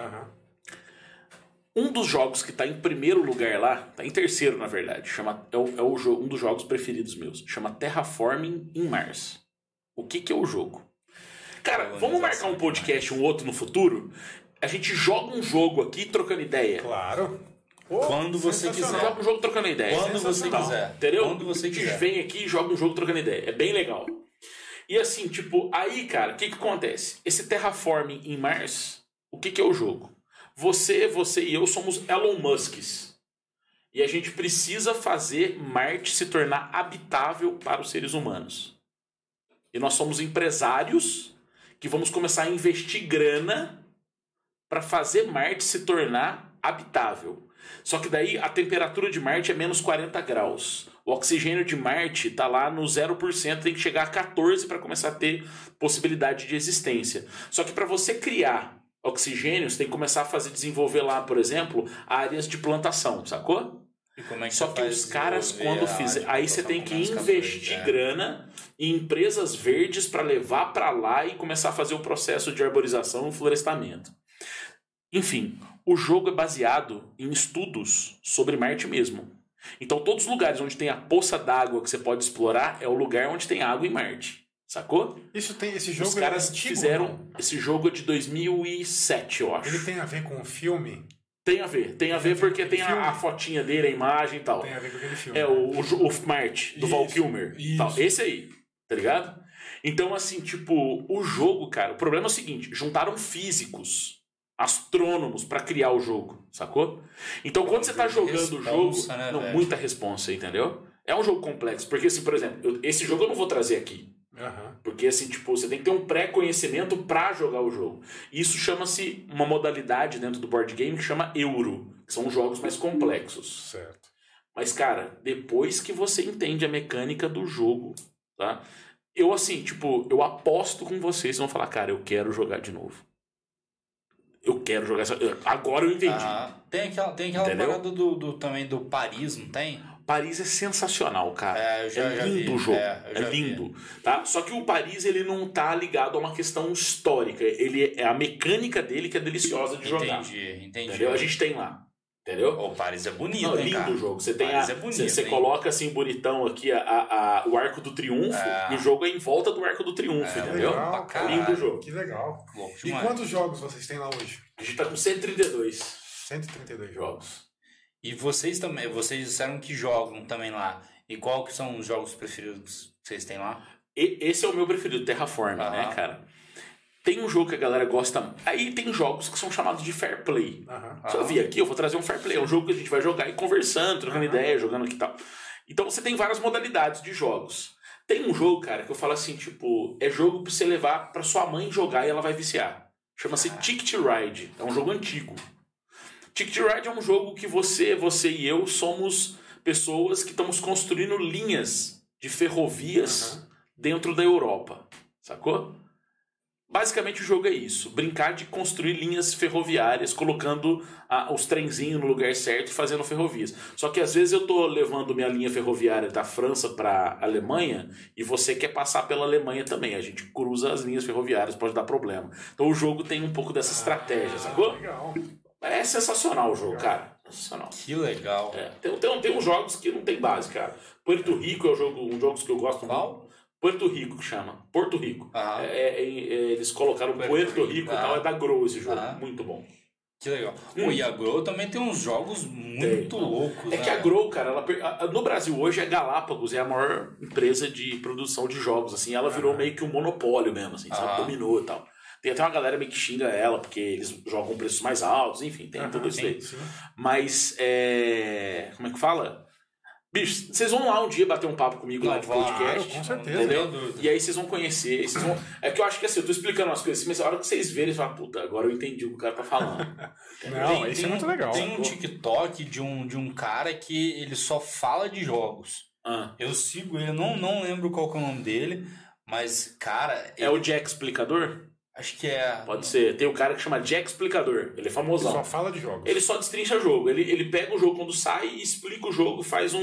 Um dos jogos que está em primeiro lugar lá, está em terceiro na verdade, um dos jogos preferidos meus, chama Terraforming in Mars. O que é o jogo? Cara, vamos marcar um podcast, um outro no futuro? A gente joga um jogo aqui trocando ideia. Claro. Quando você quiser. Joga um jogo trocando ideia. Quando você quiser. Entendeu? Quando você quiser. A gente vem aqui e joga um jogo trocando ideia. É bem legal. E assim, tipo, aí, cara, o que acontece? Esse Terraforming in Mars, o que é o jogo? Você e eu somos Elon Musks. E a gente precisa fazer Marte se tornar habitável para os seres humanos. E nós somos empresários que vamos começar a investir grana para fazer Marte se tornar habitável. Só que daí a temperatura de Marte é menos 40 graus. O oxigênio de Marte está lá no 0%, tem que chegar a 14% para começar a ter possibilidade de existência. Só que para você criar oxigênio, você tem que começar a desenvolver lá, por exemplo, áreas de plantação, sacou? E como é que Só que os caras, quando fizer... Aí você tem que investir grana em empresas verdes para levar para lá e começar a fazer o processo de arborização e florestamento. Enfim, o jogo é baseado em estudos sobre Marte mesmo. Então, todos os lugares onde tem a poça d'água que você pode explorar é o lugar onde tem água em Marte. Sacou? Esse jogo os caras fizeram... Esse jogo é de 2007, eu acho. Ele tem a ver com o filme? Tem a ver porque tem a fotinha dele, a imagem e tal. Tem a ver com aquele filme. É o Marte, do Val Kilmer. Tal. Esse aí, tá ligado? Então, assim, tipo, o jogo, cara, o problema é o seguinte, juntaram físicos, astrônomos pra criar o jogo, sacou? Então, quando você tá jogando o jogo... muita responsa, entendeu? É um jogo complexo, porque, assim, por exemplo, esse jogo eu não vou trazer aqui. Porque, assim, tipo, você tem que ter um pré-conhecimento pra jogar o jogo. Isso chama-se uma modalidade dentro do board game que chama Euro, que são jogos mais complexos. Certo. Mas, cara, depois que você entende a mecânica do jogo, tá? Eu, assim, tipo, eu aposto com vocês, vão falar, cara, eu quero jogar de novo. Eu quero jogar... Agora eu entendi. Tem aquela parada também do Paris, não tem? Paris é sensacional, cara. É lindo o jogo. É lindo. Tá? Só que o Paris, ele não tá ligado a uma questão histórica. Ele é a mecânica dele que é deliciosa de jogar. Entendi. Entendeu? A gente tem lá. Entendeu? O Paris é bonito, não, lindo o jogo. Você tem você coloca assim bonitão aqui o Arco do Triunfo e o jogo é em volta do Arco do Triunfo, entendeu? Legal, lindo o jogo. Que legal. E quantos jogos vocês têm lá hoje? A gente tá com 132. 132 jogos. E vocês também, vocês disseram que jogam também lá. E qual que são os jogos preferidos que vocês têm lá? Esse é o meu preferido, Terraform, né, cara? Tem um jogo que a galera gosta. Aí tem jogos que são chamados de Fair Play. Se eu vir aqui, eu vou trazer um Fair Play. É um jogo que a gente vai jogar e conversando, trocando ideia, jogando aqui e tal. Então você tem várias modalidades de jogos. Tem um jogo, cara, que eu falo assim, tipo, é jogo pra você levar pra sua mãe jogar e ela vai viciar. Chama-se Ticket Ride. É um jogo antigo. Ticket Ride é um jogo que você e eu somos pessoas que estamos construindo linhas de ferrovias dentro da Europa. Sacou? Basicamente o jogo é isso, brincar de construir linhas ferroviárias, colocando os trenzinhos no lugar certo e fazendo ferrovias. Só que às vezes eu tô levando minha linha ferroviária da França para Alemanha e você quer passar pela Alemanha também. A gente cruza as linhas ferroviárias, pode dar problema. Então o jogo tem um pouco dessa estratégia, sacou? Legal. É sensacional o jogo, cara. Sensacional. Que legal. Tem uns jogos que não tem base, cara. Puerto Rico é um jogo que eu gosto muito. Puerto Rico que chama. Porto Rico. Eles colocaram Puerto Rico e tal. É da Grow esse jogo. Muito bom. Que legal. E a Grow também tem uns jogos muito loucos. É que a Grow, cara, no Brasil hoje a Galápagos é a maior empresa de produção de jogos. Assim, ela virou meio que um monopólio mesmo, assim, sabe? Dominou e tal. Tem até uma galera meio que xinga ela, porque eles jogam preços mais altos, enfim, tem tudo isso aí. Mas, como é que fala? Bicho, vocês vão lá um dia bater um papo comigo lá de podcast. Com certeza. Entendeu? E aí vocês vão conhecer. É que eu acho que assim, eu tô explicando umas coisas assim, mas a hora que vocês verem, vocês falam, puta, agora eu entendi o que o cara tá falando. Não, isso é muito legal. Tem um TikTok de um cara que ele só fala de jogos. Eu sigo ele, não lembro qual que é o nome dele, mas, cara... É o Jack Explicador? Acho que é. Pode ser. Tem um cara que chama Jack Explicador. Ele é famosão. Ele só fala de jogos. Ele só destrincha jogo. Ele pega o jogo quando sai e explica o jogo, faz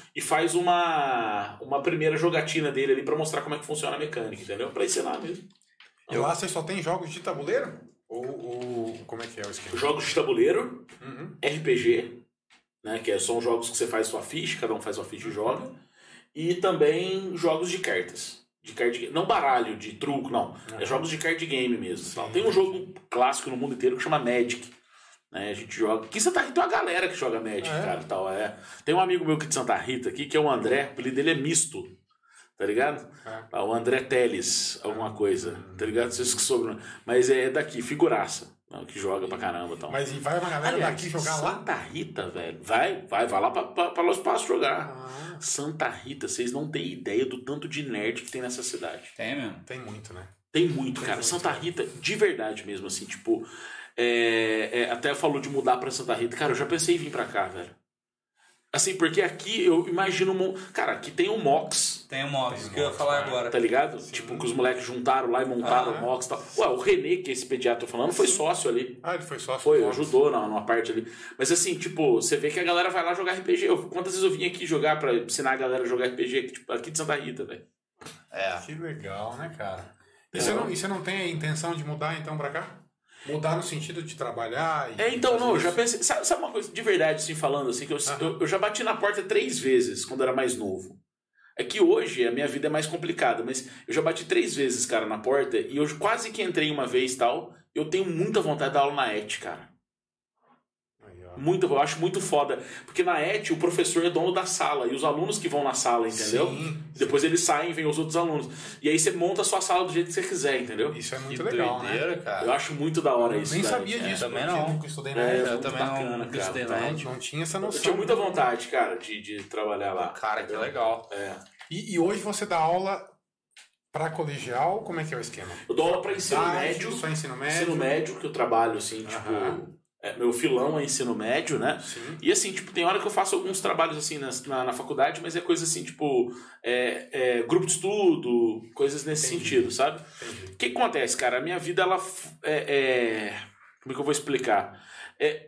uma primeira jogatina dele ali pra mostrar como é que funciona a mecânica, entendeu? Pra ensinar mesmo. E lá você só tem jogos de tabuleiro? Ou como é que é o esquema? Jogos de tabuleiro, RPG, né? Que são jogos que você faz sua ficha, cada um faz sua ficha e joga. E também jogos de cartas. De card game. Não baralho, de truco, não. É jogos de card game mesmo. Sim, tem um jogo clássico no mundo inteiro que chama Magic. Né? A gente joga. Aqui em Santa Rita tem uma galera que joga Magic, cara. E tal, Tem um amigo meu aqui de Santa Rita, aqui, que é o André. O apelido dele é Misto. Tá ligado? O André Teles, alguma coisa. Tá ligado? Não sei se soube. Mas é daqui, figuraça. Que joga pra caramba. Então. Mas e vai uma galera daqui jogar lá? Santa Rita, velho. Vai lá pra Los Passos jogar. Santa Rita, vocês não têm ideia do tanto de nerd que tem nessa cidade. Tem mesmo. Tem muito, né? Tem muito, cara. Santa Rita, de verdade mesmo, assim, tipo... até falou de mudar pra Santa Rita. Cara, eu já pensei em vir pra cá, velho. Assim, porque aqui eu imagino... Cara, aqui tem o Mox. Tem o Mox, que eu ia falar agora. Tá ligado? Sim. Tipo, que os moleques juntaram lá e montaram o Mox e tal. Ué, o Renê, que é esse pediatra falando, foi sócio ali. Ele foi sócio. Foi, ajudou numa parte ali. Mas assim, tipo, você vê que a galera vai lá jogar RPG. Quantas vezes eu vim aqui jogar pra ensinar a galera a jogar RPG aqui de Santa Rita, velho? Que legal, né, cara? E você não tem a intenção de mudar, então, pra cá? Mudar no sentido de trabalhar? Então, não, eu já pensei... Sabe uma coisa, de verdade, assim, falando assim, que eu já bati na porta 3 vezes, quando era mais novo. É que hoje a minha vida é mais complicada, mas eu já bati 3 vezes, cara, na porta, e eu quase que entrei uma vez e tal, eu tenho muita vontade de dar aula na ET, cara. Eu acho muito foda. Porque na ET o professor é dono da sala e os alunos que vão na sala, entendeu? Sim. Depois eles saem e vêm os outros alunos. E aí você monta a sua sala do jeito que você quiser, entendeu? Isso é muito legal, né? Cara. Eu acho muito da hora isso. Eu nem sabia disso. Também não. Nunca estudei na ET. Eu também bacana, não estudei na ET. Não tinha essa noção. Eu tinha muita vontade, cara, de trabalhar lá. Cara, que legal. E hoje você dá aula pra colegial? Como é que é o esquema? Eu dou aula pra ensino médio. Só ensino médio? Ensino médio que eu trabalho, assim, tipo... meu filão é ensino médio, né? Sim. E assim, tipo, tem hora que eu faço alguns trabalhos assim na faculdade, mas é coisa assim, tipo, grupo de estudo, coisas nesse sentido, sabe? Entendi. O que acontece, cara? A minha vida, ela como é que eu vou explicar? Eu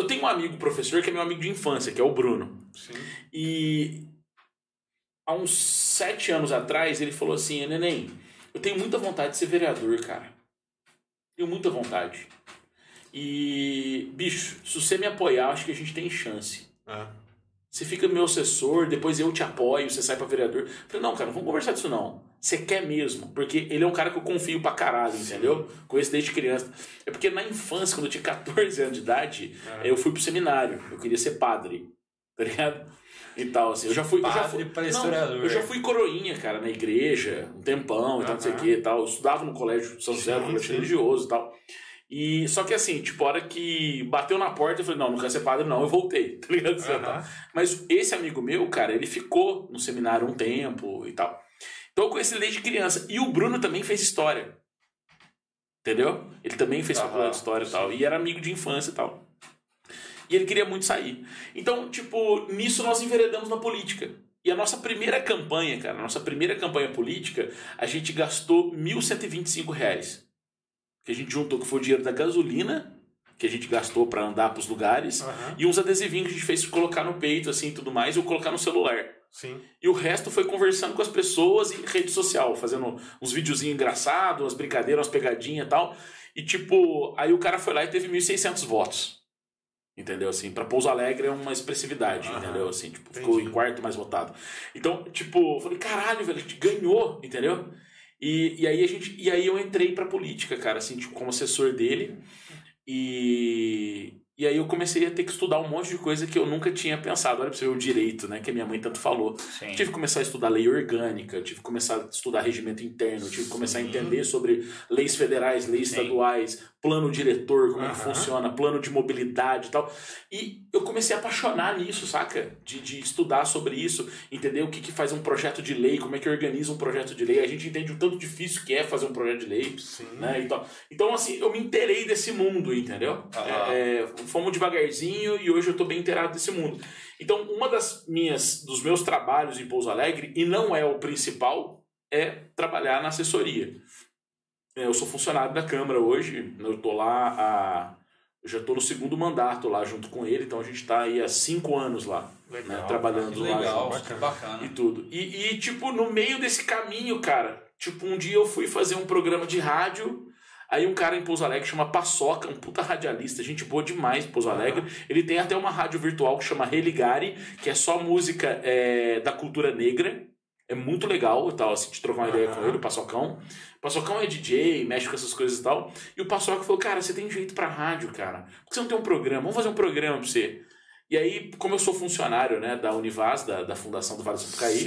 Eu tenho um amigo professor que é meu amigo de infância, que é o Bruno. Sim. E há uns 7 anos atrás, ele falou assim, neném, eu tenho muita vontade de ser vereador, cara. Tenho muita vontade. E, bicho, se você me apoiar, acho que a gente tem chance. Você fica meu assessor, depois eu te apoio, você sai pra vereador. Eu falei, não, cara, não vamos conversar disso não. Você quer mesmo, porque ele é um cara que eu confio pra caralho, entendeu? Conheço desde criança. É porque na infância, quando eu tinha 14 anos de idade, eu fui pro seminário. Eu queria ser padre, tá ligado? E tal, assim. Eu já fui coroinha, cara, na igreja, um tempão, e tal, não sei o que e tal. Eu estudava no colégio São José, no colégio religioso e tal. E, só que assim, tipo, a hora que bateu na porta, eu falei, não quero ser padre não, eu voltei, tá ligado? Mas esse amigo meu, cara, ele ficou no seminário um tempo e tal. Então eu conheci ele desde criança. E o Bruno também fez história. Entendeu? Ele também fez faculdade de história e tal. E era amigo de infância e tal. E ele queria muito sair. Então, tipo, nisso nós enveredamos na política. E a nossa primeira campanha, cara, a nossa primeira campanha política, a gente gastou R$1.125. Que a gente juntou, que foi o dinheiro da gasolina, que a gente gastou pra andar pros lugares, e uns adesivinhos que a gente fez colocar no peito, assim, e tudo mais, ou colocar no celular. Sim. E o resto foi conversando com as pessoas em rede social, fazendo uns videozinhos engraçados, umas brincadeiras, umas pegadinhas e tal. E tipo, aí o cara foi lá e teve 1.600 votos. Entendeu? Assim, pra Pouso Alegre é uma expressividade, entendeu? Assim, tipo, ficou em quarto mais votado. Então, tipo, eu falei, caralho, velho, a gente ganhou, entendeu? E aí eu entrei pra política, cara, assim, tipo, como assessor dele. E aí eu comecei a ter que estudar um monte de coisa que eu nunca tinha pensado. Olha pra você ver o direito, né? Que a minha mãe tanto falou. Sim. Tive que começar a estudar lei orgânica, tive que começar a estudar regimento interno, tive que começar a entender sobre leis federais, leis estaduais, plano diretor, como é que funciona, plano de mobilidade e tal. E eu comecei a apaixonar nisso, saca? De estudar sobre isso, entender o que faz um projeto de lei, como é que organiza um projeto de lei. A gente entende o tanto difícil que é fazer um projeto de lei, né? Então, assim, eu me inteirei desse mundo, entendeu? Fomos devagarzinho e hoje eu tô bem inteirado desse mundo. Então, dos meus trabalhos em Pouso Alegre, e não é o principal, é trabalhar na assessoria. Eu sou funcionário da Câmara hoje, eu tô lá eu já tô no 2º mandato lá junto com ele, então a gente tá aí há 5 anos lá, né, trabalhando lá. Legal, bacana. E tudo. E tipo, no meio desse caminho, cara, tipo, um dia eu fui fazer um programa de rádio. Aí um cara em Pouso Alegre chama Paçoca, um puta radialista, gente boa demais em Pouso Alegre. Ele tem até uma rádio virtual que chama Religare, que é só música da cultura negra. É muito legal e tal, assim, de trocar uma ideia com ele, o Paçocão. O Paçocão é DJ, mexe com essas coisas e tal. E o Paçoca falou, cara, você tem jeito pra rádio, cara. Por que você não tem um programa? Vamos fazer um programa pra você. E aí, como eu sou funcionário, né, da Univaz, da Fundação do Vale do Sapucaí,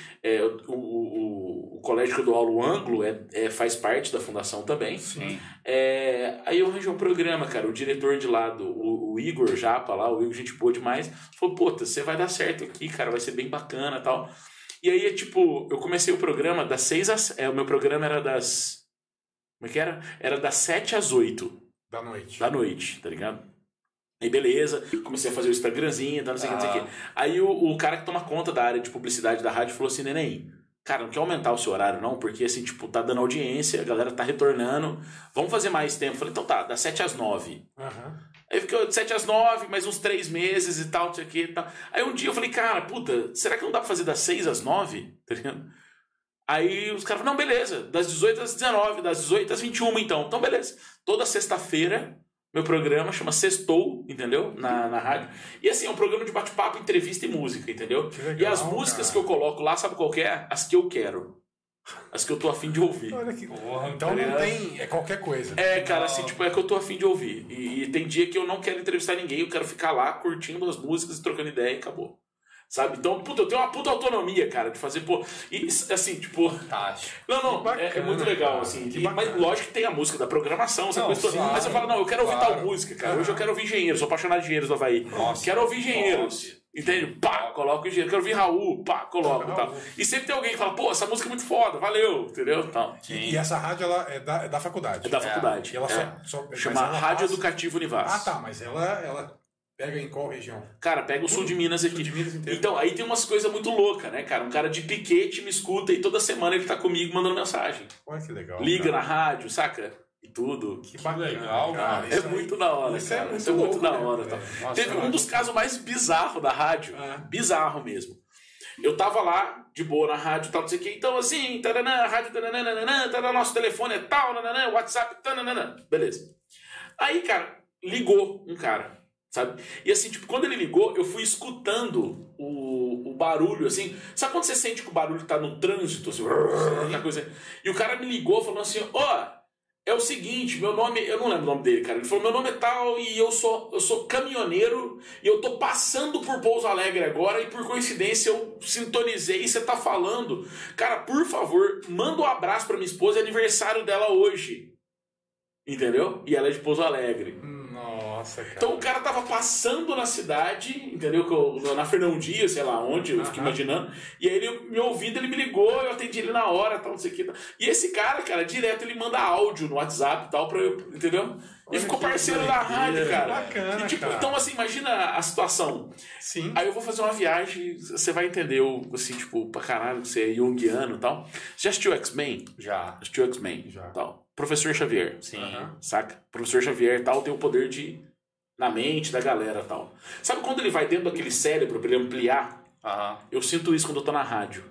o colégio que eu dou aula, o Ângulo, faz parte da fundação também. Sim. Aí eu arranjei um programa, cara. O diretor de lá, o Igor Japa lá, o Igor, gente boa demais, falou, puta, você vai dar certo aqui, cara, vai ser bem bacana e tal. E aí, tipo, eu comecei o programa das 6 às... o meu programa era das... Como é que era? Era das 7 às 8. Da noite. Da noite, tá ligado? Aí beleza, comecei a fazer o Instagramzinho, não sei o que. Aí o cara que toma conta da área de publicidade da rádio falou assim, neném, cara, não quer aumentar o seu horário não? Porque assim, tipo, tá dando audiência, a galera tá retornando, vamos fazer mais tempo. Eu falei, então tá, das 7 às 9. Aí ficou de 7 às 9, mais uns 3 meses e tal, não sei o que e tal. Aí um dia eu falei, cara, puta, será que não dá pra fazer das 6 às 9? Tá ligado? Aí os caras falaram, não, beleza, das 18 às 19, das 18 às 21 então. Então beleza, toda sexta-feira meu programa chama Sextou, entendeu? Na rádio. E assim, é um programa de bate-papo, entrevista e música, entendeu? Legal, e as músicas que eu coloco lá, sabe qual que é? As que eu quero. As que eu tô afim de ouvir. Olha que porra. Então não tem... É qualquer coisa. Cara, assim, tipo, é que eu tô afim de ouvir. E tem dia que eu não quero entrevistar ninguém, eu quero ficar lá curtindo as músicas e trocando ideia e acabou. Sabe? Então, puta, eu tenho uma puta autonomia, cara, de fazer, pô... E, assim, tipo... Fantástico. Não, bacana, é muito legal, assim. Mas lógico que tem a música da programação, essa coisa toda. Mas eu falo, não, eu quero ouvir tal música, cara. Hoje eu quero ouvir Engenheiros, sou apaixonado de Engenheiros do Havaí. Quero ouvir Engenheiros. Entende? Pá, coloco Engenheiros. Quero ouvir Raul, pá, coloco e tal. E sempre tem alguém que fala, pô, essa música é muito foda, valeu, entendeu? Tal. E essa rádio, ela é da faculdade. É da faculdade. E ela só chama Rádio Educativo Univaz. Ah, tá, mas ela pega em qual região? Cara, pega o sul de Minas aqui. Sul de Minas inteiro. Então, aí tem umas coisas muito loucas, né, cara? Um cara de piquete me escuta e toda semana ele tá comigo mandando mensagem. Olha que legal. Liga na rádio, saca? e tudo. Que legal, cara. É muito da hora, cara. Isso é muito da hora. Teve um dos casos mais bizarros da rádio. Bizarro mesmo. Eu tava lá, de boa na rádio e tal, não sei o que. Então, assim, taranã, rádio, taranã, nosso telefone é tal, nananã, WhatsApp, taranã. Beleza. Aí, cara, ligou um cara, sabe? E assim, tipo, quando ele ligou, eu fui escutando o barulho, assim. Sabe quando você sente que o barulho tá no trânsito, assim, aquela coisa? E o cara me ligou falando assim, é o seguinte, meu nome... Eu não lembro o nome dele, cara. Ele falou, meu nome é tal e eu sou caminhoneiro e eu tô passando por Pouso Alegre agora e por coincidência eu sintonizei e você tá falando. Cara, por favor, manda um abraço pra minha esposa, é aniversário dela hoje. Entendeu? E ela é de Pouso Alegre. Nossa, cara. Então o cara tava passando na cidade, entendeu? Na Fernão Dias, sei lá onde, eu fiquei imaginando. E aí ele me ouvindo, ele me ligou, eu atendi ele na hora, tal, não sei o que. E esse cara, direto ele manda áudio no WhatsApp e tal, pra eu, entendeu? E ficou parceiro da rádio, cara. Bacana, e, tipo, cara. Então, assim, imagina a situação. Sim. Aí eu vou fazer uma viagem, você vai entender, assim, tipo, pra caralho, você é junguiano e tal. Você já assistiu X-Men? Já. Assistiu X-Men? Já. Tal. Professor Xavier. Sim. Saca? Professor Xavier e tal tem o poder de... na mente da galera e tal. Sabe quando ele vai dentro daquele cérebro pra ele ampliar? Eu sinto isso quando eu tô na rádio.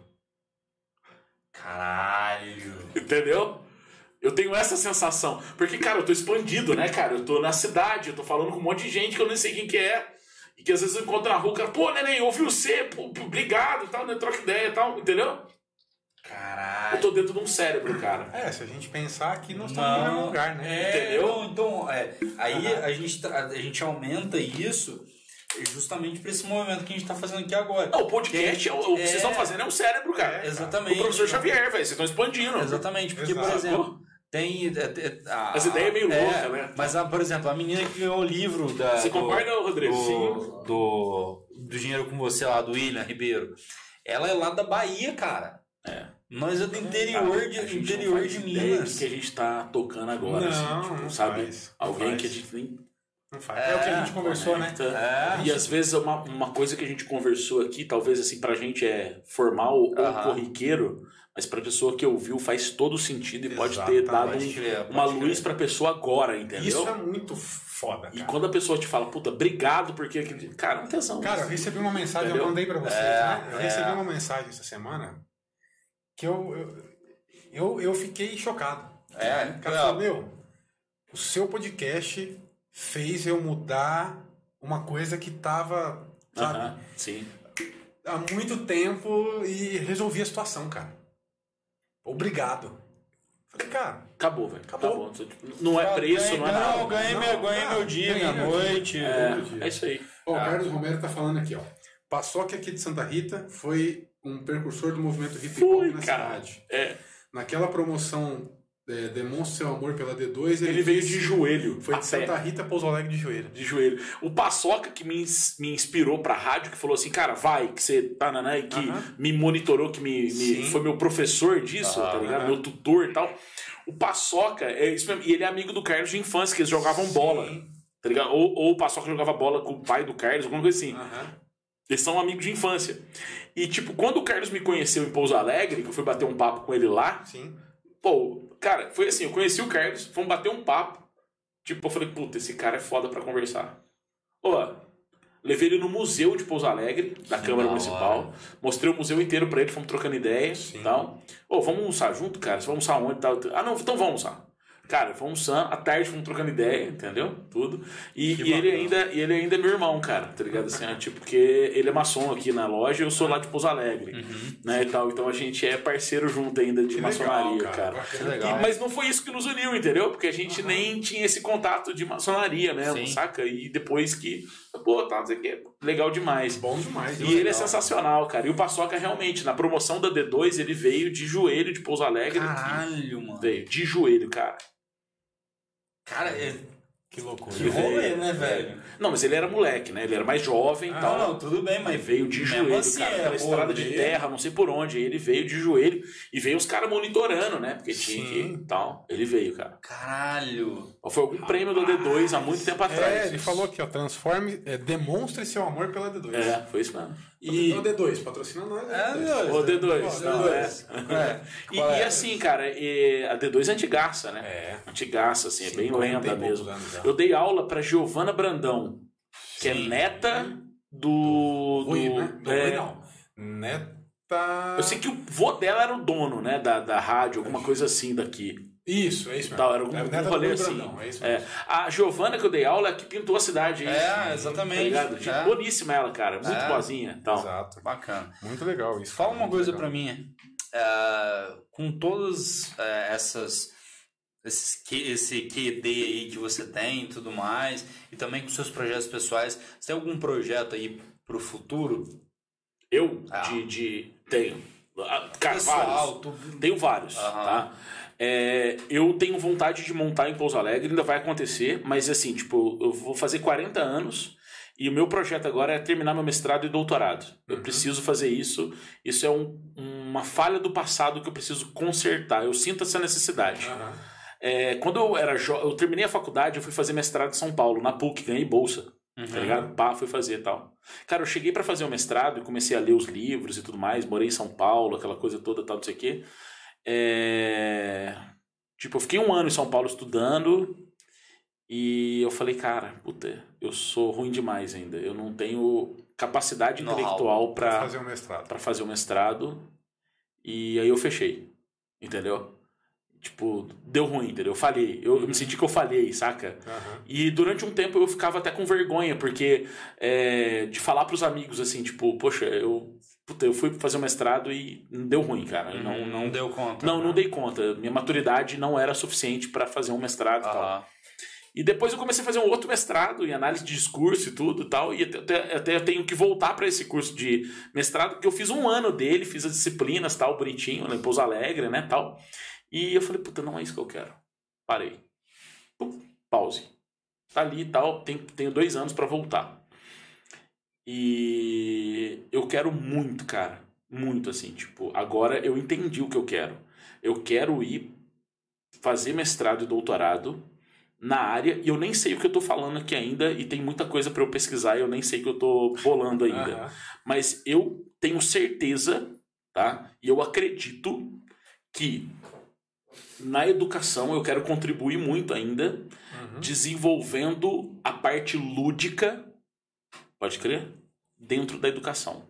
Caralho. Entendeu? Eu tenho essa sensação. Porque, cara, eu tô expandido, né, cara? Eu tô na cidade, eu tô falando com um monte de gente que eu nem sei quem que é. E que às vezes eu encontro na rua, cara, pô, neném, ouvi você, pô, obrigado e tal, né? Troca ideia e tal, entendeu? Caralho. Eu tô dentro de um cérebro, cara. Se a gente pensar aqui, nós estamos no mesmo lugar, né? Entendeu? Então, aí a gente aumenta isso justamente pra esse movimento que a gente tá fazendo aqui agora. Não, o podcast, o que vocês estão fazendo é um cérebro, cara. Exatamente. O professor Xavier, velho, vocês estão expandindo. Exatamente, porque, por exemplo, tem... As ideias meio loucas, né? Mas, por exemplo, a menina que ganhou o livro Você concorda, Rodrigo? Sim. Do Dinheiro com Você lá, do William Ribeiro. Ela é lá da Bahia, cara. Nós é do interior de Minas. Que a gente tá tocando agora, não, assim, tipo, não sabe? faz, Alguém que a gente nem... Não faz. É o que a gente conversou, né? E às vezes uma coisa que a gente conversou aqui, talvez assim, pra gente é formal ou corriqueiro, mas pra pessoa que ouviu faz todo sentido e pode ter dado uma luz pra pessoa agora, entendeu? Isso é muito foda, cara. E quando a pessoa te fala, puta, obrigado, porque... Cara, não tem tesão. Cara, eu recebi uma mensagem, eu mandei pra vocês, né? Eu recebi uma mensagem essa semana que eu fiquei chocado. O cara falou, o seu podcast fez eu mudar uma coisa que tava, sabe? Sim. Há muito tempo e resolvi a situação, cara. Obrigado. Falei, cara... Acabou, velho. Acabou. Não é preço, não é nada. Não, ganhei meu dia, minha noite. É isso aí. O Carlos Romero tá falando aqui, ó. Paçoca aqui de Santa Rita foi um precursor do movimento hip hop na cidade. Naquela promoção Demonstre Seu Amor pela D2, ele veio de joelho. Foi de Santa Rita, Pouso Alegre de joelho. De joelho. O Paçoca que me inspirou pra rádio, que falou assim, cara, vai, que você tá na e que me monitorou, que foi meu professor disso, tá ligado? Meu tutor e tal. O Paçoca, isso mesmo, e ele é amigo do Carlos de infância, que eles jogavam bola. Tá ligado? Ou o Paçoca jogava bola com o pai do Carlos, alguma coisa assim. Eles são amigos de infância. E, tipo, quando o Carlos me conheceu em Pouso Alegre, que eu fui bater um papo com ele lá, pô, cara, foi assim, eu conheci o Carlos, fomos bater um papo. Tipo, eu falei, puta, esse cara é foda pra conversar. Levei ele no museu de Pouso Alegre, da Câmara Municipal. Mostrei o museu inteiro pra ele, fomos trocando ideias e tal. Vamos almoçar junto, cara? Você vai almoçar onde e tal? Não, então vamos almoçar. Cara, fomos à tarde, fomos trocando ideia, entendeu? Tudo. E ele ainda é meu irmão, cara, tá ligado? Assim, tipo, porque ele é maçom aqui na loja e eu sou lá de Pouso Alegre, né, e tal. Então a gente é parceiro junto ainda de maçonaria, cara. Mas não foi isso que nos uniu, entendeu? Porque a gente nem tinha esse contato de maçonaria mesmo, saca? E depois que, pô, tá, não sei o que, legal demais. Bom demais. E ele é sensacional, cara. E o Paçoca, realmente, na promoção da D2, ele veio de joelho de Pouso Alegre. Caralho, mano. Veio de joelho, cara. Cara, Que loucura. Que rolê, né, velho? Não, mas ele era moleque, né? Ele era mais jovem e tal. Não, tudo bem, mas veio de joelho, assim, cara, pela estrada de terra, não sei por onde. Aí ele veio de joelho e veio os caras monitorando, né? Porque tinha que tal. Ele veio, cara. Caralho. Foi algum prêmio do D2 há muito tempo atrás. Ele falou aqui, ó, transforme, demonstre seu amor pela D2. Foi isso mesmo. E o D2, patrocina nós. O D2. E assim, cara, a D2 é antigaça, né? Antigaça, assim, é bem lenda mesmo. Eu dei aula pra Giovana Brandão, que é neta do... Neta... Eu sei que o vô dela era o dono, né, da rádio, alguma coisa assim daqui. Isso, é isso mesmo. Tal, era algum rolê assim. É isso mesmo. A Giovana que eu dei aula é que pintou a cidade. Exatamente. Tá boníssima ela, cara. Muito boazinha. Tal. Exato. Bacana. Muito legal isso. Fala uma coisa pra mim. Com todas esse QD aí que você tem e tudo mais, e também com seus projetos pessoais, você tem algum projeto aí pro futuro? Eu? Tenho. Cara, pessoal, vários. Tenho vários, tá? Eu tenho vontade de montar em Pouso Alegre, ainda vai acontecer, mas assim, tipo, eu vou fazer 40 anos e o meu projeto agora é terminar meu mestrado e doutorado. Eu preciso fazer isso. Isso é uma falha do passado que eu preciso consertar. Eu sinto essa necessidade. Quando eu terminei a faculdade, eu fui fazer mestrado em São Paulo, na PUC, ganhei bolsa. Tá ligado? Fui fazer e tal. Cara, eu cheguei pra fazer o mestrado e comecei a ler os livros e tudo mais. Morei em São Paulo, aquela coisa toda, tal, não sei o quê. Tipo, eu fiquei 1 ano em São Paulo estudando e eu falei, cara, puta, eu sou ruim demais ainda. Eu não tenho capacidade intelectual pra fazer o mestrado. E aí eu fechei, entendeu? Tipo, deu ruim, entendeu? Eu falhei. Eu me senti que eu falhei, saca? E durante um tempo eu ficava até com vergonha, porque de falar pros amigos assim, tipo, poxa, eu fui fazer o mestrado e não deu ruim, cara. Não deu conta. Não dei conta. Minha maturidade não era suficiente para fazer um mestrado e tal. E depois eu comecei a fazer um outro mestrado em análise de discurso e tudo e tal. E até eu tenho que voltar para esse curso de mestrado, porque eu fiz 1 ano dele, fiz as disciplinas, tal, bonitinho, em Pouso Alegre, né, tal. E eu falei, puta, não é isso que eu quero. Parei. Pause. Tá ali e tal, tenho 2 anos para voltar. E eu quero muito, cara. Muito, assim, tipo, agora eu entendi o que eu quero. Eu quero ir fazer mestrado e doutorado na área, e eu nem sei o que eu tô falando aqui ainda, e tem muita coisa para eu pesquisar, e eu nem sei o que eu tô bolando ainda. Mas eu tenho certeza, tá? E eu acredito que na educação eu quero contribuir muito ainda, desenvolvendo a parte lúdica, pode crer, dentro da educação.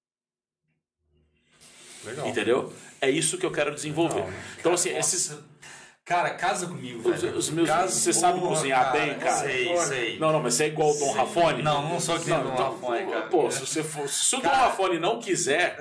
Legal. Entendeu? É isso que eu quero desenvolver. Legal, né? Então, assim, esses... Cara, casa comigo, velho. Os meus... Você sabe cozinhar bem, cara? Sei. Não, mas você é igual o Dom Rafone? Não sou que nem o Dom Rafone, cara. Pô, se o Dom Rafone não quiser...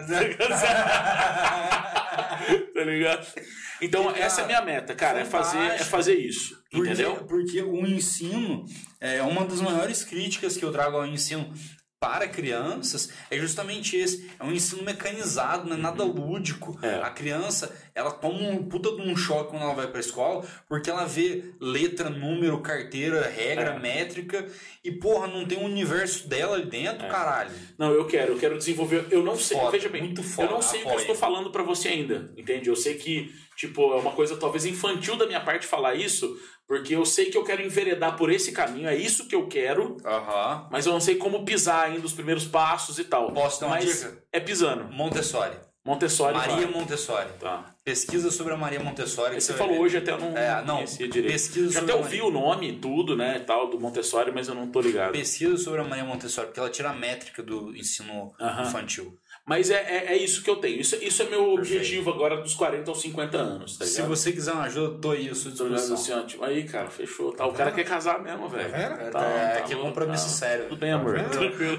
Tá ligado? Então, essa é a minha meta, cara. É fazer isso. Entendeu? Porque o ensino... uma das maiores críticas que eu trago ao ensino para crianças é justamente esse. É um ensino mecanizado, não é nada lúdico. A criança, ela toma um puta de um choque quando ela vai pra escola, porque ela vê letra, número, carteira, regra, métrica, e porra, não tem um universo dela ali dentro, caralho. Não, eu quero desenvolver. Eu não sei, veja bem, muito foda, eu não sei o que eu estou falando pra você ainda, entende? Eu sei que, tipo, é uma coisa talvez infantil da minha parte falar isso, porque eu sei que eu quero enveredar por esse caminho, é isso que eu quero, mas eu não sei como pisar ainda os primeiros passos e tal. Posso dar uma dica? É pisando. Montessori. Maria Montessori. Tá. Pesquisa sobre a Maria Montessori. Você falou hoje, até eu não conhecia direito. Pesquisa já até ouvi o nome e tudo, né, tal, do Montessori, mas eu não tô ligado. Pesquisa sobre a Maria Montessori, porque ela tira a métrica do ensino infantil. Mas é isso que eu tenho. Isso é meu objetivo agora dos 40 aos 50 anos, tá ligado? Se você quiser uma ajuda, tô aí, eu sou disposição. Assim, ó, tipo, aí, cara, fechou. Tá, o cara quer casar mesmo, velho. Que compromisso sério. Tudo bem, amor. Tranquilo.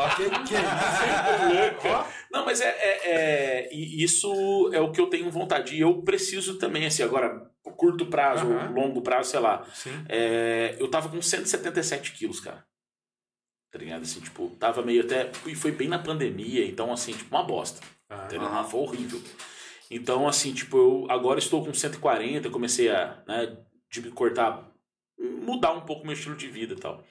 Não, mas isso é o que eu tenho vontade. E eu preciso também, assim, agora, curto prazo, longo prazo, sei lá. Eu tava com 177 quilos, cara. Tá ligado? Assim, tipo, tava meio até... E foi bem na pandemia, então, assim, tipo, uma bosta. Entendeu? Foi horrível. Então, assim, tipo, eu agora estou com 140, comecei a cortar mudar um pouco o meu estilo de vida e tal.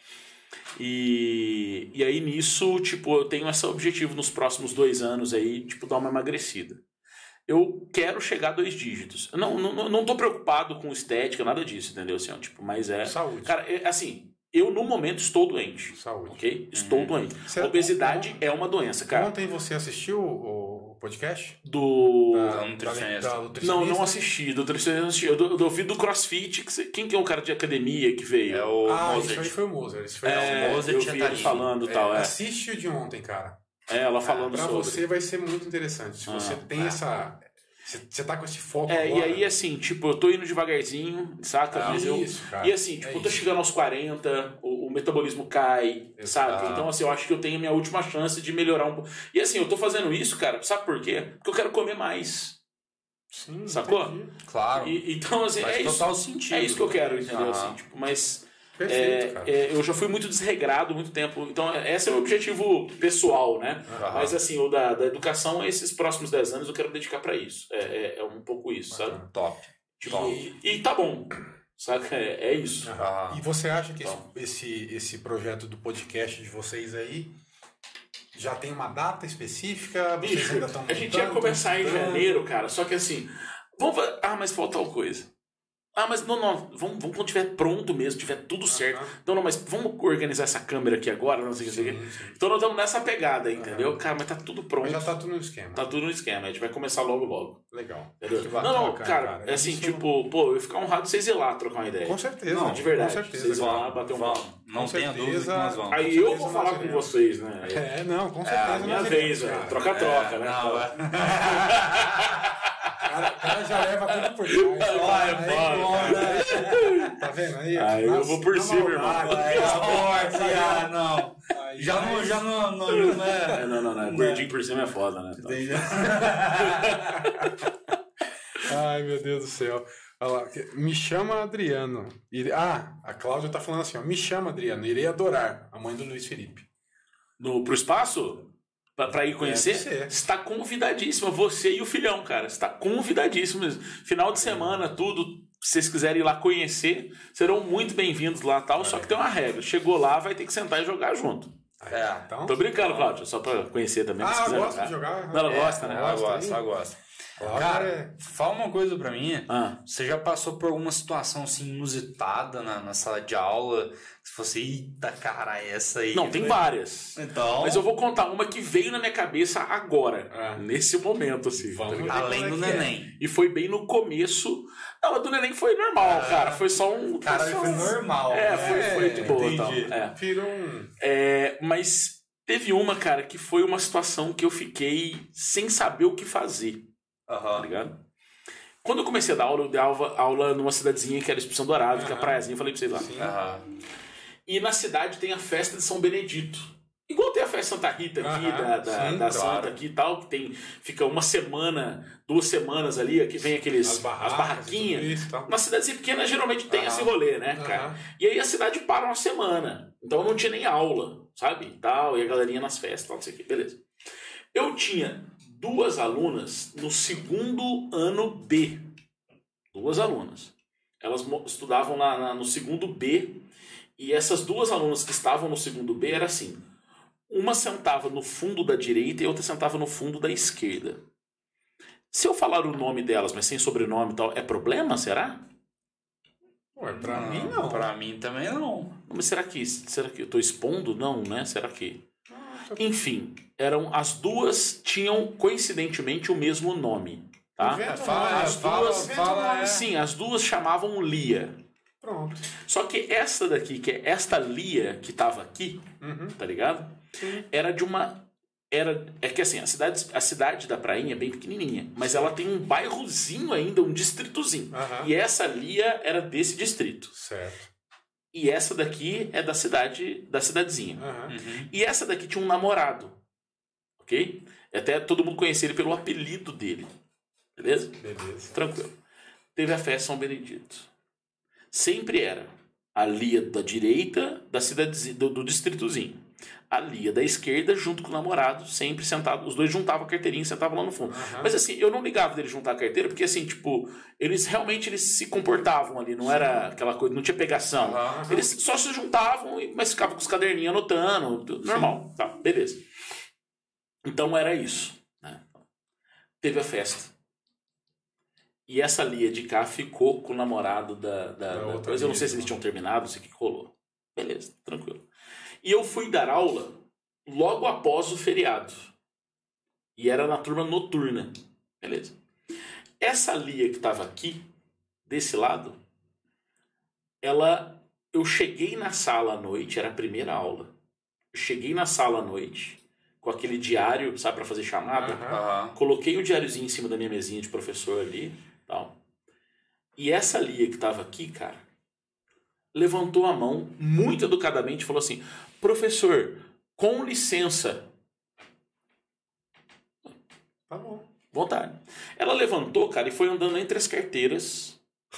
E aí nisso, tipo, eu tenho esse objetivo nos próximos 2 anos aí, tipo, dar uma emagrecida. Eu quero chegar a 2 dígitos. Eu não tô preocupado com estética, nada disso, entendeu? Assim, tipo, mas saúde. Cara, assim, eu no momento estou doente. Saúde. Ok? Estou doente. Obesidade é uma doença, cara. Ontem você assistiu o podcast? Da nutricionista. Não assisti. Do nutricionista eu vi do CrossFit. Quem que é o cara de academia que veio? É o Mozart. Isso aí foi o Mozart. O Mozart eu vi ele falando e tal. Assiste o de ontem, cara. Ela falando pra sobre. Você vai ser muito interessante. Se você tem essa... Você tá com esse foco agora. E aí, assim, tipo, eu tô indo devagarzinho, saca? Mas cara. E assim, tipo, eu tô chegando aos 40, o metabolismo cai, sabe? Então, assim, eu acho que eu tenho a minha última chance de melhorar um pouco. E assim, eu tô fazendo isso, cara, sabe por quê? Porque eu quero comer mais. Sim, sacou? Entendi. Claro. Então, assim, faz total sentido. É isso que eu quero, entendeu? Assim, tipo, mas... Perfeito, cara. Eu já fui muito desregrado muito tempo. Então, esse é o meu objetivo pessoal, né? Mas, assim, o da educação, esses próximos 10 anos eu quero dedicar pra isso. É um pouco isso, sabe? Top. Tipo, e tá bom. Saca? É isso. E você acha que esse projeto do podcast de vocês aí já tem uma data específica? Vocês ainda estão a gente ia começar em janeiro, cara. Só que assim, mas falta tal coisa. Mas não, vamos quando tiver pronto mesmo, tiver tudo certo. Não, mas vamos organizar essa câmera aqui agora, não sei o que. Então nós estamos nessa pegada, entendeu? Cara, mas tá tudo pronto. Mas já tá tudo no esquema. Tá tudo no esquema, a gente vai começar logo. Legal. Não, cara, é assim, tipo, eu ia ficar honrado vocês ir lá trocar uma ideia. Com certeza. Não, de verdade. Com certeza. Vocês vão lá bater um papo. Não tenha dúvida que nós vamos. Aí eu vou falar com vocês, né? Com certeza. Minha vez, né? Troca-troca, né? O cara já leva tudo por trás. Tá vendo aí? Aí eu vou por cima, irmão. Não. Já não é. Não. Gordinho por cima é foda, né? Ai, meu Deus do céu. Olha lá, me chama Adriano. A Cláudia tá falando assim, ó. Me chama Adriano, irei adorar. A mãe do Luiz Felipe. Pro espaço? Pra ir conhecer? Está convidadíssima. Você e o filhão, cara. Está convidadíssimo mesmo. Final de semana, tudo. Se vocês quiserem ir lá conhecer, serão muito bem-vindos lá e tal. Só que tem uma regra. Chegou lá, vai ter que sentar e jogar junto. Então, tô brincando, Cláudia. Só pra conhecer também. Ela gosta de jogar. Não, ela gosta, né? Ela gosta. Cara, fala uma coisa pra mim. Você já passou por alguma situação assim inusitada na sala de aula? Se fosse, eita, cara, essa aí. Não, tem várias. Então... Mas eu vou contar uma que veio na minha cabeça agora. Nesse momento, assim. Além do neném. E foi bem no começo. Não, a do neném foi normal, cara. Foi só um... Cara, foi normal. Foi de boa. Entendi. Virou um... Mas teve uma, cara, que foi uma situação que eu fiquei sem saber o que fazer. Tá ligado? Quando eu comecei a dar aula, eu dava aula numa cidadezinha que era Espírito Dourado, que é a praiazinha, eu falei pra vocês lá. E na cidade tem a festa de São Benedito. Igual tem a festa de Santa Rita aqui, da Santa aqui e tal, que fica uma semana, 2 semanas ali, aqui vem as barraquinhas. Uma cidadezinha pequena geralmente tem esse rolê, né, cara? E aí a cidade para uma semana. Então não tinha nem aula, sabe? E a galerinha nas festas, tal, não sei o que, beleza. Eu tinha 2 alunas no 2º ano B. 2 alunas. Elas estudavam no 2º B. E essas 2 alunas que estavam no 2º B era assim. Uma sentava no fundo da direita e outra sentava no fundo da esquerda. Se eu falar o nome delas, mas sem sobrenome e tal, é problema, será? Pra mim não. Pra mim também não. Mas será que eu tô expondo? Não, né? Será que... Enfim, as 2 tinham coincidentemente o mesmo nome, tá? Sim, as 2 chamavam Lia. Pronto. Só que essa daqui, que é esta Lia que tava aqui, tá ligado? Era de uma... É que assim, a cidade da Prainha é bem pequenininha, mas ela tem um bairrozinho ainda, um distritozinho. E essa Lia era desse distrito. Certo. E essa daqui é da cidadezinha. E essa daqui tinha um namorado. Ok? Até todo mundo conhecia ele pelo apelido dele. Beleza? Tranquilo. Teve a festa São Benedito. Sempre era a Lia da direita da cidadezinha, do distritozinho. a Lia da esquerda junto com o namorado, sempre sentado. Os dois juntavam a carteirinha e sentavam lá no fundo. Mas assim, eu não ligava dele juntar a carteira, porque assim, tipo, eles se comportavam ali, não era aquela coisa, não tinha pegação. Eles só se juntavam, mas ficavam com os caderninhos anotando, normal. Tá, beleza. Então era isso. Né? Teve a festa. E essa Lia de cá ficou com o namorado da outra. Mas eu não sei se eles tinham terminado, não sei o que rolou. Beleza, tranquilo. E eu fui dar aula logo após o feriado. E era na turma noturna. Beleza. Essa Lia que estava aqui, desse lado, eu cheguei na sala à noite, era a primeira aula. Eu cheguei na sala à noite, com aquele diário, sabe, para fazer chamada. Coloquei o diáriozinho em cima da minha mesinha de professor ali. Tal. E essa Lia que estava aqui, cara, levantou a mão muito educadamente e falou assim: professor, com licença. Tá bom. Vontade. Ela levantou, cara, e foi andando entre as carteiras.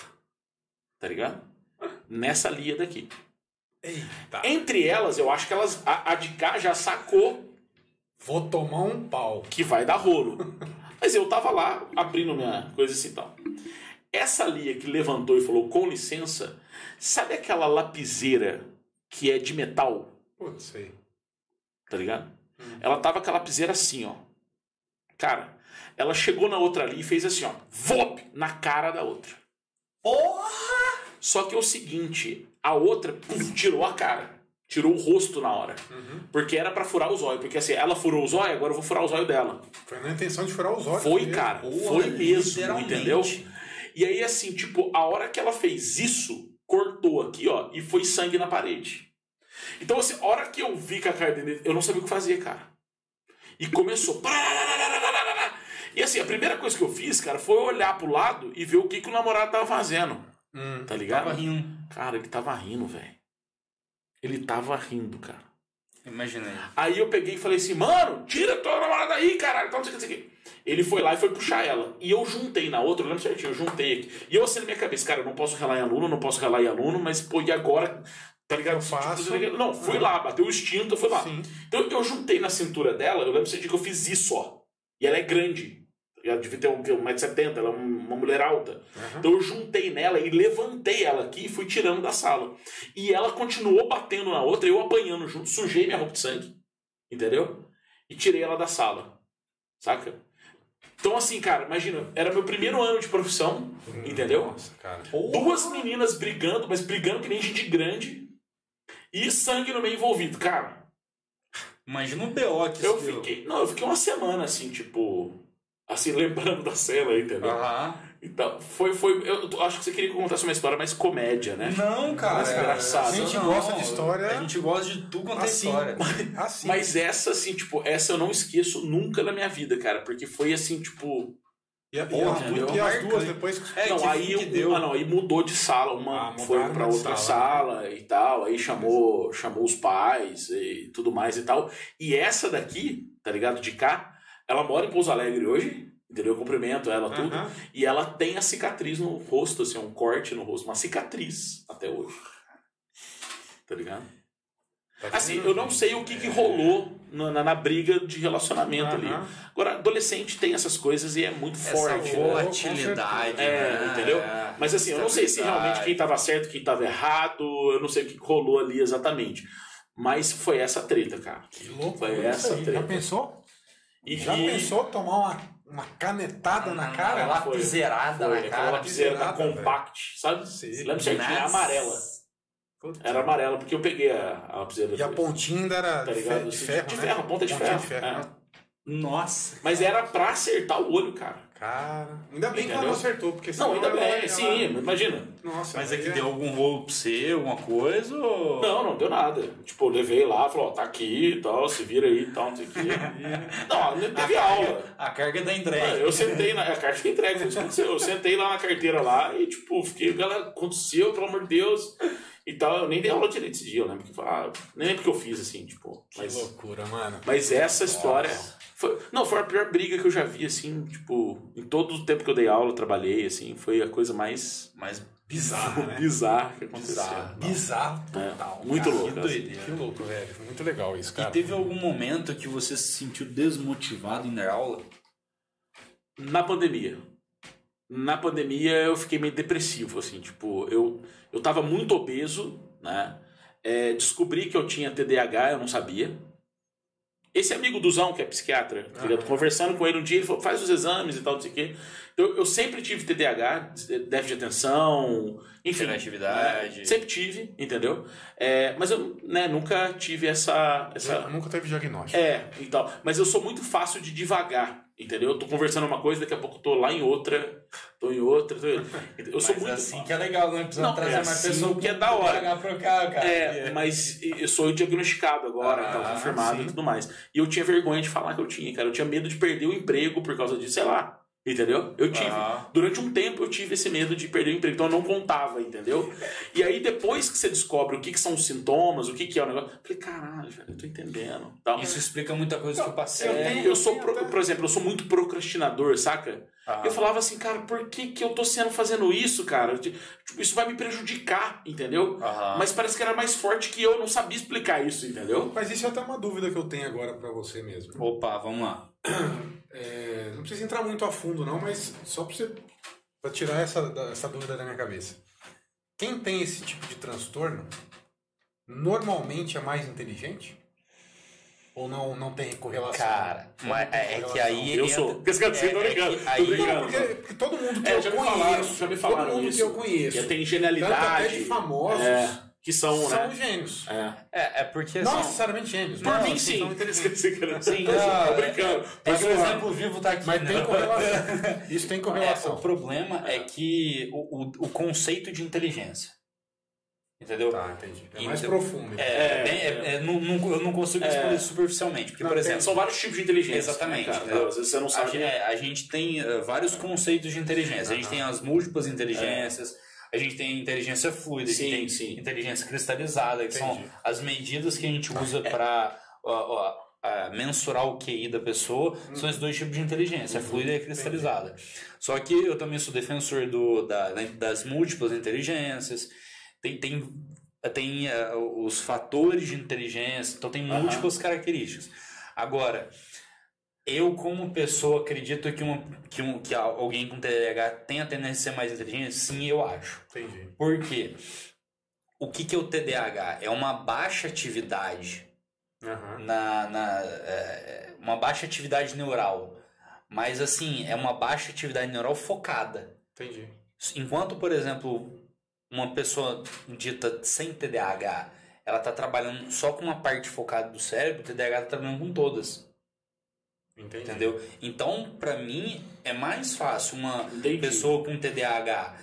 Tá ligado? Nessa Lia daqui. Eita. Entre elas, eu acho que a de cá já sacou. Vou tomar um pau. Que vai dar rolo. Mas eu tava lá, abrindo minha coisa assim e tal. Essa Lia que levantou e falou com licença, sabe aquela lapiseira que é de metal? Putz, sei. Tá ligado? Ela tava com a lapiseira assim, ó. Cara, ela chegou na outra ali e fez assim, ó. Vop! Na cara da outra. Porra! Só que é o seguinte, a outra tirou a cara. Tirou o rosto na hora. Porque era pra furar os olhos. Porque assim, ela furou os olhos, agora eu vou furar os olhos dela. Foi na intenção de furar os olhos. Foi, cara. Foi mesmo, entendeu? E aí, assim, tipo, a hora que ela fez isso, cortou aqui, ó, e foi sangue na parede. Então, assim, a hora que eu vi com a cara dele, eu não sabia o que fazer, cara. E começou. E assim, a primeira coisa que eu fiz, cara, foi olhar pro lado e ver o que o namorado tava fazendo. Tá ligado? Tava rindo. Cara, ele tava rindo, velho. Ele tava rindo, cara. Imaginei. Aí eu peguei e falei assim, mano, tira tua namorada aí, caralho. Não sei o que. Ele foi lá e foi puxar ela. E eu juntei na outra, eu lembro certinho, eu juntei aqui. E eu assim na minha cabeça, cara, eu não posso relar em aluno, não posso relar em aluno, mas pô, e agora? Tá ligado? Eu faço. Não, fui lá, bateu o instinto, eu fui lá. Sim. Então eu juntei na cintura dela, eu lembro certinho que eu fiz isso, ó. E ela é grande. Ela devia ter 1,70m, ela é uma mulher alta. Então eu juntei nela e levantei ela aqui e fui tirando da sala. E ela continuou batendo na outra, eu apanhando junto, sujei minha roupa de sangue. Entendeu? E tirei ela da sala. Saca? Então assim, cara, imagina, era meu primeiro ano de profissão, entendeu? Nossa, cara. Duas meninas brigando, mas brigando que nem gente grande. E sangue no meio envolvido, cara. Imagina um B.O. que eu fiquei uma semana assim, tipo... Assim, lembrando da cena, entendeu? Então, eu acho que você queria que eu contasse uma história mais comédia, né? Não, cara. Mais engraçada. A gente gosta de história. A gente gosta de tudo quanto é história. Assim. Mas essa, assim, tipo, essa eu não esqueço nunca na minha vida, cara. Porque foi assim, tipo... E as duas depois... Aí mudou de sala. Uma foi pra outra sala e tal. Aí chamou os pais e tudo mais e tal. E essa daqui, tá ligado? De cá... Ela mora em Pouso Alegre hoje, entendeu? Eu cumprimento ela, tudo. E ela tem a cicatriz no rosto, assim, um corte no rosto. Uma cicatriz até hoje. Tá ligado? Assim, eu não sei o que rolou na briga de relacionamento ali. Agora, adolescente tem essas coisas e é muito forte. Essa volatilidade, né? Entendeu? Mas assim, eu não sei se realmente quem tava certo, quem tava errado. Eu não sei o que rolou ali exatamente. Mas foi essa treta, cara. Que louco. Foi essa treta. Já pensou? Pensou tomar uma canetada na cara? Uma lapiseirada na cara. Uma lapiseira compact, sabe? Lembra certinho? É amarela. Era amarela, porque eu peguei a lapiseira. E a pontinha ainda era de ferro, de ferro, ponta de ferro. Nossa. Mas era pra acertar o olho, cara. Cara, ainda bem que ela não acertou, porque senão... Não, ainda bem, sim, imagina. Nossa, mas é que deu algum rolo pra você, alguma coisa, ou... Não deu nada. Tipo, eu levei lá, falou, ó, tá aqui e tal, se vira aí e tal, não sei o quê. Não teve aula. A carga da entrega. Eu sentei a carta foi entregue, eu sentei lá na carteira lá e, tipo, fiquei, galera, aconteceu, pelo amor de Deus... E tal, eu nem dei aula direito esse dia, eu lembro que nem lembro que eu fiz, assim, tipo... Que loucura, mano. Mas essa história... Foi a pior briga que eu já vi, assim, tipo... Em todo o tempo que eu dei aula, eu trabalhei, assim, foi a coisa mais bizarra, né? Bizarro que aconteceu. Bizarro total. Muito louco. Que louco, velho. Muito legal isso, cara. E teve algum momento que você se sentiu desmotivado em dar aula? Na pandemia. Na pandemia eu fiquei meio depressivo, assim, tipo, eu tava muito obeso, né? Descobri que eu tinha TDAH, eu não sabia. Esse amigo do Zão, que é psiquiatra, conversando com ele um dia, ele falou, faz os exames e tal, não sei o quê. Eu sempre tive TDAH, déficit de atenção, enfim. Hiperatividade. Sempre tive, entendeu? Mas eu nunca tive essa... Nunca teve diagnóstico. E tal. Mas eu sou muito fácil de divagar, entendeu? Eu tô conversando uma coisa, daqui a pouco eu tô lá em outra, Eu sou muito assim que é legal, não precisa trazer mais pessoas que é da hora. Pro cara. Mas eu sou diagnosticado agora, tá confirmado e tudo mais. E eu tinha vergonha de falar que eu tinha, cara. Eu tinha medo de perder o emprego por causa disso, sei lá. Entendeu? Eu tive. Durante um tempo eu tive esse medo de perder o emprego, então eu não contava, entendeu? E aí depois que você descobre o que são os sintomas, o que é o negócio, eu falei, caralho, velho, eu tô entendendo. Então, isso explica muita coisa que eu passei. Por exemplo, eu sou muito procrastinador, saca? Eu falava assim, cara, por que eu tô fazendo isso, cara? Tipo, isso vai me prejudicar, entendeu? Mas parece que era mais forte que eu não sabia explicar isso, entendeu? Mas isso é até uma dúvida que eu tenho agora pra você mesmo. Opa, vamos lá. Não precisa entrar muito a fundo não, mas só pra tirar essa dúvida da minha cabeça. Quem tem esse tipo de transtorno normalmente é mais inteligente? Ou não tem correlação? Cara, mas que aí... Eu sou. Porque porque todo mundo que eu conheço... Já me falaram todo mundo isso. que eu conheço. Que tem genialidade. Tanto até de famosos... que são gênios. Porque... Não necessariamente gênios. Por mim, sim. São inteligentes. Sim, tô brincando. Mas o exemplo vivo tá aqui. Mas tem correlação. Isso tem correlação. O problema é que o conceito de inteligência. Entendeu? Tá, entendi. Mais profundo. Eu não consigo responder superficialmente. Porque, por exemplo... São vários tipos de inteligência. Exatamente. Né, às vezes você não sabe. A gente tem vários conceitos de inteligência. A gente tem as múltiplas inteligências. A gente tem inteligência fluida. A gente tem inteligência cristalizada. Que são as medidas que a gente usa para... mensurar o QI da pessoa. São esses dois tipos de inteligência. A fluida e a cristalizada. Só que eu também sou defensor das múltiplas inteligências. Tem os fatores de inteligência, então tem múltiplas características. Agora, eu como pessoa acredito que alguém com TDAH tem a tendência a ser mais inteligente? Sim, eu acho. Entendi. Por quê? O que é o TDAH? É uma baixa atividade, uma baixa atividade neural, mas assim, é uma baixa atividade neural focada. Entendi. Enquanto, por exemplo... uma pessoa dita sem TDAH, ela está trabalhando só com uma parte focada do cérebro, o TDAH está trabalhando com todas. Entendi. Entendeu? Então, para mim, é mais fácil uma pessoa com TDAH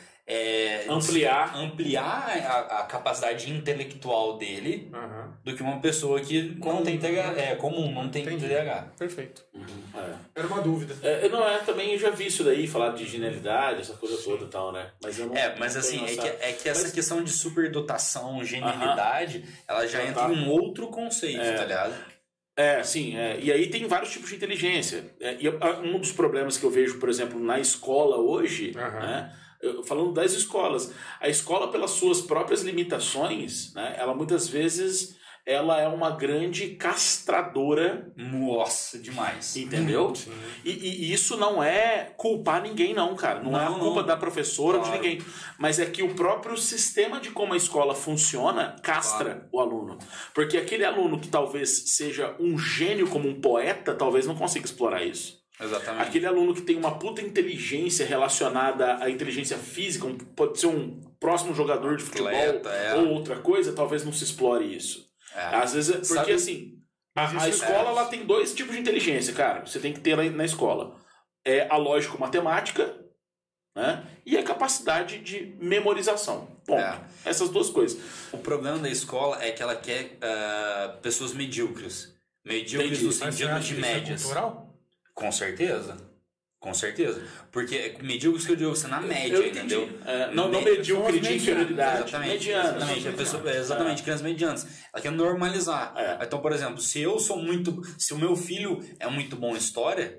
ampliar a capacidade intelectual dele do que uma pessoa que não tem TDAH, não tem TDAH. Perfeito. Era uma dúvida. Também eu já vi isso daí, falar de genialidade, essa coisa toda e tal, né? Mas eu não. Essa questão de superdotação, genialidade, ela já entra em um outro conceito, tá ligado? E aí tem vários tipos de inteligência. E um dos problemas que eu vejo, por exemplo, na escola hoje, né? Falando das escolas, a escola, pelas suas próprias limitações, né, ela muitas vezes ela é uma grande castradora. Nossa, demais. Entendeu? E isso não é culpar ninguém, não, cara. Não é a culpa da professora ou de ninguém. Mas é que o próprio sistema de como a escola funciona castra o aluno. Porque aquele aluno que talvez seja um gênio como um poeta, talvez não consiga explorar isso. Exatamente. Aquele aluno que tem uma puta inteligência relacionada à inteligência física, pode ser um próximo jogador de futebol ou outra coisa, talvez não se explore isso. Às vezes, porque a escola ela tem dois tipos de inteligência, cara. Você tem que ter na escola. A lógico-matemática, né? E a capacidade de memorização. Ponto. Essas duas coisas. O problema da escola é que ela quer pessoas medíocres. Medíocres no sentido de médias. Cultural? Com certeza. Porque medíocres que eu digo, você na média, entendeu? Não medíocre de inferioridade. Exatamente, crianças medianas. Ela quer normalizar. Então, por exemplo, se o meu filho é muito bom em história,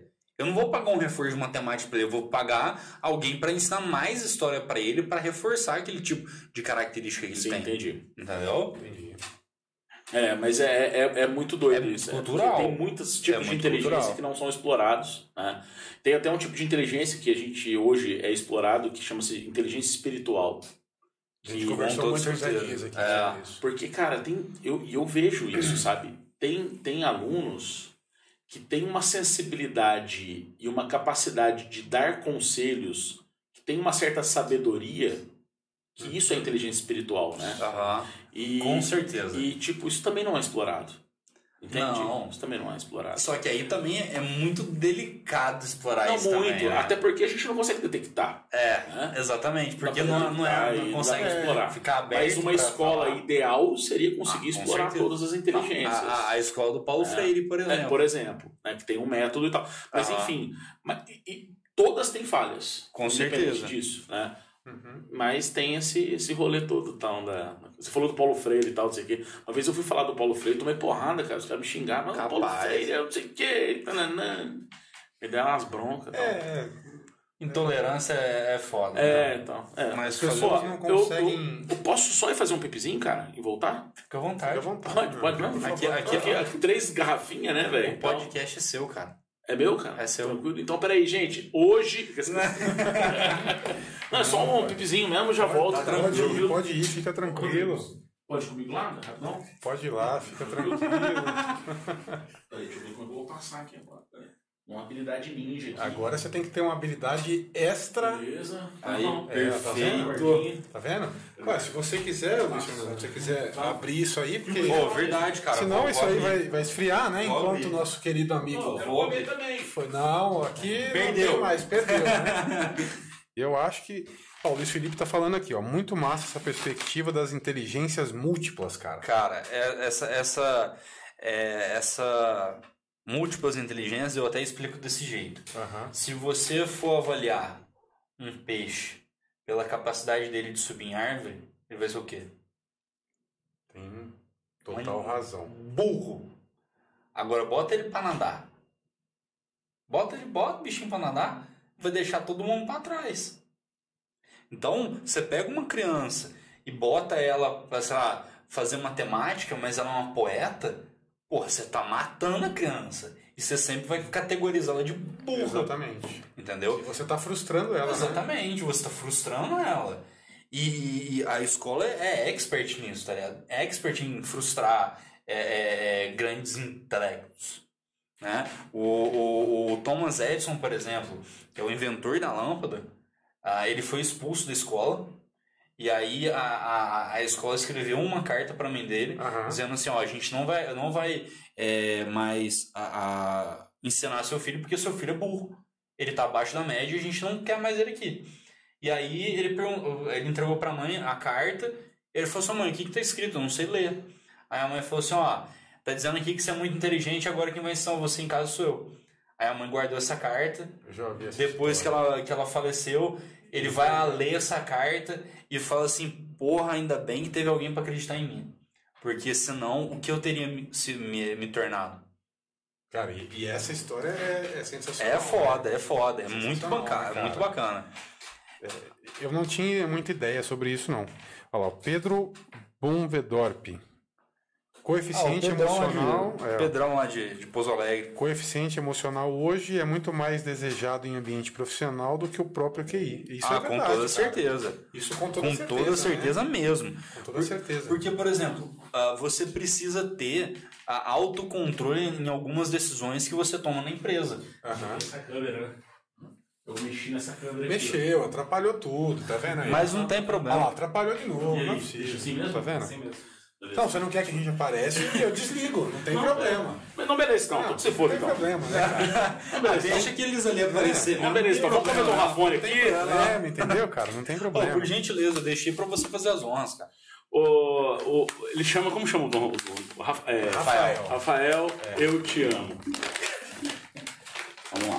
Eu não vou pagar um reforço de matemática para ele, eu vou pagar alguém para ensinar mais história para ele, para reforçar aquele tipo de característica que ele tem. Entendi. Entendeu? Entendi. Mas é muito doido isso. Cultural. Tem muitos tipos de inteligência cultural. Que não são explorados. Né? Tem até um tipo de inteligência que a gente hoje é explorado que chama-se inteligência espiritual. A gente conversou muitos dias aqui sobre isso. Porque, cara, eu vejo isso, sabe? Tem alunos que têm uma sensibilidade e uma capacidade de dar conselhos, que tem uma certa sabedoria, que isso é inteligência espiritual, né? Com certeza. E, tipo, isso também não é explorado. Entende? Não. Isso também não é explorado. Só que aí também é muito delicado explorar isso também. Não, muito. Até porque a gente não consegue detectar. Né? Exatamente. Porque não consegue explorar. Ficar aberto. Mas uma escola ideal seria conseguir explorar todas as inteligências. A escola do Paulo Freire, por exemplo. Por exemplo. Né, que tem um método e tal. Mas, enfim. Todas têm falhas. Com certeza. Disso, né? Mas tem esse rolê todo tal você falou do Paulo Freire e tal, não sei o quê. Uma vez eu fui falar do Paulo Freire, tomei porrada, cara. Os caras me xingaram, mas Paulo Freire, eu não sei o quê. Me deram umas broncas. Intolerância é foda. Então. Mas pessoas não conseguem. Eu posso só ir fazer um pipizinho, cara, e voltar? Fica à vontade. Pode mesmo? Aqui 3 garrafinhas, né, velho? O podcast é seu, cara. É meu, cara? É seu. Tranquilo. Então, peraí, gente. Hoje... Não, é só um pipizinho mesmo, já volto. Tá tranquilo. Pode ir, fica tranquilo. Pode ir comigo lá? Não? Pode ir lá, fica tranquilo. Peraí, deixa eu ver como eu vou passar aqui agora. Uma habilidade ninja aqui. Agora você tem que ter uma habilidade extra. Beleza. Aí, perfeito. Tá vendo? Ué, se você quiser, Luciano, se você quiser abrir isso aí, porque... verdade, cara. Senão isso aí vai esfriar, né? Enquanto o nosso querido amigo... Vou abrir também. Não, aqui perdeu. Não tem mais, perdeu, né? Eu acho que... o Luiz Felipe tá falando aqui, ó. Muito massa essa perspectiva das inteligências múltiplas, cara. Cara, essa múltiplas inteligências eu até explico desse jeito. Se você for avaliar um peixe pela capacidade dele de subir em árvore, ele vai ser o quê? Tem total razão. Burro. Agora bota ele pra nadar. Bota o bichinho pra nadar, vai deixar todo mundo pra trás. Então, você pega uma criança e bota ela pra, sei lá, fazer matemática, mas ela é uma poeta, porra, você tá matando a criança. E você sempre vai categorizá-la de burra. Exatamente. Entendeu? E você tá frustrando ela, Exatamente, né? Você tá frustrando ela. E a escola é expert nisso, tá ligado? É expert em frustrar grandes intelectos. Né? O Thomas Edison, por exemplo, que é o inventor da lâmpada, ele foi expulso da escola. E aí a escola escreveu uma carta para a mãe dele, dizendo assim, ó, a gente não vai mais ensinar seu filho porque seu filho é burro. Ele tá abaixo da média e a gente não quer mais ele aqui. E aí ele entregou para a mãe a carta, ele falou assim, mãe, o que tá escrito? Eu não sei ler. Aí a mãe falou assim, ó, tá dizendo aqui que você é muito inteligente, agora quem vai ensinar você em casa sou eu. Aí a mãe guardou essa carta, depois que ela faleceu, ele vai a ler essa carta e fala assim, porra, ainda bem que teve alguém para acreditar em mim. Porque senão, o que eu teria me tornado? Cara, e essa história é sensacional. É foda. É muito bacana. É muito bacana. Eu não tinha muita ideia sobre isso, não. Olha lá, o Pedro Bonvedorp. Coeficiente emocional... Pedrão lá de Pouso Alegre. Coeficiente emocional hoje é muito mais desejado em ambiente profissional do que o próprio QI. Isso é verdade, com toda certeza. Isso com toda certeza. Com toda certeza, né? Mesmo. Com toda certeza. Porque, por exemplo, você precisa ter autocontrole em algumas decisões que você toma na empresa. Essa câmera, né? Eu mexi nessa câmera. Mexeu, atrapalhou tudo, tá vendo aí? Mas não tem problema. Atrapalhou de novo, não é possível. Assim mesmo? Tá vendo? Assim mesmo. Então, você não quer que a gente apareça, eu desligo, não tem problema. Mas não beleza, então. Tudo se for, então. Não tem problema, né, cara? Deixa que eles ali aparecerem. Não, beleza, então. Vamos comer o Rafone aqui. Não entendeu, cara? Não tem problema. Por gentileza, eu deixei pra você fazer as honras, cara. Ele chama, como chama o Rafael. Rafael, eu te amo. Vamos lá.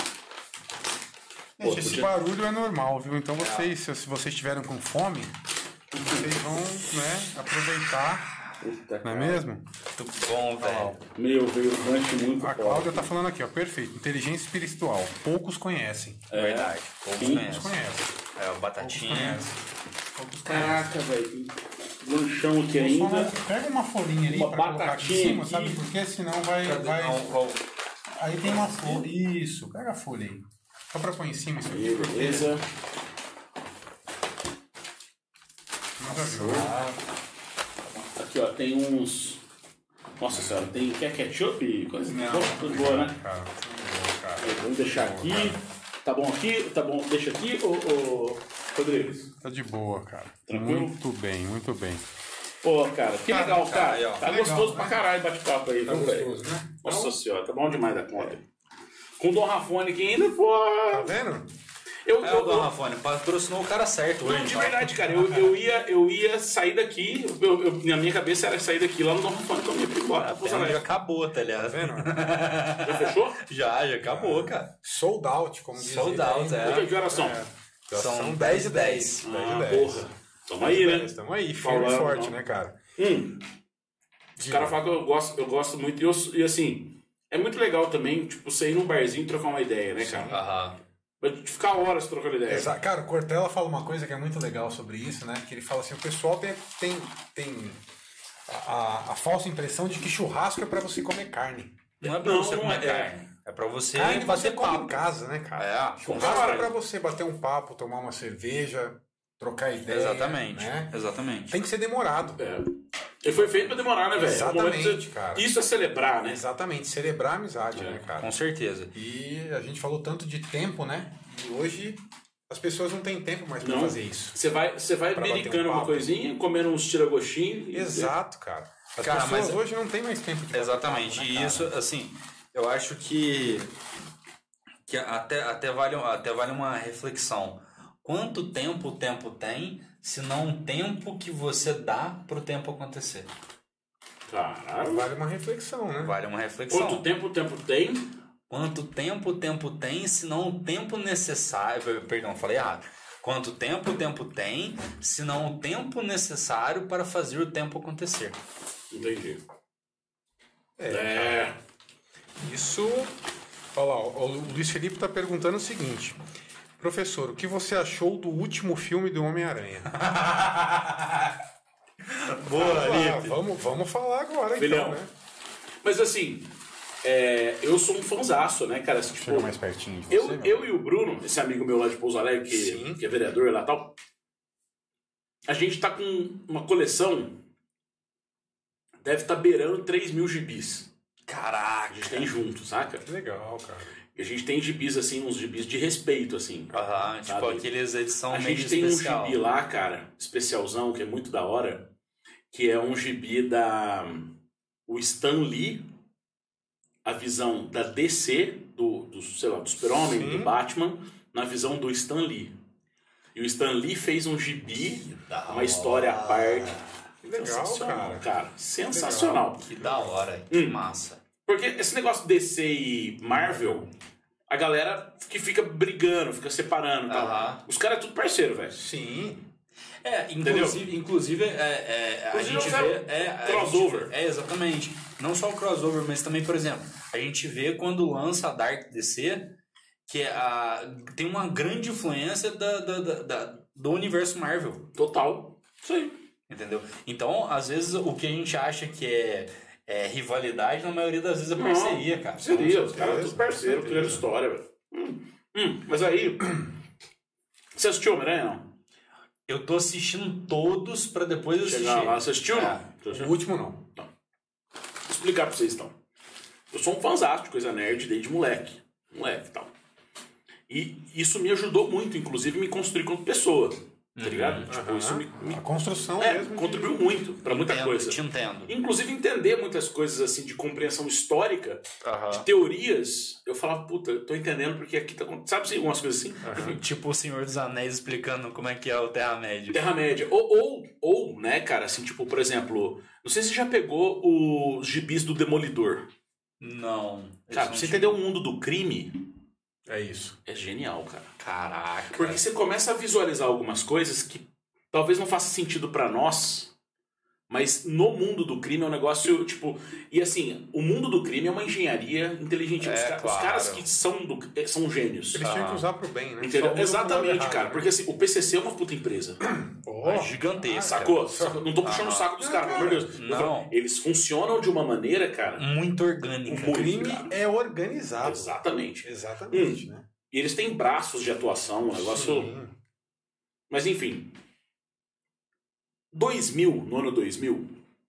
Gente, esse barulho é normal, viu? Então vocês, se vocês estiverem com fome, vocês vão, né, aproveitar Não é mesmo? Muito bom, velho. Meu, veio um rancho muito A Cláudia tá falando aqui, ó, perfeito. Inteligência espiritual. Poucos conhecem. É verdade. Poucos conhecem. É, o Batatinha. Caraca, velho. Lanchão aqui ainda. Pega uma folhinha ali pra colocar aqui em cima, sabe por quê? Senão vai... Aí tem uma folha. Isso, pega a folha aí. Só pra pôr em cima isso aqui. Beleza. Aqui, ó, tem uns... Nossa senhora, quer ketchup? Coisa tudo boa, né? Cara. Vamos deixar aqui. Tá bom aqui? Tá bom? Deixa aqui, ô Rodrigues? Tá de boa, cara. Tranquilo? Muito bem, muito bem. Pô, cara, que legal, cara. Aí, ó. Tá gostoso pra caralho bate-papo aí, viu, velho? Né? Nossa senhora, tá bom demais da conta. Com o Dom Rafone aqui ainda, pô. Tá vendo? O Dom Rafone patrocinou o cara certo hoje. Não, de verdade, cara. Eu ia sair daqui. Na minha cabeça era sair daqui lá no Dom Rafone com a minha embora. Já acabou, tá ligado? Tá vendo? Já fechou? Já acabou, cara. Sold out, como diz. Sold out, é. Que horas são? São 10 e 10. Porra. Tamo aí, né? Tamo aí, firme e forte, né, cara? Os caras falam que eu gosto muito. E assim, é muito legal também, tipo, você ir num barzinho e trocar uma ideia, né, cara? Aham. Mas ficar horas trocando ideia. Exato. Cara, o Cortella fala uma coisa que é muito legal sobre isso, né? Que ele fala assim, o pessoal tem a falsa impressão de que churrasco é pra você comer carne. Não é pra você comer carne. É pra você carne bater você come papo em casa, né, cara? Churrasco é pra você bater um papo, tomar uma cerveja, trocar ideia. Exatamente. Né? Exatamente. Tem que ser demorado. Ele foi feito pra demorar, né, velho? Exatamente, cara. Isso é celebrar, né? Exatamente, celebrar a amizade, né, cara? Com certeza. E a gente falou tanto de tempo, né? E hoje as pessoas não têm tempo mais pra fazer isso. Você vai bericando uma coisinha, comendo uns tira-gostinhos. Exato, cara. As pessoas hoje não têm mais tempo de exatamente. Papo, né, e isso, assim, eu acho que até vale uma reflexão. Quanto tempo o tempo tem, se não um tempo que você dá pro tempo acontecer? Caralho. Vale uma reflexão, né? Vale uma reflexão. Quanto tempo o tempo tem? Quanto tempo o tempo tem, se não o tempo necessário... Perdão, falei errado. Quanto tempo o tempo tem, se não o tempo necessário para fazer o tempo acontecer? Entendi. Isso... Olha lá, o Luiz Felipe está perguntando o seguinte... Professor, o que você achou do último filme do Homem-Aranha? Boa, Lipe. Vamos falar agora, Filhão. Então, né? Mas assim, eu sou um fãzaço, né, cara? Assim, Chega mais pertinho de você, eu e o Bruno, esse amigo meu lá de Pouso Alegre, que é vereador lá e tal, a gente tá com uma coleção, deve estar beirando 3.000 gibis. Caraca! A gente tem junto, saca? Que legal, cara. E a gente tem gibis, assim, uns gibis de respeito, assim. Tipo aqueles edição meio especial. A gente tem especial. um gibi lá, cara, especialzão, que é muito da hora, que é um gibi da... O Stan Lee, a visão da DC, do Super-Homem, do Batman, na visão do Stan Lee. E o Stan Lee fez um gibi, uma história à parte. Que legal, cara. Sensacional. Que da hora, que massa. Porque esse negócio DC e Marvel, a galera que fica brigando, fica separando. Os caras é tudo parceiro, velho. Sim. Inclusive a gente vê... crossover. Exatamente. Não só o crossover, mas também, por exemplo, a gente vê quando lança a Dark DC, que tem uma grande influência do universo Marvel. Total. Isso aí. Entendeu? Então, às vezes, o que a gente acha que é rivalidade, na maioria das vezes é parceria, cara. Parceria, os caras são tudo parceiros, criando história, velho. Mas aí, você assistiu Homem-Aranha, não? Eu tô assistindo todos pra depois assistir. Chegar lá, você assistiu? O último não. Vou explicar pra vocês, então. Eu sou um fãzaço de coisa nerd desde moleque e tal. E isso me ajudou muito, inclusive, me construir como pessoa. Tá ligado? Tipo, isso a construção mesmo. Contribuiu muito pra muita coisa. Te entendo. Inclusive entender muitas coisas assim de compreensão histórica, de teorias. Eu falava, puta, eu tô entendendo porque aqui tá acontecendo. Sabe assim, algumas coisas assim? Tipo o Senhor dos Anéis explicando como é que é o Terra-média. Terra-média. Ou, né, cara, assim, tipo, por exemplo, não sei se você já pegou os gibis do Demolidor. Não. Cara, pra você entender o mundo do crime. É isso. É genial, cara. Caraca. Porque você começa a visualizar algumas coisas que talvez não faça sentido pra nós, Mas no mundo do crime é um negócio, tipo... E assim, o mundo do crime é uma engenharia inteligente. Os caras que são gênios. Eles tinham que usar pro bem, né? Entendeu? Exatamente, cara. Porque assim, o PCC é uma puta empresa. Gigantesca. Sacou? Não tô puxando o saco dos caras, pelo amor de Deus. Não. Eles funcionam de uma maneira, cara... Muito orgânica. O crime é organizado. Exatamente. Exatamente, né? E eles têm braços de atuação, um negócio... Sim. Mas enfim... no ano 2000,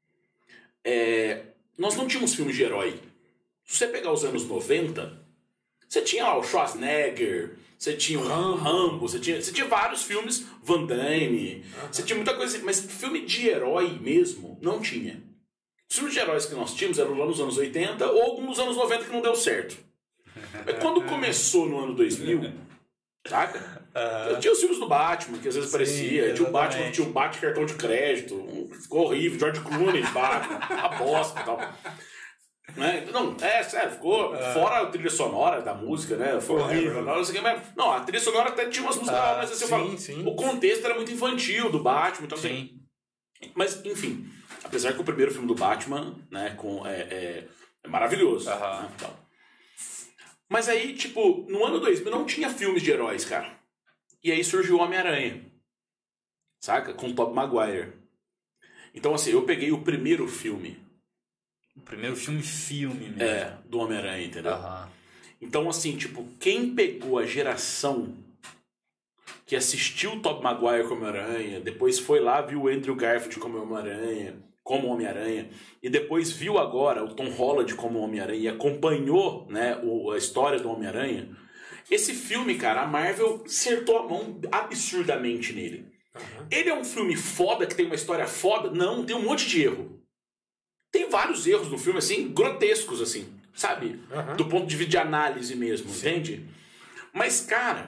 nós não tínhamos filmes de herói. Se você pegar os anos 90, você tinha lá o Schwarzenegger, você tinha o Rambo, você tinha vários filmes, Van Damme, você tinha muita coisa assim, mas filme de herói mesmo, não tinha. Os filmes de heróis que nós tínhamos eram lá nos anos 80 ou alguns nos anos 90 que não deu certo. Quando começou no ano 2000, saca? Tinha os filmes do Batman, que às vezes parecia. Tinha o Batman, tinha o Batman cartão de crédito. Ficou horrível. George Clooney de Batman. A bosta e tal. Né? Não, sério, ficou fora a trilha sonora da música, né? Foi horrível. Não, a trilha sonora até tinha umas músicas, mas assim, eu falo, o contexto era muito infantil do Batman. Então, assim, mas, enfim, apesar que o primeiro filme do Batman, né, é maravilhoso. Né, então. Mas aí, tipo, no ano 2000 não tinha filmes de heróis, cara. E aí surgiu o Homem-Aranha. Saca? Com o Tobey Maguire. Então, assim, eu peguei o primeiro filme. O primeiro filme mesmo. Do Homem-Aranha, entendeu? Então, assim, tipo, quem pegou a geração que assistiu o Tobey Maguire como Homem-Aranha, depois foi lá, viu o Andrew Garfield como Homem-Aranha, e depois viu agora o Tom Holland como Homem-Aranha e acompanhou, né, a história do Homem-Aranha, esse filme, cara, a Marvel acertou a mão absurdamente nele. Ele é um filme foda, que tem uma história foda? Não, tem um monte de erro. Tem vários erros no filme, assim, grotescos, assim, sabe? Do ponto de vista de análise mesmo, entende? Mas, cara,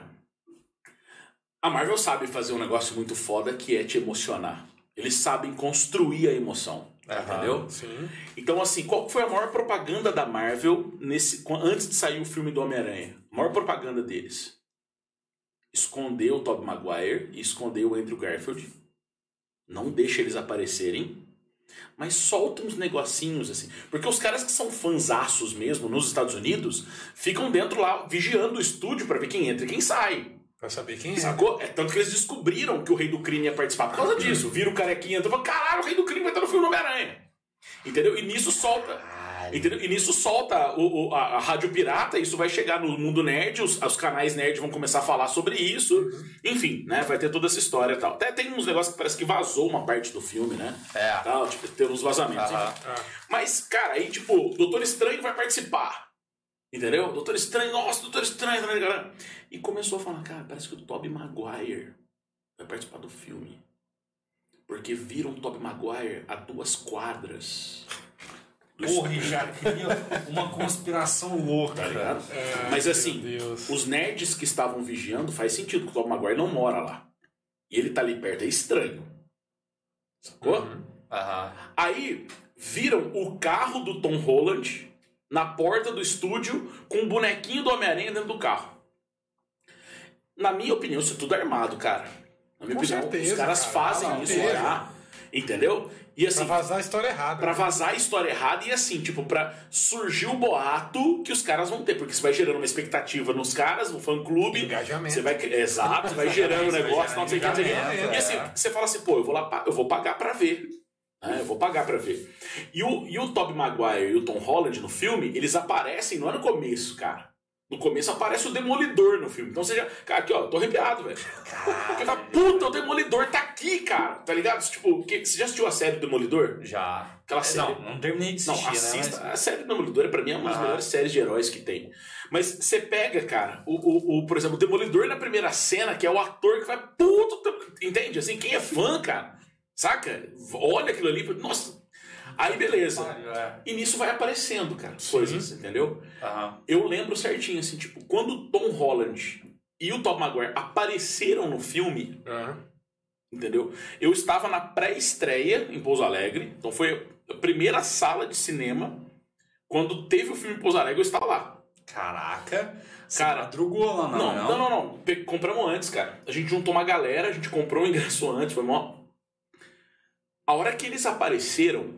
a Marvel sabe fazer um negócio muito foda, que é te emocionar. Eles sabem construir a emoção, entendeu? Sim. Então, assim, qual foi a maior propaganda da Marvel antes de sair o filme do Homem-Aranha? A maior propaganda deles. Esconder o Tobey Maguire e esconder o Andrew Garfield. Não deixa eles aparecerem, mas solta uns negocinhos, assim. Porque os caras que são fanzaços mesmo nos Estados Unidos ficam dentro lá, vigiando o estúdio pra ver quem entra e quem sai. Pra saber quem é. Sacou? É tanto que eles descobriram que o Rei do Crime ia participar por causa disso. Viram o carequinha e falaram, caralho, o Rei do Crime vai estar no filme do Homem-Aranha. Entendeu? E nisso solta. Entendeu? E nisso solta a Rádio Pirata, isso vai chegar no mundo nerd, os canais nerd vão começar a falar sobre isso. Enfim, né? Vai ter toda essa história e tal. Até tem uns negócios que parece que vazou uma parte do filme, né? Tal, tipo, tem uns vazamentos. Mas, cara, aí, tipo, o Doutor Estranho vai participar. Entendeu? Doutor Estranho, nossa, Doutor Estranho, galera. E começou a falar, cara, parece que o Tobey Maguire vai participar do filme. Porque viram o Tobey Maguire a 2 quadras. Porra, já cria uma conspiração louca, tá ligado? Mas assim, os nerds que estavam vigiando, faz sentido, porque o Tobey Maguire não mora lá. E ele tá ali perto, é estranho. Sacou? Aí, viram o carro do Tom Holland na porta do estúdio com um bonequinho do Homem-Aranha dentro do carro. Na minha opinião, isso é tudo armado, cara. Na minha opinião, certeza, os caras fazem isso já. Entendeu? E assim, pra vazar a história errada. Pra vazar a história errada e assim, tipo, pra surgir o boato que os caras vão ter. Porque você vai gerando uma expectativa nos caras, no fã-clube. Engajamento. Você vai, exato, vai gerando um negócio, não sei o que. E assim, você fala assim, pô, eu vou pagar pra ver. Eu vou pagar pra ver. E o Tobey Maguire e o Tom Holland no filme, eles aparecem, não é no começo, cara. No começo aparece o Demolidor no filme. Então você já... Cara, aqui, ó, eu tô arrepiado, velho. Porque fala, puta, o Demolidor tá aqui, cara. Tá ligado? Tipo, você já assistiu a série do Demolidor? Já. Aquela série... Não terminei de assistir, não, assista. Né? Mas... A série do Demolidor, pra mim, é uma das melhores séries de heróis que tem. Mas você pega, cara, por exemplo, o Demolidor na primeira cena, que é o ator que vai... Puta, entende? Assim, quem é fã, cara, saca? Olha aquilo ali, nossa... Aí beleza. E nisso vai aparecendo, cara, coisas, entendeu? Eu lembro certinho, assim, tipo, quando o Tom Holland e o Tobey Maguire apareceram no filme, entendeu? Eu estava na pré-estreia em Pouso Alegre, então foi a primeira sala de cinema. Quando teve o filme em Pouso Alegre, eu estava lá. Caraca! Cara, madrugou lá, não. Compramos antes, cara. A gente juntou uma galera, a gente comprou o ingresso antes, foi mó... A hora que eles apareceram,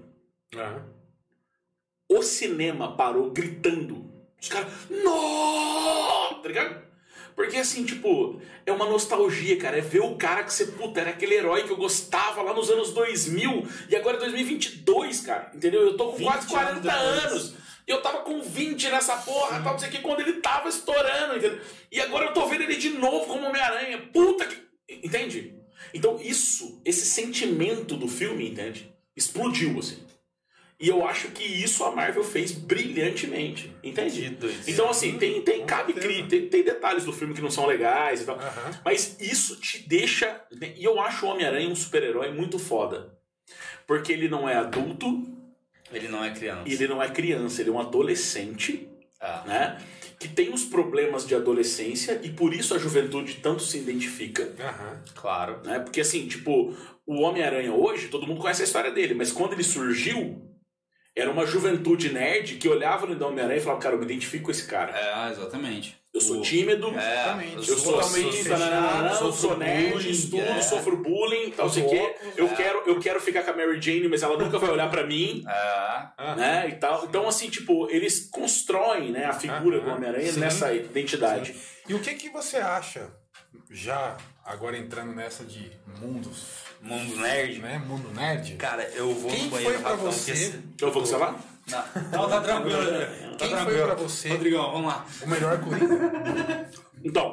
o cinema parou gritando. Os caras, não! Tá ligado? Porque assim, tipo, é uma nostalgia, cara. É ver o cara que você, puta, era aquele herói que eu gostava lá nos anos 2000 e agora é 2022, cara. Entendeu? Eu tô com quase 40 anos. E eu tava com 20 nessa porra, tal, não sei o que, quando ele tava estourando, entendeu? E agora eu tô vendo ele de novo como Homem-Aranha. Puta que... Entende? Então esse sentimento do filme, entende? Explodiu, assim. E eu acho que isso a Marvel fez brilhantemente, entende? Então, assim, tem detalhes do filme que não são legais e tal, mas isso te deixa... E eu acho o Homem-Aranha um super-herói muito foda. Porque ele não é adulto... Ele não é criança. Ele não é criança, ele é um adolescente, né? Que tem os problemas de adolescência e por isso a juventude tanto se identifica. Claro. Né? Porque assim, tipo, o Homem-Aranha hoje, todo mundo conhece a história dele, mas quando ele surgiu, era uma juventude nerd que olhava no Homem-Aranha e falava, cara, eu me identifico com esse cara. Exatamente. Eu sou tímido, eu sou assim, eu sou nerd, estudo, sofro bullying, tal, sei o quê. Eu quero ficar com a Mary Jane, mas ela nunca vai olhar pra mim, né, e tal. Então, assim, tipo, eles constroem, né, a figura do Homem-Aranha nessa identidade. Sim. E o que você acha, já agora entrando nessa de Mundo nerd? Né, mundo nerd? Cara, eu vou no banheiro. Quem foi pra você? Eu vou celular? Não, tá tranquilo. Quem foi pra você? Rodrigão, vamos lá. O melhor Coringa? Então,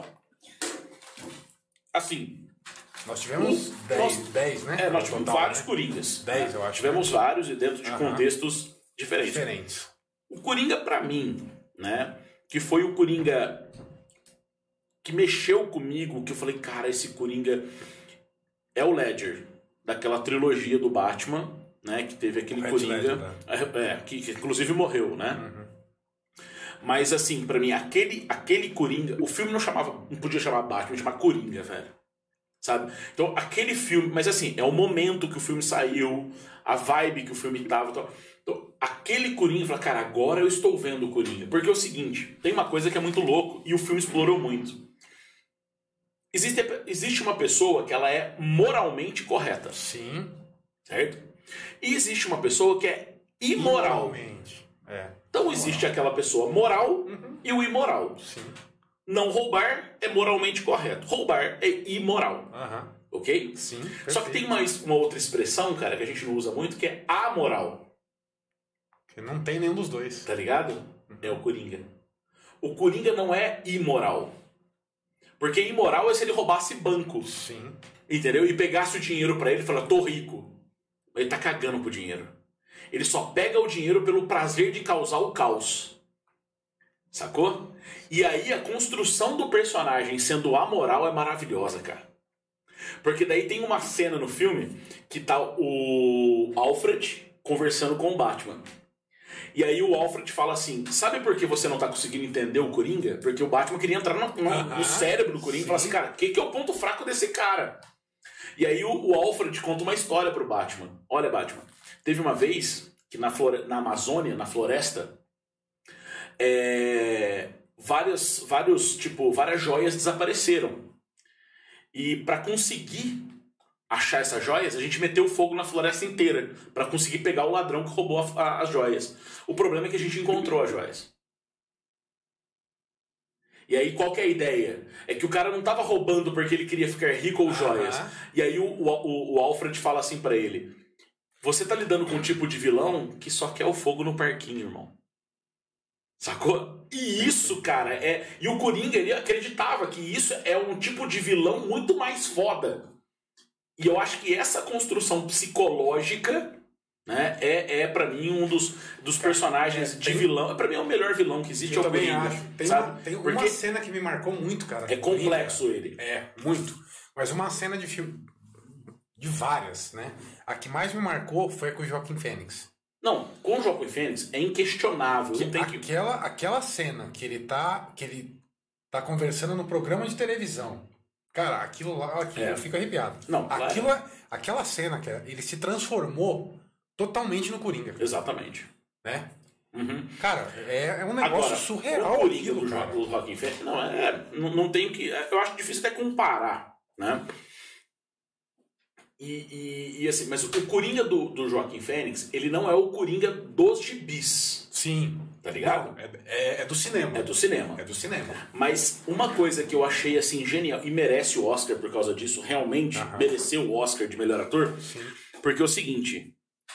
assim... Nós tivemos 10, né? Nós tivemos vários Coringas. 10, eu acho. Tivemos vários e dentro de contextos diferentes. O Coringa, pra mim, né? Que foi o Coringa que mexeu comigo, que eu falei, cara, esse Coringa é o Ledger, daquela trilogia do Batman... Né, que teve aquele Coringa que inclusive morreu, né? Mas assim, pra mim, aquele Coringa, o filme não podia chamar Batman, chamar Coringa, velho, sabe? Então aquele filme, mas assim, é o momento que o filme saiu, a vibe que o filme tava, então aquele Coringa, fala, cara, agora eu estou vendo o Coringa, porque é o seguinte, tem uma coisa que é muito louco e o filme explorou muito. Existe uma pessoa que ela é moralmente correta, sim, certo? E existe uma pessoa que é imoral. Então existe aquela pessoa moral e o imoral. Sim. Não roubar é moralmente correto. Roubar é imoral. Ok? Sim, só que tem uma outra expressão, cara, que a gente não usa muito, que é amoral. Que não tem nenhum dos dois. Tá ligado? É o Coringa. O Coringa não é imoral. Porque imoral é se ele roubasse banco. Sim. Entendeu? E pegasse o dinheiro pra ele e falasse, tô rico. Ele tá cagando pro dinheiro. Ele só pega o dinheiro pelo prazer de causar o caos. Sacou? E aí a construção do personagem sendo amoral é maravilhosa, cara. Porque daí tem uma cena no filme que tá o Alfred conversando com o Batman. E aí o Alfred fala assim, sabe por que você não tá conseguindo entender o Coringa? Porque o Batman queria entrar no cérebro do Coringa e falar assim, cara, o que é o ponto fraco desse cara? E aí o Alfred conta uma história pro Batman. Olha, Batman, teve uma vez que na Amazônia, na floresta, várias joias desapareceram. E para conseguir achar essas joias, a gente meteu fogo na floresta inteira para conseguir pegar o ladrão que roubou as joias. O problema é que a gente encontrou as joias. E aí, qual que é a ideia? É que o cara não tava roubando porque ele queria ficar rico ou joias. E aí o Alfred fala assim pra ele, você tá lidando com um tipo de vilão que só quer o fogo no parquinho, irmão. Sacou? E isso, cara, E o Coringa, ele acreditava que isso é um tipo de vilão muito mais foda. E eu acho que essa construção psicológica... Né? É pra mim um dos personagens de vilão. Pra mim é o melhor vilão que existe. Eu também acho. Tem uma cena que me marcou muito, cara. É complexo ele. É, muito. Mas uma cena de filme. De várias, né? A que mais me marcou foi a com o Joaquin Phoenix. Não, com o Joaquin Phoenix é inquestionável. Aquela cena que ele tá conversando no programa de televisão. Cara, aquilo eu fico arrepiado. Não, aquela cena que ele se transformou totalmente no Coringa. Exatamente. Né? Cara, é um negócio surreal. O Coringa do Joaquin Phoenix, não tem que... Eu acho difícil até comparar, né? E assim, mas o Coringa do Joaquim Fênix, ele não é o Coringa dos gibis. Sim. Tá ligado? É do cinema. É do cinema. É do cinema. Mas uma coisa que eu achei assim genial, e merece o Oscar por causa disso, realmente mereceu o Oscar de melhor ator, sim. Porque é o seguinte,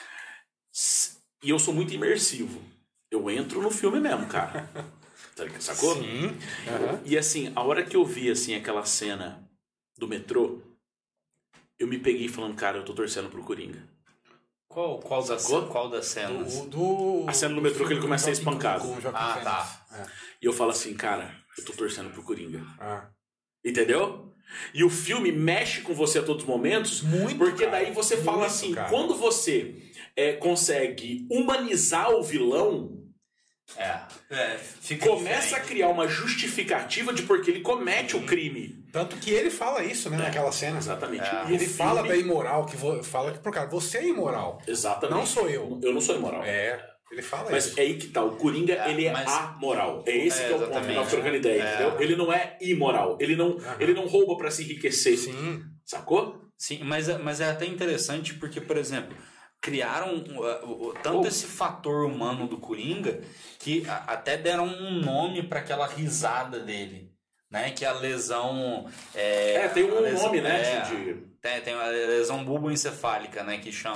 e eu sou muito imersivo, eu entro no filme mesmo, cara. Sacou? Sim. E assim, a hora que eu vi assim aquela cena do metrô, eu me peguei falando, cara, eu tô torcendo pro Coringa. Qual das cenas? A cena do metrô que ele começa a ser espancado. Tá. E eu falo assim, cara, eu tô torcendo pro Coringa. Entendeu? E o filme mexe com você a todos os momentos, muito, porque daí você fala assim, cara. Quando você consegue humanizar o vilão, começa a criar uma justificativa de porque ele comete o crime. Tanto que ele fala isso, né, naquela cena. Exatamente. E ele fala da imoral, fala que pro cara, você é imoral. Exatamente. Não sou eu. Eu não sou imoral. Ele fala mas isso. Mas é aí que tá, o Coringa, ele é amoral. É esse que é o ponto que nós trocando ideia, entendeu? Ele não é imoral. Ele não rouba pra se enriquecer. Sim. Sacou? Sim, mas é até interessante porque, por exemplo, criaram tanto esse fator humano do Coringa que até deram um nome para aquela risada dele, né? Que é a lesão... tem um nome, né? Tem a lesão buboencefálica, né? Que chamam.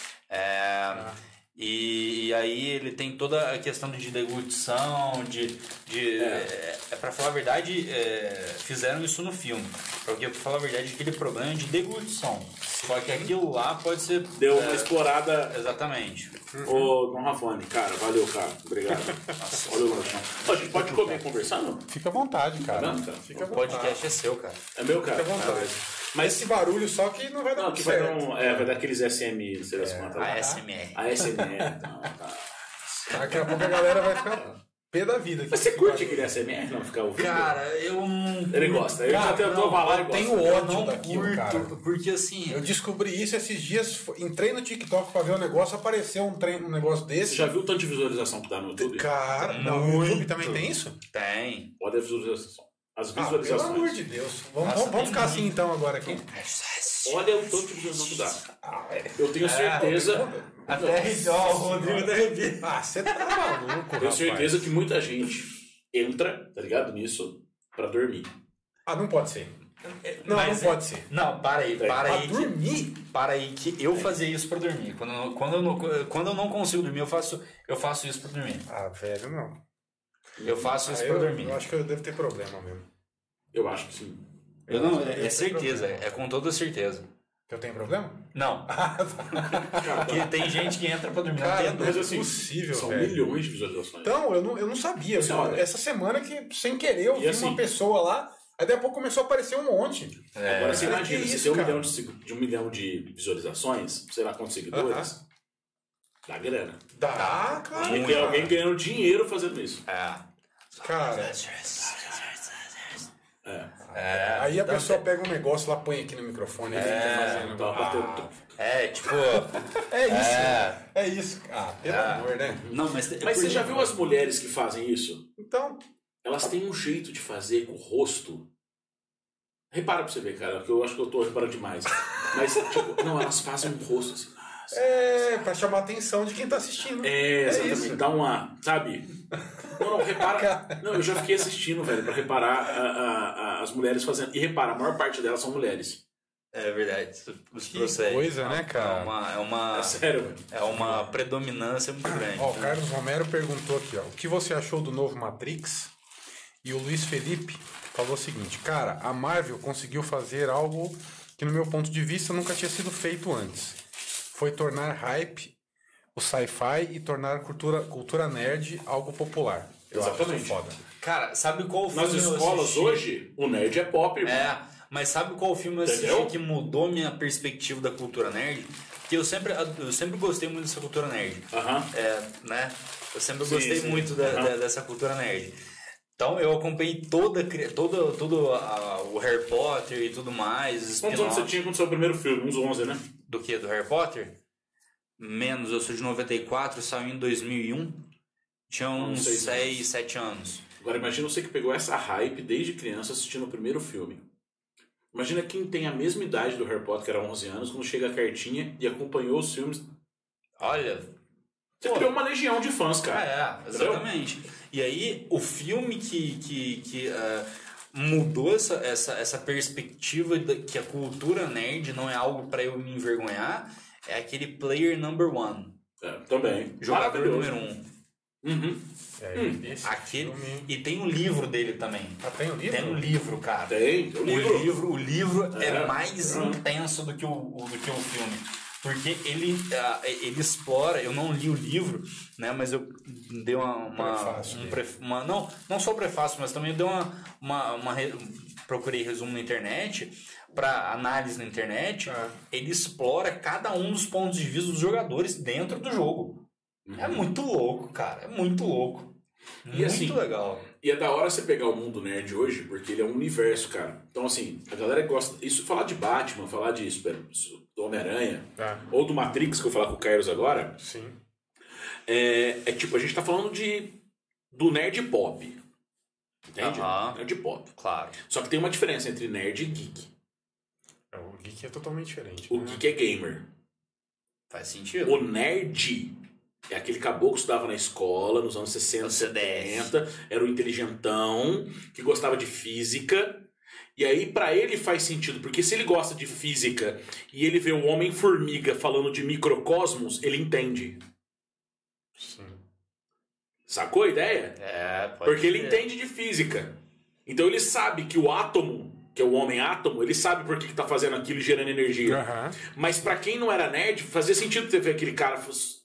E aí ele tem toda a questão de deglutição, pra falar a verdade, fizeram isso no filme. Porque, pra falar a verdade, aquele problema é de deglutição. Só que aquilo lá pode ser... Deu uma explorada... Exatamente. Ô, Dom Rafone, cara, valeu, cara. Obrigado. Olha o lanchão. A gente pode comer conversando? Fica à vontade, cara. Fica à vontade. O podcast é seu, cara. É meu, cara. Fica à vontade. Mas esse barulho só que não vai dar muito certo. Vai dar aqueles SM, não sei das quantas. ASMR. ASMR, então, tá. Daqui a pouco a galera vai ficar pé da vida aqui. Mas você curte aquele ASMR, não? Ficar ouvindo? Cara, eu não... Ele gosta. Ele já tentou falar e gosta. Eu tenho ódio daquilo, cara. Porque assim... Eu descobri isso esses dias, entrei no TikTok pra ver um negócio, apareceu um negócio desse. Você já viu o tanto de visualização que dá no YouTube? Cara, no YouTube também tem isso? Tem. Olha a visualização. As visualizações. Pelo amor de Deus. Vamos ficar assim então agora aqui. Olha o tanto de visualização que dá. Eu tenho certeza... Até o Rodrigo da Revista. Você tá maluco, Eu tenho certeza que muita gente entra, tá ligado, nisso, pra dormir. Não pode ser. Não pode ser. Não, para aí. Dormir? Para aí, que eu fazia isso pra dormir. Quando eu não consigo dormir, eu faço isso pra dormir. Velho, não. Eu faço isso pra dormir. Eu acho que eu devo ter problema mesmo. Eu acho que sim. É certeza, é com toda certeza. Que eu tenho problema? Não. Porque tem gente que entra pra dormir. Cara, mas assim, possível, são velho. milhões de visualizações. Então, eu não sabia. Essa semana que, sem querer, eu vi uma pessoa lá, aí daqui a pouco começou a aparecer um monte. Agora você imagina, se tem 1 milhão de visualizações, sei lá quantos seguidores, dá grana. Dá, cara. E tem alguém ganhando dinheiro fazendo isso. Cara... aí a pessoa pega um negócio lá, põe aqui no microfone e fica fazendo. É isso. Pelo amor, né? Não, mas você já viu as mulheres que fazem isso? Então. Elas têm um jeito de fazer com o rosto. Repara pra você ver, cara, que eu acho que eu tô reparando demais. Mas, elas fazem um rosto assim. Pra chamar a atenção de quem tá assistindo. Exatamente. Isso. Dá uma, sabe? Não, repara. Não, eu já fiquei assistindo, velho, pra reparar as mulheres fazendo. E repara, a maior parte delas são mulheres. É verdade. Os que coisa, né, cara? É sério, velho. É uma predominância muito grande. O Carlos Romero perguntou aqui, o que você achou do novo Matrix? E o Luiz Felipe falou o seguinte, cara, a Marvel conseguiu fazer algo que, no meu ponto de vista, nunca tinha sido feito antes. Foi tornar hype o sci-fi e tornar a cultura nerd algo popular. Exatamente. Foda. Cara, sabe qual filme nas escolas hoje, o nerd é pop, irmão. Mas sabe qual filme eu assisti que mudou minha perspectiva da cultura nerd? Porque eu sempre gostei muito dessa cultura nerd. Né? Eu sempre gostei muito dessa cultura nerd. Então eu acompanhei todo o Harry Potter e tudo mais. Quantos anos você tinha quando saiu o primeiro filme? Uns 11, né? Do que? Do Harry Potter? Menos, eu sou de 94, saiu em 2001. Tinha uns 6, 7 anos. Agora imagina você que pegou essa hype desde criança assistindo o primeiro filme. Imagina quem tem a mesma idade do Harry Potter, que era 11 anos, quando chega a cartinha e acompanhou os filmes. Olha... Você criou uma legião de fãs, cara. Exatamente. Entendeu? E aí, o filme que mudou essa perspectiva que a cultura nerd não é algo pra eu me envergonhar é aquele Player Number One. Também. Jogador número 1. Aquele... E tem um livro dele também. Tem um livro? Tem um livro, cara. Tem. O livro é mais intenso do que o filme. Porque ele explora, eu não li o livro, né, mas eu dei não só o prefácio, mas também dei procurei resumo na internet, para análise na internet, ele explora cada um dos pontos de vista dos jogadores dentro do jogo. É muito louco, cara, é muito louco. E assim, legal. E é da hora você pegar o mundo nerd hoje, porque ele é um universo, cara. Então, assim, a galera gosta... Isso, falar de Batman, falar de do Homem-Aranha, ou do Matrix, que eu vou falar com o Kairos agora. Sim. É tipo, a gente tá falando do nerd pop. Entende? Nerd pop. Claro. Só que tem uma diferença entre nerd e geek. O geek é totalmente diferente. O geek é gamer. Faz sentido. O nerd... É aquele caboclo que estudava na escola nos anos 60, 70, era o inteligentão, que gostava de física. E aí, pra ele faz sentido, porque se ele gosta de física e ele vê o Homem-Formiga falando de microcosmos, ele entende. Sim. Sacou a ideia? Pode porque ele entende de física. Então ele sabe que o átomo, que é o homem-átomo, ele sabe por que tá fazendo aquilo e gerando energia. Mas pra quem não era nerd, fazia sentido você ver aquele cara...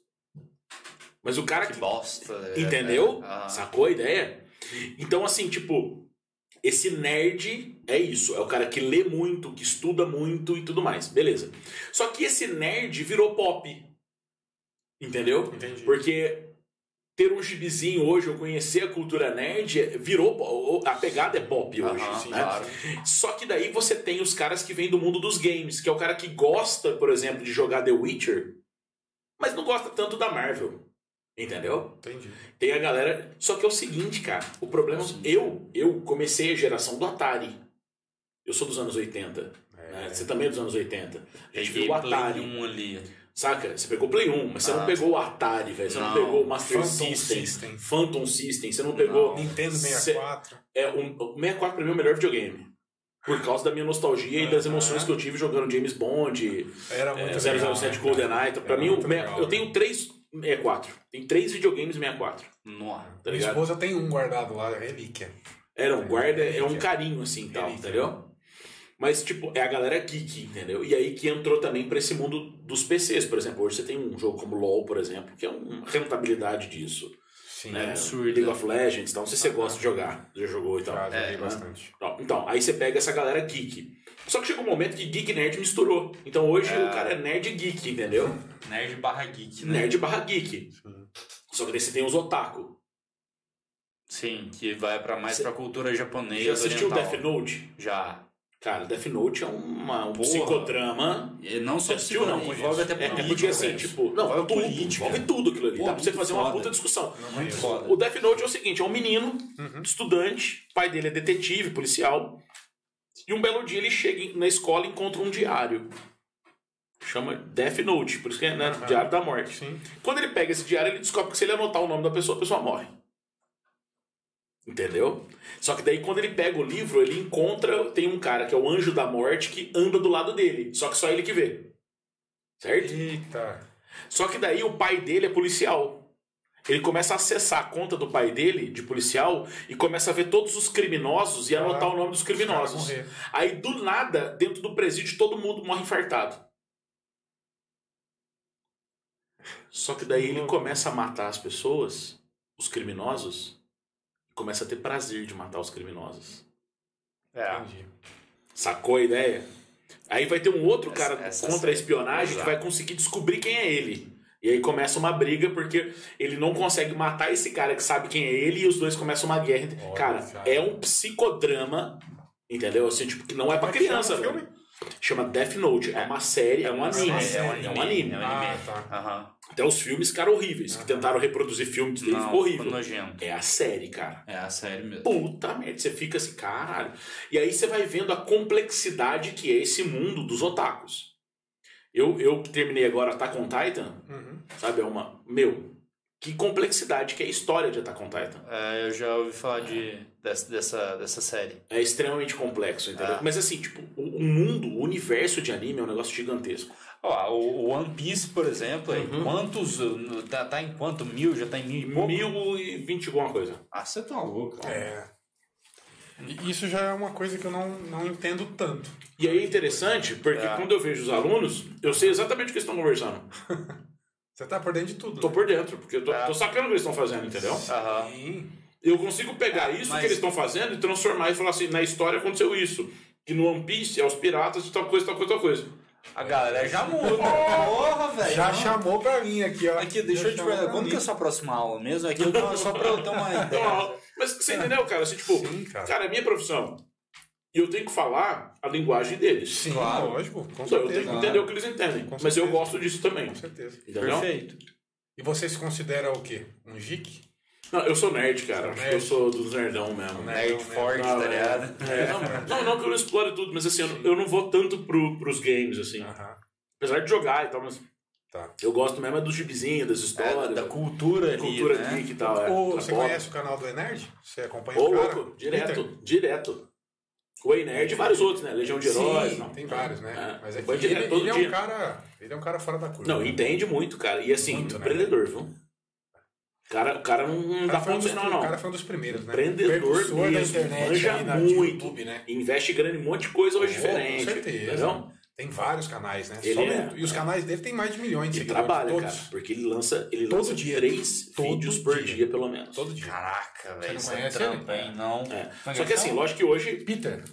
Mas o cara que bosta. Entendeu? Sacou a ideia? Então, assim, tipo, esse nerd é isso. É o cara que lê muito, que estuda muito e tudo mais. Beleza. Só que esse nerd virou pop. Entendeu? Entendi. Porque ter um gibizinho hoje, ou conhecer a cultura nerd, virou... A pegada é pop hoje. Né? Claro. Só que daí você tem os caras que vêm do mundo dos games, que é o cara que gosta, por exemplo, de jogar The Witcher, mas não gosta tanto da Marvel. Entendeu? Entendi. Tem a galera... Só que é o seguinte, cara. O problema... Eu comecei a geração do Atari. Eu sou dos anos 80. Né? Você também é dos anos 80. A gente viu o Atari. Play 1 ali. Saca? Você pegou o Play 1, mas você não pegou o Atari, velho. Você não pegou o Master System. Phantom System. Você não pegou... Nintendo 64. O 64 pra mim é o melhor videogame. Por causa da minha nostalgia e das emoções que eu tive jogando James Bond. Era muito 007 GoldenEye. Pra mim, eu tenho 3... 64. Tem 3 videogames 64. Nossa. Tá Minha esposa tem um guardado lá, relíquia. É um carinho assim, tal, entendeu? Mas, tipo, é a galera geek, entendeu? E aí que entrou também pra esse mundo dos PCs, por exemplo. Hoje você tem um jogo como LoL, por exemplo, que é uma rentabilidade disso. Sim, né? absurdo. League of Legends, tal. Não sei se você gosta de jogar. Já jogou e tal. Joguei bastante. Então, aí você pega essa galera geek. Só que chegou um momento que geek e nerd misturou. Então hoje o cara é nerd e geek, entendeu? Nerd barra geek, né? Nerd barra geek. Sim. Só que daí você tem os otaku. Sim, que vai mais pra cultura japonesa. Já assistiu oriental. Death Note? Já. Cara, Death Note é um psicodrama. E não só psicodrama, não, envolve até política. Porque assim, tipo, não, envolve política. Envolve tudo aquilo ali. Dá pra você fazer uma puta discussão. O Death Note é o seguinte, é um menino, estudante, pai dele é detetive, policial. E um belo dia ele chega na escola e encontra um diário. Chama Death Note, por isso que é Diário da Morte. Sim. Quando ele pega esse diário, ele descobre que se ele anotar o nome da pessoa, a pessoa morre. Entendeu? Só que daí quando ele pega o livro, ele encontra, tem um cara que é o Anjo da Morte que anda do lado dele. Só que só ele que vê. Certo? Eita. Só que daí o pai dele é policial. Ele começa a acessar a conta do pai dele, de policial, e começa a ver todos os criminosos e anotar o nome dos criminosos. Aí, do nada, dentro do presídio, todo mundo morre infartado. Só que daí ele começa a matar as pessoas, os criminosos, e começa a ter prazer de matar os criminosos. Entendi. Sacou a ideia? Aí vai ter um outro cara contra a espionagem que vai conseguir descobrir quem é ele. E aí começa uma briga porque ele não consegue matar esse cara que sabe quem é ele e os dois começam uma guerra. Cara, é um psicodrama, entendeu? Assim, tipo, que não é pra criança, velho. Chama Death Note. É uma série, é um anime. É um anime. Tá. Até os filmes ficaram horríveis. Que tentaram reproduzir filmes dele, ficou horrível. Nojento. É a série, cara. É a série mesmo. Puta merda, você fica assim, caralho. E aí você vai vendo a complexidade que é esse mundo dos otakus. Eu terminei agora Attack on Titan, sabe? É uma... que complexidade que é a história de Attack on Titan. Eu já ouvi falar dessa série. É extremamente complexo, entendeu? Mas assim, tipo, o mundo, o universo de anime é um negócio gigantesco. O One Piece, por exemplo, quantos... Tá em quanto? 1000? Já tá em 1000 e pouco? 1020 alguma coisa. Você tá louco. E isso já é uma coisa que eu não entendo tanto. E aí é interessante, porque quando eu vejo os alunos, eu sei exatamente o que eles estão conversando. Você tá por dentro de tudo. Tô por dentro, porque eu tô sacando o que eles estão fazendo, entendeu? Sim. Eu consigo pegar isso que eles estão fazendo e transformar e falar assim, na história aconteceu isso. Que no One Piece é os piratas de tal coisa, tal coisa, tal coisa. A galera já muda. Porra, velho. Já chamou pra mim aqui, ó. Aqui, deixa eu te perguntar, quando que é a sua próxima aula mesmo? Aqui só pra eu ter uma ideia. Mas você entendeu, cara? Assim, tipo, Sim, cara, é minha profissão. E eu tenho que falar a linguagem deles. Sim, claro. Lógico, com certeza. Eu tenho que entender o que eles entendem. Mas eu gosto disso também. Com certeza. Entendeu? Perfeito. E você se considera o quê? Um geek? Não, eu sou nerd, cara. Acho que eu sou dos nerdão mesmo. Nerd forte, tá ligado? Não que eu não explore tudo, mas assim, eu não vou tanto pros games, assim. Apesar de jogar e tal, mas... Eu gosto mesmo dos gibizinhos, das histórias. Da cultura ali, cultura né? geek e tal. Você conhece o canal do Enerd? Você acompanha o cara? Louco, direto. O Enerd e vários outros, né? Legião de Heróis. Sim, tem vários, né? Mas é que ele é um cara fora da curva. Não, entende muito, cara. E assim, muito, empreendedor, viu? O cara não dá ponto sem não. O cara foi um dos primeiros, né? Empreendedor mesmo, da internet, manja muito. YouTube, né? Investe grande em um monte de coisa hoje diferente. Com certeza. Entendeu? Tem vários canais, né? E os canais dele tem mais de milhões de seguidores. Trabalha, todos. cara. Porque ele lança dia. 3 vídeos por dia, pelo menos. Todo dia. Caraca, velho. Você não conhece ele? Não. Só que assim, lógico que hoje... Peter.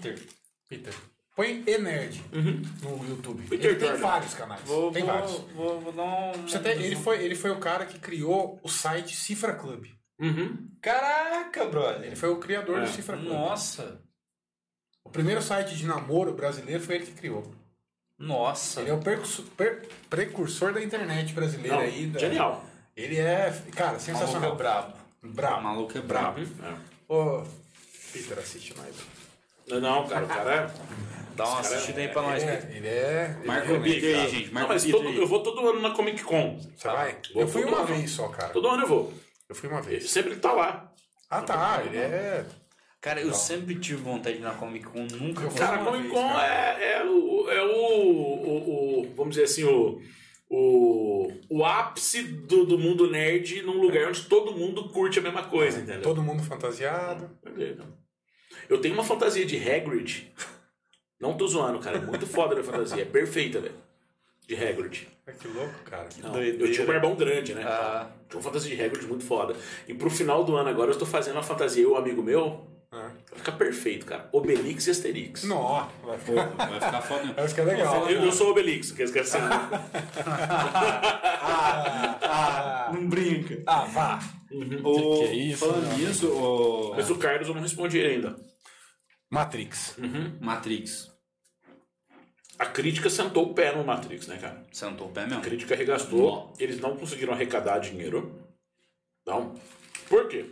Põe Enerd no YouTube. Peter ele tem vários canais. Tem vários. Vou dar um... Ele foi o cara que criou o site Cifra Club. Caraca, brother. Ele foi o criador do Cifra Club. Nossa. O primeiro site de namoro brasileiro foi ele que criou. Nossa. Ele é o precursor da internet brasileira aí. Genial. Ele é, cara, sensacional. O maluco é brabo. Brabo. O maluco é brabo. Ô, Peter, assiste mais. Não, cara, o cara é... Dá uma assistida aí pra nós. Ele é... Marca o Peter aí, gente. Marca mas eu vou todo ano na Comic Con. Você vai? Eu fui uma vez só, cara. Todo ano eu vou. Eu fui uma vez. Sempre tá lá. Tá. Ele é... Cara, eu sempre tive vontade de ir na Comic Con, nunca fui. Cara, a Comic Con é o... Vamos dizer assim, o ápice do mundo nerd num lugar onde todo mundo curte a mesma coisa, entendeu? Todo mundo fantasiado. Eu tenho uma fantasia de Hagrid. Não tô zoando, cara. É muito foda a minha fantasia. É perfeita, velho. De Hagrid. Que louco, cara. Eu tinha um barbão grande, né? Tinha uma fantasia de Hagrid muito foda. E pro final do ano agora eu estou fazendo uma fantasia, eu e um amigo meu. Vai ficar perfeito, cara. Obelix e Asterix. Nossa, vai ficar foda. Vai ficar legal. Eu sou Obelix, que eles querem ser. Não brinca. Vá. Que é isso? Falando nisso, Mas o Carlos eu não respondi ainda. Matrix. Matrix. A crítica sentou o pé no Matrix, né, cara? Sentou o pé mesmo. A crítica arregastou. Eles não conseguiram arrecadar dinheiro. Não. Por quê?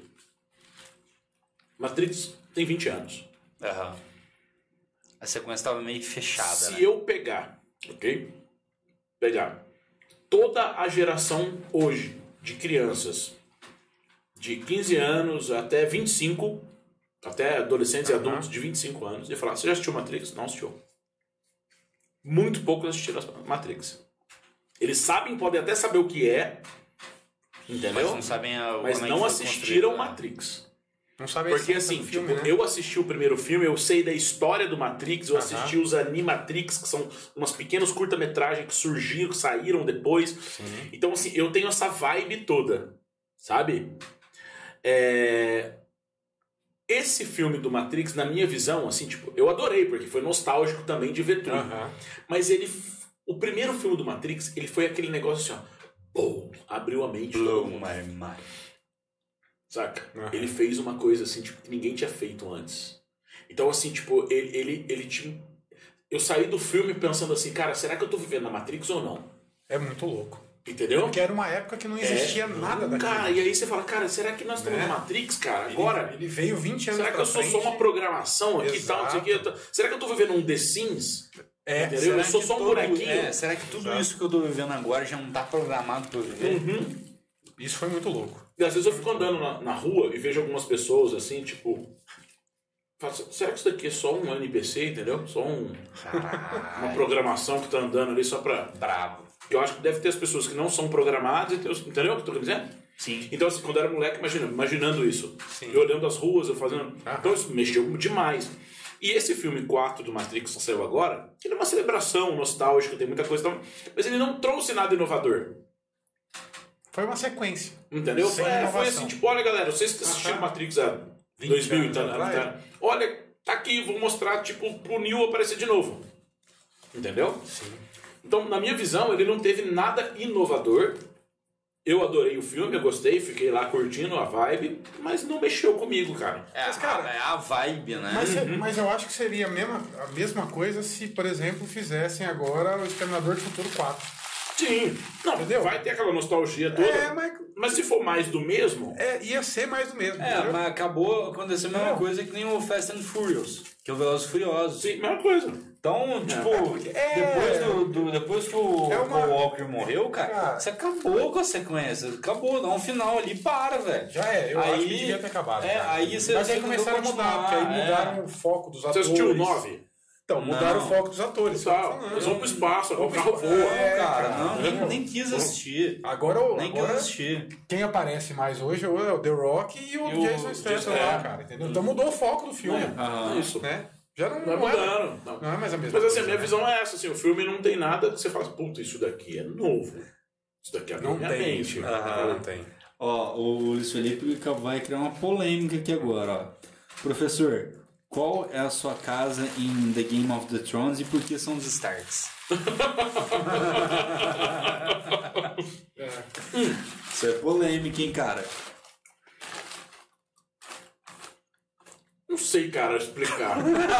Matrix tem 20 anos. A sequência estava meio fechada. Se eu pegar, ok? Pegar toda a geração hoje de crianças de 15 anos até 25, até adolescentes e adultos de 25 anos, e falar, você já assistiu Matrix? Não assistiu. Muito poucos assistiram Matrix. Eles sabem, podem até saber o que é, entendeu? Mas não sabem mas não assistiram Matrix. Não sabe. Porque assim, filme, né? eu assisti o primeiro filme, eu sei da história do Matrix, eu assisti os Animatrix, que são umas pequenos curta-metragens que surgiram, que saíram depois. Então assim, eu tenho essa vibe toda, sabe? Esse filme do Matrix, na minha visão, assim, tipo, eu adorei, porque foi nostálgico também de ver tudo. Mas o primeiro filme do Matrix, ele foi aquele negócio assim, ó, abriu a mente. Blow my mind. Saca? Ele fez uma coisa assim, tipo, que ninguém tinha feito antes. Então, assim, tipo, ele tinha... eu saí do filme pensando assim, cara, será que eu tô vivendo na Matrix ou não? É muito louco. Entendeu? Porque era uma época que não existia nada daquilo. Cara, e aí você fala, cara, será que nós estamos na Matrix, cara? Agora. Ele veio 20 anos será que eu sou só uma programação aqui e tal? Não sei o que. Será que eu tô vivendo um The Sims? Entendeu? Eu sou só um bonequinho. Será que tudo isso que eu tô vivendo agora já não tá programado pra eu viver? Isso foi muito louco. E às vezes eu fico andando na rua e vejo algumas pessoas assim, tipo. Será que isso daqui é só um NPC, entendeu? Só uma programação que tá andando ali só pra. Bravo. Eu acho que deve ter as pessoas que não são programadas, entendeu o que eu tô querendo dizer? Sim. Então, assim, quando eu era moleque, imaginando isso. Sim. Eu olhando as ruas, eu fazendo. Então, isso mexeu demais. E esse filme 4 do Matrix que saiu agora, ele é uma celebração nostálgica, tem muita coisa, mas ele não trouxe nada inovador. Foi uma sequência. Entendeu? Foi assim, tipo, olha galera, vocês que assistiram Matrix há 2000 e tal, olha, tá aqui, vou mostrar, tipo, pro Neo aparecer de novo. Entendeu? Sim. Então, na minha visão, ele não teve nada inovador. Eu adorei o filme, eu gostei, fiquei lá curtindo a vibe, mas não mexeu comigo, cara. Mas, cara, é a vibe, né? Mas eu acho que seria a mesma coisa se, por exemplo, fizessem agora o Exterminador do Futuro 4. Sim. Não, entendeu? Vai ter aquela nostalgia toda. Mas se for mais do mesmo... ia ser mais do mesmo. Entendeu? Mas acabou acontecendo a mesma coisa que nem o Fast and Furious, que é o Velozes e Furiosos. Sim, mesma coisa. Então, tipo, depois que o Paul Walker morreu, cara, você acabou com a sequência. Acabou, dá um final ali, para, velho. Já é, eu acho que devia ter acabado. Mas aí começaram a mudar, porque aí mudaram o foco dos atores. Você assistiu o 9? Então, mudaram o foco dos atores. Eles vão pro espaço, o carro voa. Cara, nem quis assistir. Agora, quis assistir. Quem aparece mais hoje é o The Rock e o Jason Statham lá, cara. Entendeu? Então mudou o foco do filme. Isso. Né? Já não é mais a mesma coisa. Mas assim, a minha visão é essa, assim, o filme não tem nada que você fala, puta, isso daqui é novo. Isso daqui é não minha tem, mente. Não tem. Ó, o Luiz Felipe vai criar uma polêmica aqui agora, ó. Professor, qual é a sua casa em The Game of the Thrones e por que são os Starks? Isso é polêmica, hein, cara? Não sei, cara, explicar.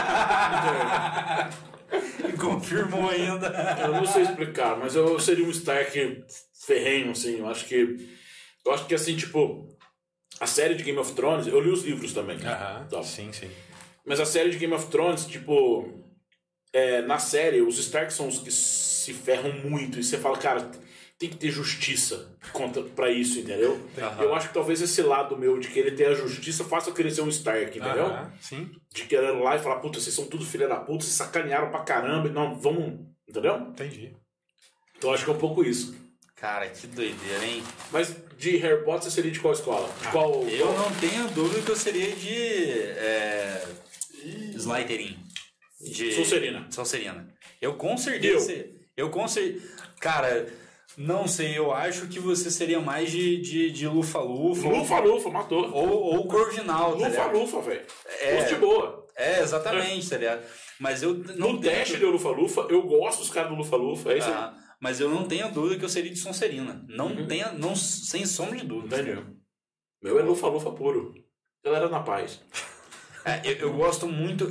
E confirmou ainda. Eu não sei explicar, mas eu seria um Stark ferrenho, assim. Eu acho que assim, tipo, a série de Game of Thrones, eu li os livros também. Sim. Mas a série de Game of Thrones, tipo, na série, os Stark são os que se ferram muito. E você fala, cara, tem que ter justiça pra isso, entendeu? Eu acho que talvez esse lado meu de querer ter a justiça faça eu querer ser um Stark, entendeu? Sim. De querer ir lá e falar, puta, vocês são tudo filha da puta, vocês sacanearam pra caramba, e não, vamos, entendeu? Entendi. Então acho que é um pouco isso. Cara, que doideira, hein? Mas de Harry Potter você seria de qual escola? Eu não tenho dúvida que eu seria de Slytherin. Sonserina. Eu com certeza. Cara, não sei, eu acho que você seria mais de Lufa-Lufa. Lufa-Lufa, matou. Ou Corvinal, tá ligado? Lufa-Lufa, velho. De boa. Exatamente, tá ligado? Mas eu não no teste deu Lufa-Lufa, eu gosto dos caras do Lufa-Lufa, é isso aí. Mas eu não tenho dúvida que eu seria de Sonserina. Sem sombra de dúvida. Entendi. Meu é Lufa-Lufa puro. Galera na paz. Eu gosto muito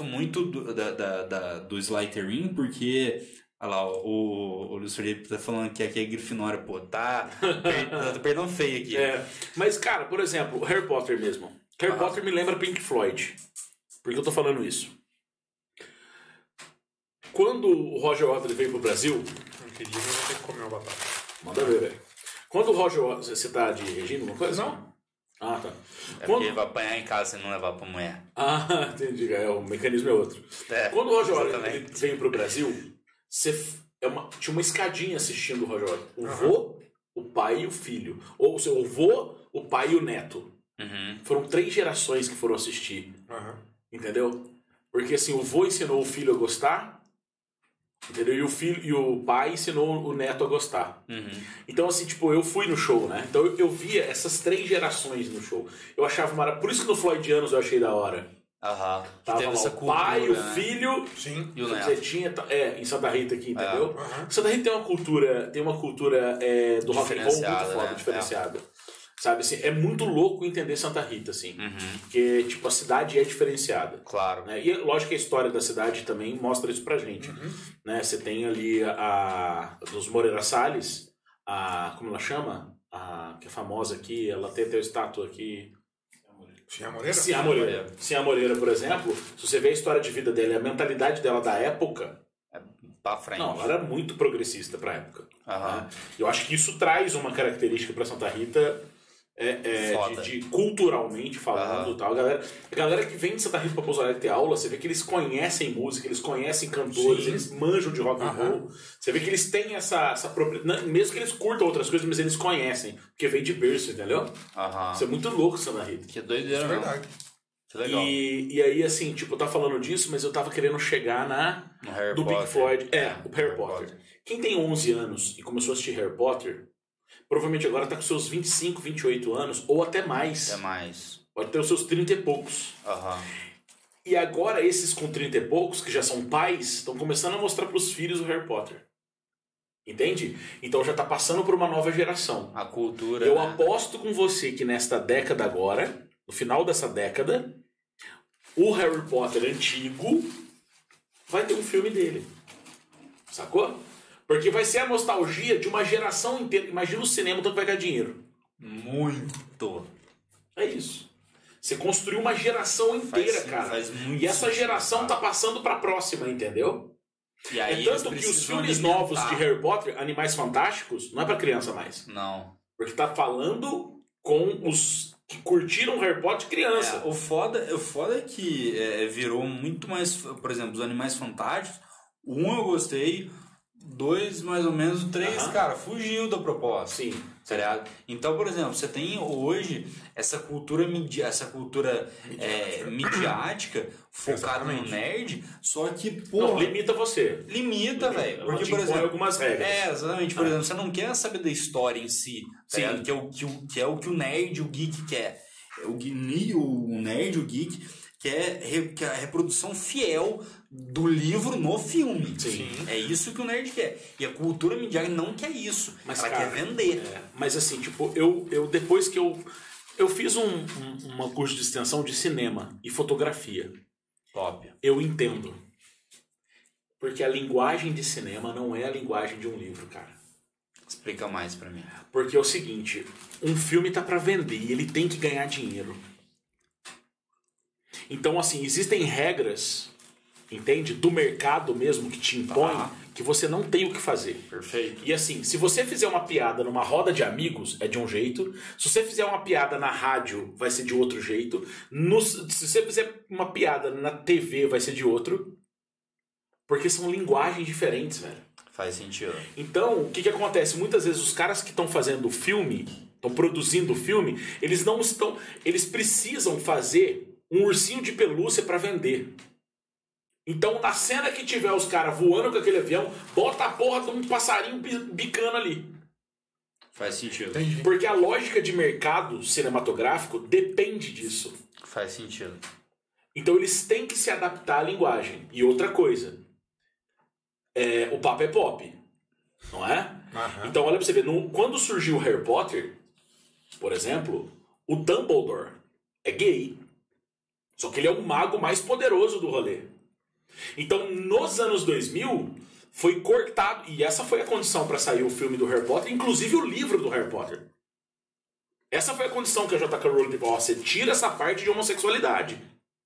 do Slytherin, porque... Olha lá, o Luiz Felipe tá falando que aqui é Grifinória, pô, tá perdão feio aqui. Mas, cara, por exemplo, Harry Potter mesmo. Harry Potter me lembra Pink Floyd. Por que eu tô falando isso? Quando o Roger Waters veio pro Brasil... Não queria, mas eu vou ter que comer uma batata. Manda ver, velho. Quando o Roger Waters... Você tá de regime, alguma coisa? Não. Ah, tá. Porque ele vai apanhar em casa e não levar pra mulher. Ah, entendi. O mecanismo é outro. Quando o Roger Waters veio pro Brasil... tinha uma escadinha assistindo o Roger Waters. O vô, o pai e o filho. Ou o seu vô, o pai e o neto. Foram 3 gerações que foram assistir. Entendeu? Porque assim, o vô ensinou o filho a gostar. Entendeu? E o pai ensinou o neto a gostar. Então assim, tipo, eu fui no show, né? Então eu via essas 3 gerações no show. Eu achava maravilhoso. Por isso que no Floydianos eu achei da hora. Teve essa cultura, o pai, o né? filho, sim, e o neto. Você tinha, em Santa Rita aqui, entendeu? Santa Rita tem uma cultura do rock and roll muito foda, diferenciada. Sabe, assim, é muito louco entender Santa Rita, assim. Porque, tipo, a cidade é diferenciada. Claro. Né? E lógico que a história da cidade também mostra isso pra gente. Né? Você tem ali dos Moreira Salles, como ela chama? Que é famosa aqui, ela tem até a estátua aqui. Sinha Moreira, por exemplo, se você vê a história de vida dela e a mentalidade dela da época... Pra frente. Não, ela era muito progressista pra época. Né? Eu acho que isso traz uma característica pra Santa Rita... culturalmente falando, tal. A galera que vem de Santa Rita pra Pouso Alegre ter aula, você vê que eles conhecem música, eles conhecem cantores, eles manjam de rock and roll. Você vê que eles têm essa propriedade, mesmo que eles curtam outras coisas, mas eles conhecem, porque vem de berço, entendeu? Isso é muito louco, Santa Rita. Que doideira, é verdade. Que legal. E aí, assim, tipo, eu tava falando disso, mas eu tava querendo chegar do Pink Floyd. O Harry Potter. Quem tem 11 anos e começou a assistir Harry Potter, provavelmente agora tá com seus 25, 28 anos, ou até mais. Pode ter os seus 30 e poucos. E agora esses com 30 e poucos, que já são pais, estão começando a mostrar pros filhos o Harry Potter. Entende? Então já tá passando por uma nova geração. A cultura... Eu aposto com você que nesta década agora, no final dessa década, o Harry Potter antigo vai ter um filme dele. Sacou? Porque vai ser a nostalgia de uma geração inteira. Imagina o cinema, tanto vai ganhar dinheiro. Muito. É isso. Você construiu uma geração inteira, cara. E essa geração tá passando pra próxima, entendeu? E aí tanto que os filmes novos de Harry Potter, Animais Fantásticos, não é pra criança mais. Não. Porque tá falando com os que curtiram Harry Potter criança. O foda é que virou muito mais... Por exemplo, os Animais Fantásticos, eu gostei... 2, mais ou menos, 3, cara, fugiu da proposta. Sim. Tá ligado? Então, por exemplo, você tem hoje essa cultura midiática focada no nerd, só que, pô... Não, limita você. Limita, velho. Porque, por exemplo... algumas regras. Exatamente. Por exemplo, você não quer saber da história em si, tá ligado? Que é o que o nerd, o geek quer. O nerd, o geek... quer a reprodução fiel do livro no filme. Sim. É isso que o nerd quer. E a cultura midiática não quer isso. Ela quer vender. Mas assim, tipo, eu depois que eu fiz uma curso de extensão de cinema e fotografia. Top. Eu entendo. Porque a linguagem de cinema não é a linguagem de um livro, cara. Explica mais pra mim. Porque é o seguinte, um filme tá pra vender e ele tem que ganhar dinheiro. Então, assim, existem regras, entende? Do mercado mesmo que te impõe, que você não tem o que fazer. Perfeito. E assim, se você fizer uma piada numa roda de amigos, é de um jeito. Se você fizer uma piada na rádio, vai ser de outro jeito. Se você fizer uma piada na TV, vai ser de outro. Porque são linguagens diferentes, velho. Faz sentido. Então, o que acontece? Muitas vezes os caras que estão fazendo o filme, estão produzindo o filme, eles precisam fazer um ursinho de pelúcia pra vender. Então, na cena que tiver os caras voando com aquele avião, bota a porra de um passarinho bicando ali. Faz sentido. Entendi. Porque a lógica de mercado cinematográfico depende disso. Faz sentido. Então, eles têm que se adaptar à linguagem. E outra coisa, o papo é pop, não é? Então, olha pra você ver, quando surgiu o Harry Potter, por exemplo, o Dumbledore é gay. Só que ele é o mago mais poderoso do rolê. Então, nos anos 2000, foi cortado... E essa foi a condição para sair o filme do Harry Potter, inclusive o livro do Harry Potter. Essa foi a condição que a J.K. Rowling teve. Você tira essa parte de homossexualidade.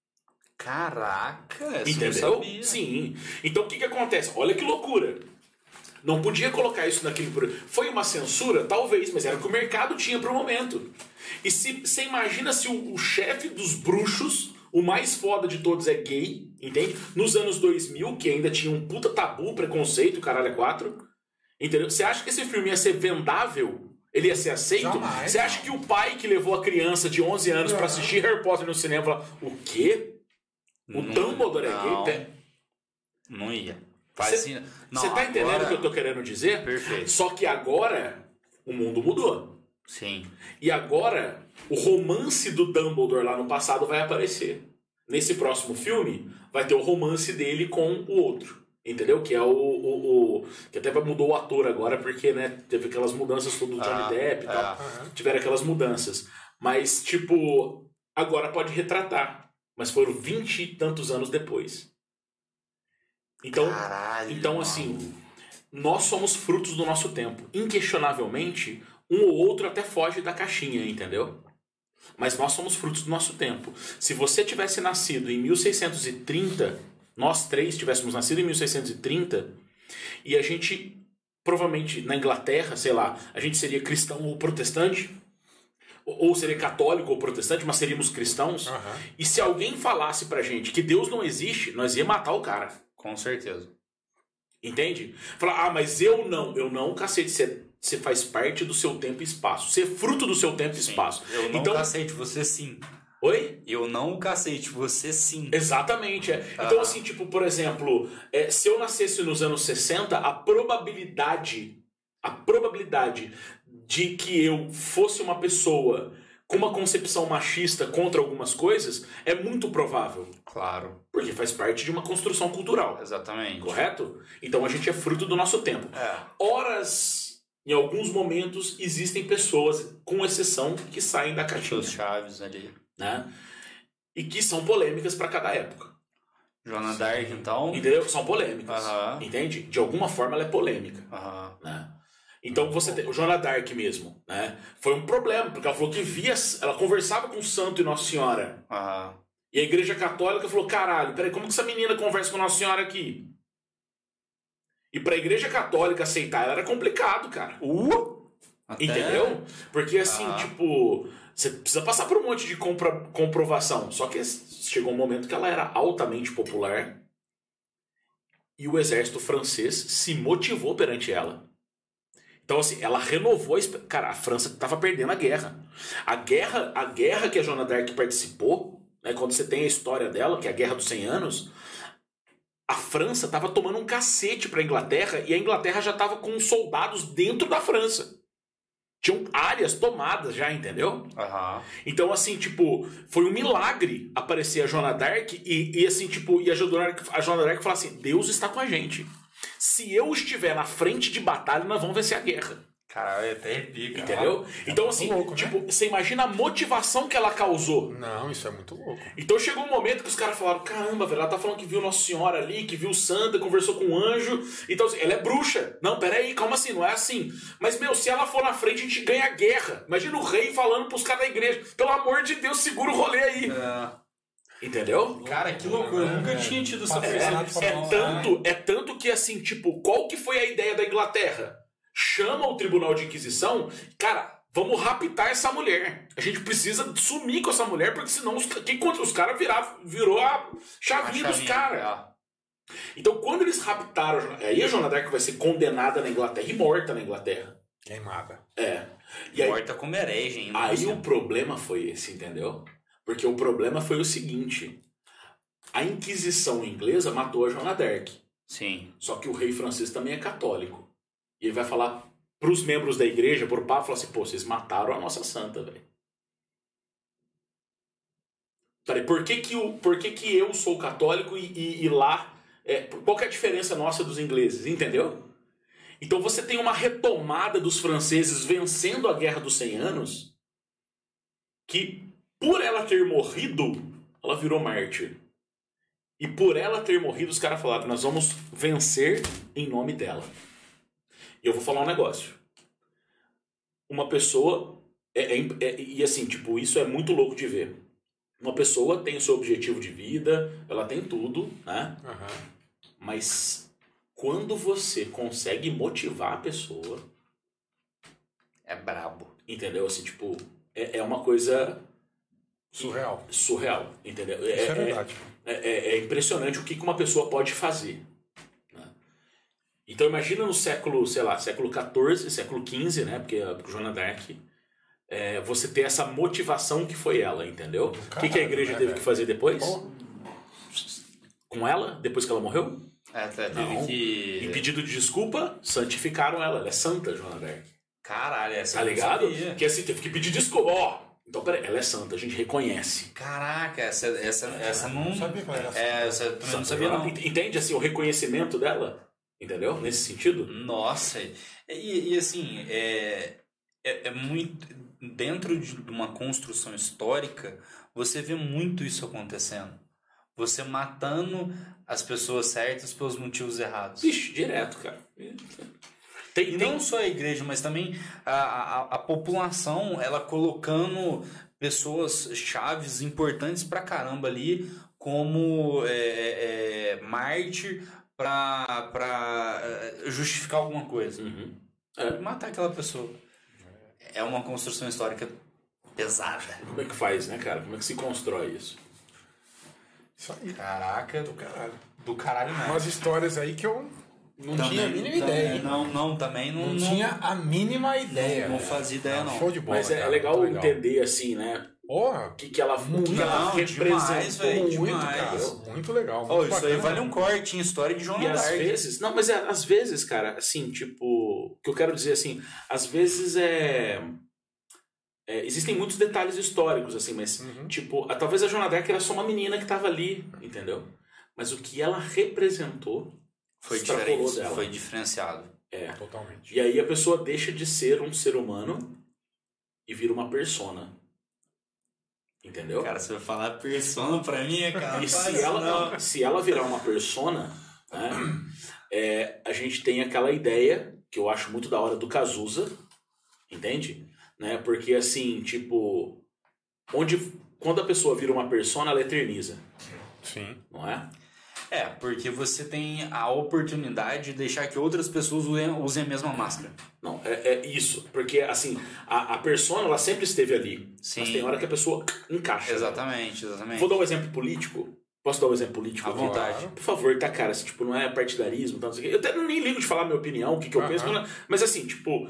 Caraca, essa entendeu? Eu não sabia. Sim. Então, o que acontece? Olha que loucura. Não podia colocar isso naquele... Foi uma censura? Talvez, mas era o que o mercado tinha para o momento. E você imagina se o chefe dos bruxos... O mais foda de todos é gay, entende? Nos anos 2000, que ainda tinha um puta tabu, preconceito, caralho, é 4. Entendeu? Você acha que esse filme ia ser vendável? Ele ia ser aceito? Você acha que o pai que levou a criança de 11 anos pra assistir Harry Potter no cinema falou, o quê? O Dumbledore é gay? Não ia. Você tá entendendo o que eu tô querendo dizer? Perfeito. Só que agora o mundo mudou. Sim. E agora o romance do Dumbledore lá no passado vai aparecer. Nesse próximo filme vai ter o romance dele com o outro. Entendeu? Que é que até mudou o ator agora, porque, né, teve aquelas mudanças do Johnny Depp e tal. Tiveram aquelas mudanças. Mas, tipo, agora pode retratar. Mas foram 20 e tantos anos depois. Então, então assim, nós somos frutos do nosso tempo. Inquestionavelmente, um ou outro até foge da caixinha, entendeu? Mas nós somos frutos do nosso tempo. Se você tivesse nascido em 1630... Nós três tivéssemos nascido em 1630 e a gente, provavelmente, na Inglaterra, sei lá, a gente seria cristão ou protestante, ou seria católico ou protestante, mas seríamos cristãos. E se alguém falasse pra gente que Deus não existe, nós ia matar o cara. Com certeza. Entende? Falar, mas eu não, cacete, você faz parte do seu tempo e espaço. Você é fruto do seu tempo e espaço. Eu não, então, cacete, você sim. Oi? Eu não, cacete, você sim. Exatamente. Então, assim, tipo, por exemplo, se eu nascesse nos anos 60, a probabilidade de que eu fosse uma pessoa com uma concepção machista contra algumas coisas é muito provável. Claro. Porque faz parte de uma construção cultural. Exatamente. Correto? Então a gente é fruto do nosso tempo. Horas, em alguns momentos, existem pessoas, com exceção, que saem da caixinha. Os chaves ali. Né? E que são polêmicas para cada época. Joana Dark, então... Entendeu? São polêmicas. Entende? De alguma forma ela é polêmica. Né? Então você tem... Joana Dark mesmo, né? Foi um problema, porque ela falou que ela conversava com o santo e Nossa Senhora. E a Igreja Católica falou, caralho, peraí, como que essa menina conversa com Nossa Senhora aqui? E pra Igreja Católica aceitar ela era complicado, cara. Entendeu? Porque assim, tipo... Você precisa passar por um monte de comprovação. Só que chegou um momento que ela era altamente popular e o exército francês se motivou perante ela. Então, assim, ela renovou... Cara, a França estava perdendo a guerra. A guerra que a Joana d'Arc participou, né, quando você tem a história dela, que é a Guerra dos 100 Anos, a França estava tomando um cacete para a Inglaterra e a Inglaterra já estava com soldados dentro da França. Tinham áreas tomadas já, entendeu? Então, assim, tipo, foi um milagre aparecer a Joana d'Arc e assim, tipo, e a Joana d'Arc falar assim, Deus está com a gente. Se eu estiver na frente de batalha, nós vamos vencer a guerra. Caralho, até arrepia, cara. Entendeu? Então, assim, louco, tipo, né? Você imagina a motivação que ela causou. Não, isso é muito louco. Então chegou um momento que os caras falaram, caramba, velho, ela tá falando que viu Nossa Senhora ali, que viu Santa, conversou com um anjo. Então, assim, ela é bruxa. Não, peraí, calma assim, não é assim. Mas, meu, se ela for na frente, a gente ganha a guerra. Imagina o rei falando pros caras da igreja, pelo amor de Deus, segura o rolê aí. Entendeu? Cara, que loucura. Eu nunca tinha tido essa percepção. É tanto que, assim, tipo, qual que foi a ideia da Inglaterra? Chama o Tribunal de Inquisição, cara, vamos raptar essa mulher. A gente precisa sumir com essa mulher, porque senão quem contra os caras virou a chavinha dos caras. Então, quando eles raptaram, aí a Joana d'Arc vai ser condenada na Inglaterra e morta na Inglaterra. Queimada. E aí, morta como herege ainda. Aí o problema foi esse, entendeu? Porque o problema foi o seguinte: a Inquisição inglesa matou a Joana d'Arc. Sim. Só que o rei francês também é católico. E ele vai falar pros membros da igreja, pro Papa, falar assim, pô, vocês mataram a nossa santa, velho. Peraí, por que que eu sou católico e lá... qual que é a diferença nossa dos ingleses, entendeu? Então você tem uma retomada dos franceses vencendo a Guerra dos 100 Anos, que por ela ter morrido, ela virou mártir. E por ela ter morrido, os caras falaram, nós vamos vencer em nome dela. E eu vou falar um negócio. Uma pessoa... e assim, tipo, isso é muito louco de ver. Uma pessoa tem o seu objetivo de vida, ela tem tudo, né? Mas quando você consegue motivar a pessoa... É brabo. Entendeu? Assim, tipo, é uma coisa... Surreal, entendeu? Isso é verdade. É impressionante o que uma pessoa pode fazer. Então imagina no século, sei lá, século XIV, século XV, né? Porque a Joana d'Arc, você ter essa motivação que foi ela, entendeu? O que a igreja teve que fazer depois? Com ela, depois que ela morreu? Teve que... Em pedido de desculpa, santificaram ela. Ela é santa, Joana d'Arc. Caralho, essa tá ligado? Que assim, teve que pedir desculpa. Então, peraí, ela é santa, a gente reconhece. Caraca, essa não... Não sabia qual era essa também não sabia, não. Entende, assim, o reconhecimento dela? Entendeu? Nesse sentido? Nossa, e assim, é muito... Dentro de uma construção histórica, você vê muito isso acontecendo. Você matando as pessoas certas pelos motivos errados. Vixe, direto, cara. E não só a igreja, mas também a população, ela colocando pessoas chaves importantes pra caramba ali como mártir pra justificar alguma coisa. Uhum. Matar aquela pessoa. É uma construção histórica pesada. Como é que faz, né, cara? Como é que se constrói isso? Isso aí. Caraca. Do caralho. Do caralho mesmo. Umas histórias aí que eu não também, tinha a mínima ideia. Também não tinha a mínima ideia. Não fazia ideia, não. Show de bola. Mas é legal entender, assim, né? Porra, o que ela representou. Demais, véio, muito, cara. Muito legal. Muito isso aí vale um corte em história de João E às Dark. vezes... Não, mas às vezes, cara, assim, tipo... O que eu quero dizer, assim... Às vezes existem muitos detalhes históricos, assim, mas, tipo... Talvez a Joana Dark era só uma menina que tava ali, entendeu? Mas o que ela representou... Foi diferente, dela. Foi diferenciado. Totalmente. E aí a pessoa deixa de ser um ser humano e vira uma persona. Entendeu? Cara, você vai falar persona pra mim, cara. E se ela virar uma persona, né, a gente tem aquela ideia, que eu acho muito da hora, do Cazuza, entende? Né? Porque assim, tipo, quando a pessoa vira uma persona, ela eterniza. Sim. Não é? Porque você tem a oportunidade de deixar que outras pessoas usem a mesma máscara. Não, é isso. Porque, assim, a persona, ela sempre esteve ali. Sim. Mas tem hora que a pessoa encaixa. Exatamente. Vou dar um exemplo político. Posso dar um exemplo político? À vontade. Por favor, tá, cara? Assim, tipo, não é partidarismo, tá, não sei o quê. Eu até nem ligo de falar a minha opinião, o que eu penso. Mas, assim, tipo...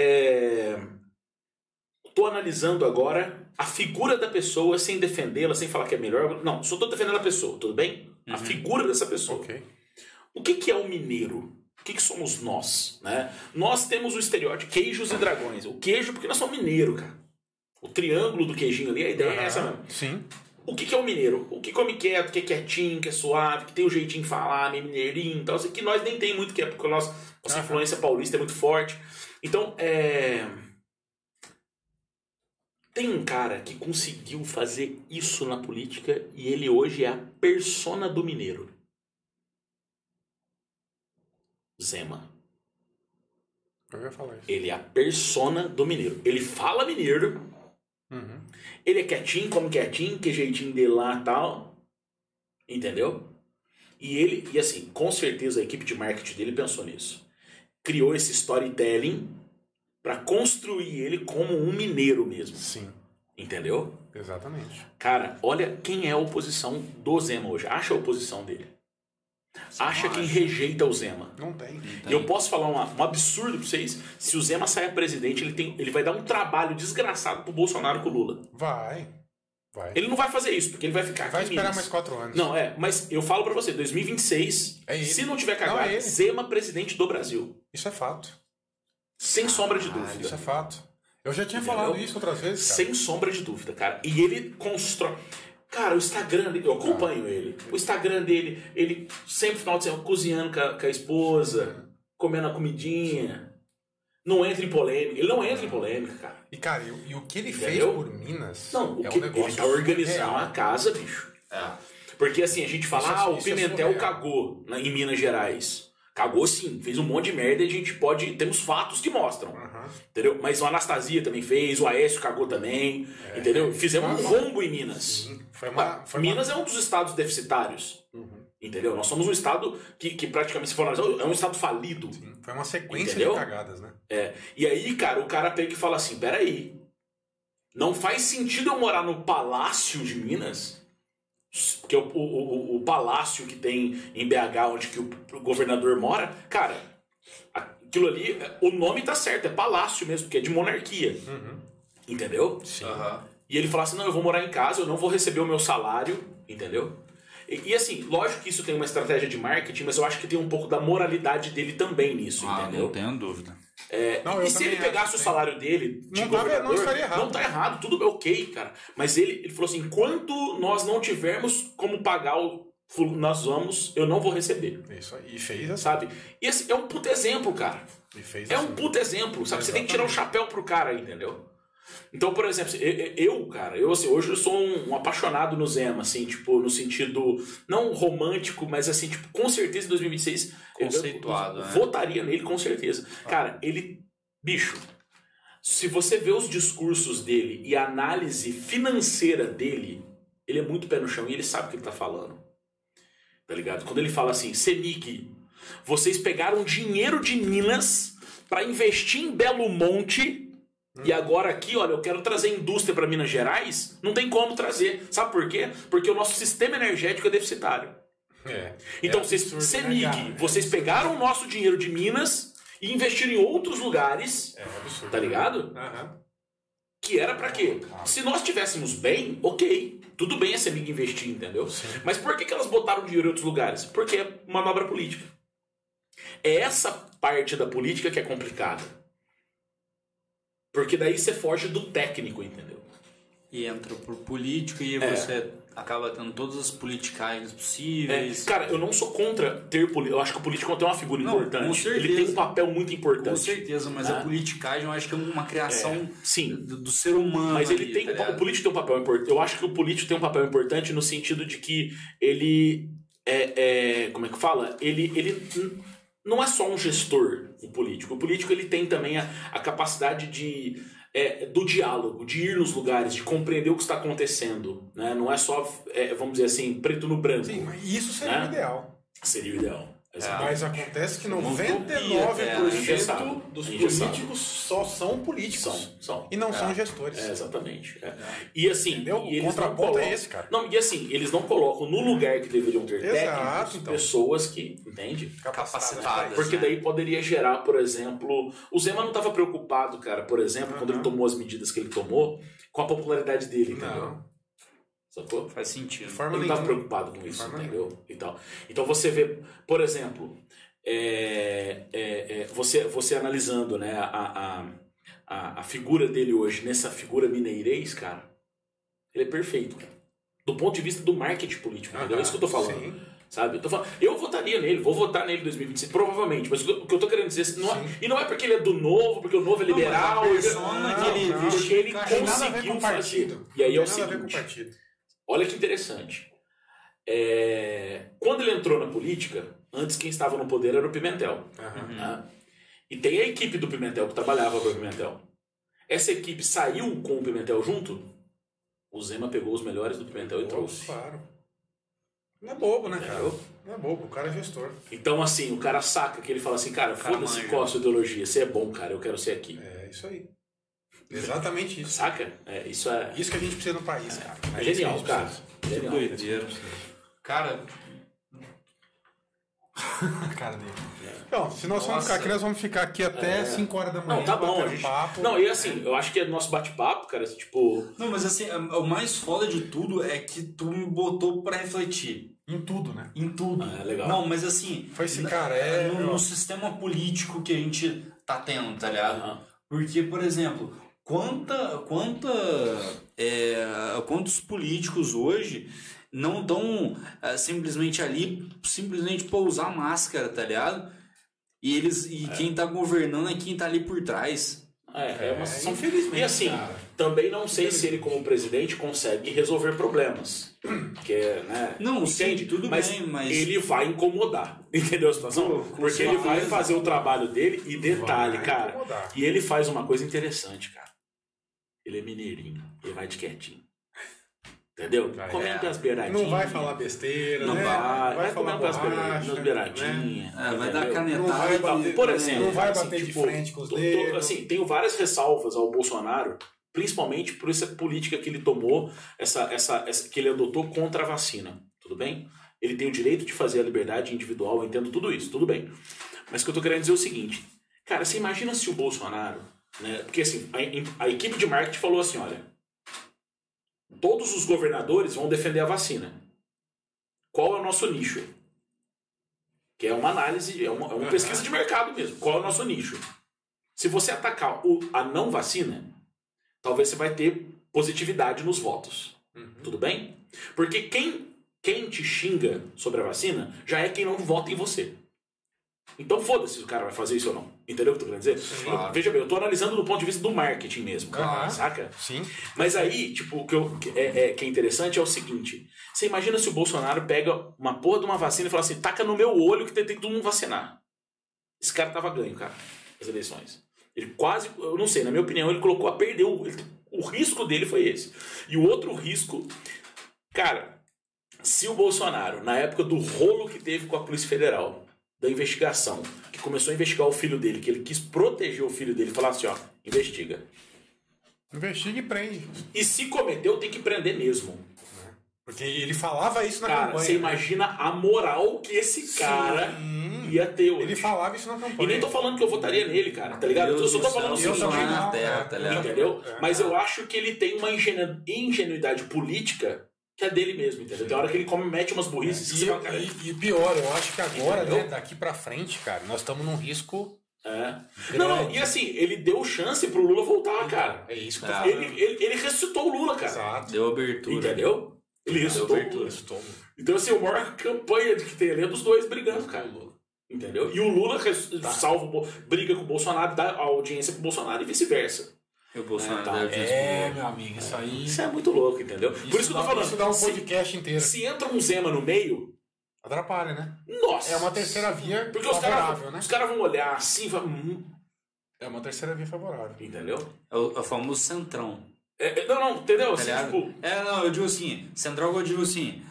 Tô analisando agora a figura da pessoa sem defendê-la, sem falar que é melhor. Não, só tô defendendo a pessoa, tudo bem? A figura dessa pessoa. Okay. O que é o mineiro? O que somos nós? Né? Nós temos o estereótipo queijos e dragões. O queijo porque nós somos mineiro, cara. O triângulo do queijinho ali, a ideia é essa mesmo. Sim. O que é o mineiro? O que come quieto, que é quietinho, que é suave, que tem o jeitinho de falar, meio mineirinho e tal. Isso que nós nem tem muito, que é porque a nossa influência paulista é muito forte. Então, tem um cara que conseguiu fazer isso na política e ele hoje é a persona do mineiro. Zema. Eu ia falar isso. Ele é a persona do mineiro. Ele fala mineiro. Ele é quietinho, come quietinho, que jeitinho dele lá e tal. Entendeu? E assim, com certeza a equipe de marketing dele pensou nisso. Criou esse storytelling para construir ele como um mineiro mesmo. Sim. Entendeu? Exatamente. Cara, olha quem é a oposição do Zema hoje. Acha a oposição dele. Acha quem rejeita o Zema. Não tem. E eu posso falar um absurdo pra vocês. Se o Zema sair presidente, ele vai dar um trabalho desgraçado pro Bolsonaro e pro Lula. Vai. Ele não vai fazer isso, porque ele vai ficar aqui. Vai esperar mais 4 anos. Não, mas eu falo pra você, 2026, se não tiver cagado, Zema presidente do Brasil. Isso é fato. Sem sombra de dúvida. Isso é fato. Eu já tinha falado isso outras vezes, cara. Sem sombra de dúvida, cara. E ele constrói... Cara, o Instagram dele, eu acompanho ele. O Instagram dele, ele sempre no final de semana cozinhando com a esposa, comendo a comidinha. Não entra em polêmica. Ele não entra em polêmica, cara. E, cara, e o que ele fez por Minas um negócio ele tá organizando a casa, bicho. Porque assim, a gente fala, o Pimentel cagou em Minas Gerais. Cagou sim, fez um monte de merda e a gente temos fatos que mostram. Entendeu? Mas o Anastasia também fez, o Aécio cagou também. Entendeu? Fizemos um rombo em Minas. Sim, Minas é um dos estados deficitários. Entendeu? Nós somos um estado que praticamente, se for analisar, é um estado falido. Sim, foi uma sequência de cagadas, né? E aí, cara, o cara pega e fala assim, peraí, não faz sentido eu morar no Palácio de Minas, que é o palácio que tem em BH, onde que o governador mora. Cara, aquilo ali, o nome tá certo, é palácio mesmo, porque é de monarquia. Entendeu? Sim. E ele fala assim, não, eu vou morar em casa, eu não vou receber o meu salário, entendeu? E assim, lógico que isso tem uma estratégia de marketing, mas eu acho que tem um pouco da moralidade dele também nisso, entendeu? Não tenho dúvida. E se ele pegasse o salário dele de governador, não estaria errado. Não tá errado, tudo ok, cara. Mas ele falou assim, enquanto nós não tivermos como pagar eu não vou receber. Isso aí, e fez assim. Sabe? E esse é um puto exemplo, cara. Um puto exemplo, sabe? Exatamente. Você tem que tirar o chapéu pro cara, entendeu? Então, por exemplo, assim, hoje eu sou um apaixonado no Zema, assim, tipo, no sentido, não romântico, mas assim, tipo, com certeza em 2026 conceituado, eu votaria nele com certeza. Cara, bicho, se você vê os discursos dele e a análise financeira dele, ele é muito pé no chão e ele sabe o que ele tá falando. Tá ligado? Quando ele fala assim, CEMIG, vocês pegaram dinheiro de Minas para investir em Belo Monte e agora aqui, olha, eu quero trazer indústria para Minas Gerais, não tem como trazer. Sabe por quê? Porque o nosso sistema energético é deficitário. Então, CEMIG, né, vocês pegaram o nosso dinheiro de Minas e investiram em outros lugares, tá ligado? Que era para quê? Se nós estivéssemos bem, ok, tudo bem a CEMIG investir, entendeu? Sim. Mas por que elas botaram dinheiro em outros lugares? Porque é uma manobra política. É essa parte da política que é complicada. Porque daí você foge do técnico, entendeu? E entra por político e você acaba tendo todas as politicagens possíveis. Cara, eu não sou contra ter político. Eu acho que o político tem uma figura importante. Com certeza. Ele tem um papel muito importante. Com certeza, mas a politicagem eu acho que é uma criação do ser humano. Mas ele tem, o político tem um papel importante. Eu acho que o político tem um papel importante no sentido de que ele como é que fala? Ele não é só um gestor, o político. O político ele tem também a capacidade do diálogo, de ir nos lugares, de compreender o que está acontecendo. Né? Não é só, vamos dizer assim, preto no branco. Sim, mas isso seria o ideal. Seria o ideal. Mas acontece que 99% dos políticos só são políticos. São. E não são gestores. Exatamente. E assim, o contraponto é esse, cara. Não, e assim, eles não colocam no lugar que deveriam ter técnicos, pessoas que, entende? Capacitadas. Porque daí poderia gerar, por exemplo... O Zema não estava preocupado, cara, por exemplo, quando ele tomou as medidas que ele tomou, com a popularidade dele, entendeu? Sacou? Faz sentido. Ele não estava preocupado com isso, entendeu? Então você vê, por exemplo, você analisando, né, a figura dele hoje, nessa figura mineirês, cara, ele é perfeito, cara. Do ponto de vista do marketing político, entendeu? É isso que eu tô falando. Sim. Sabe? Eu votaria nele, vou votar nele em 2026, provavelmente. Mas o que eu tô querendo dizer, e não é porque ele é do Novo, porque o Novo é liberal, porque ele conseguiu fazer. E aí é o seguinte. Olha que interessante. Quando ele entrou na política, antes quem estava no poder era o Pimentel. Né? E tem a equipe do Pimentel que trabalhava para o Pimentel. Essa equipe saiu com o Pimentel junto. O Zema pegou os melhores do Pimentel e trouxe. Claro. Não é bobo, né, cara? Não é bobo, o cara é gestor. Então, assim, o cara saca que ele fala assim, cara, foda-se qual a sua ideologia. Você é bom, cara, eu quero ser aqui. É isso aí. Exatamente isso. Saca? Isso que a gente precisa no país, cara. É genial, cara. Genial. Doideira. Cara... cara dele. Então, se nós vamos ficar aqui, nós vamos ficar aqui até 5 horas da manhã. Não, tá bom. Papo. Não, e assim, eu acho que é nosso bate-papo, cara, tipo... Não, mas assim, o mais foda de tudo é que tu me botou pra refletir. Em tudo, né? Em tudo. Legal. Não, mas assim... Foi esse cara, no sistema político que a gente tá tendo, tá ligado? Porque, por exemplo, quantos políticos hoje não estão simplesmente ali, simplesmente pra usar máscara, tá ligado? E quem tá governando é quem tá ali por trás. Uma situação infelizmente. E assim, também não sei se ele como presidente consegue resolver problemas. Que né? Não, entende? Sim, tudo bem, mas... ele vai incomodar. Entendeu a situação? Porque ele vai fazer o trabalho dele e detalhe, cara. E ele faz uma coisa interessante, cara. Ele é mineirinho. Ele vai de quietinho. Entendeu? Comendo as beiradinhas. Não vai falar besteira, não né? Vai falar umas beiradinhas. Né? Vai dar canetada. Por exemplo, não vai bater de frente com os dedos. Assim, tenho várias ressalvas ao Bolsonaro, principalmente por essa política que ele tomou, essa que ele adotou contra a vacina. Tudo bem? Ele tem o direito de fazer a liberdade individual, eu entendo tudo isso, tudo bem. Mas o que eu tô querendo dizer é o seguinte, cara, você imagina se o Bolsonaro, né? Porque assim, a equipe de marketing falou assim, olha, todos os governadores vão defender a vacina. Qual é o nosso nicho? Que é uma análise, é uma pesquisa de mercado mesmo. Qual é o nosso nicho? Se você atacar a não vacina, talvez você vai ter positividade nos votos. Tudo bem? Porque quem te xinga sobre a vacina já é quem não vota em você. Então foda-se se o cara vai fazer isso ou não. Entendeu o que eu tô querendo dizer? Claro. Veja bem, eu tô analisando do ponto de vista do marketing mesmo. Saca? Sim. Mas aí, tipo, o que é interessante é o seguinte. Você imagina se o Bolsonaro pega uma porra de uma vacina e fala assim, taca no meu olho que tem que todo mundo vacinar. Esse cara tava ganho, cara, as eleições. Ele quase, eu não sei, na minha opinião, ele colocou a perder. O risco dele foi esse. E o outro risco, cara, se o Bolsonaro, na época do rolo que teve com a Polícia Federal, da investigação, que começou a investigar o filho dele, que ele quis proteger o filho dele, falar assim, ó, investiga. Investiga e prende. E se cometeu, tem que prender mesmo. Porque ele falava isso na campanha. Você imagina a moral que esse cara ia ter hoje. Ele falava isso na campanha. E nem tô falando que eu votaria nele, cara, tá ligado? Eu só tô falando assim, entendeu? Mas eu acho que ele tem uma ingenuidade política que é dele mesmo, entendeu? Tem hora que ele mete umas burrices. E pior, eu acho que agora, né, daqui pra frente, cara, nós estamos num risco... Não, e assim, ele deu chance pro Lula voltar, cara. É isso que eu tô falando. Ele ressuscitou o Lula, cara. Exato. Deu abertura. Entendeu? Ele ressuscitou o Lula. Então, assim, a maior campanha que tem ali é dos dois brigando, cara. Entendeu? E o Lula briga com o Bolsonaro, dá audiência pro Bolsonaro e vice-versa. E o Bolsonaro dá audiência meu amigo, isso é muito louco, entendeu? Por isso que eu tô falando. Isso dá um podcast inteiro. Se entra um Zema no meio... Atrapalha, né? Nossa! É uma terceira via porque favorável, né? Os caras vão olhar assim e falar... É uma terceira via favorável. Entendeu? É o famoso centrão. Não, entendeu? Tá assim, tipo... eu digo assim, central eu digo assim,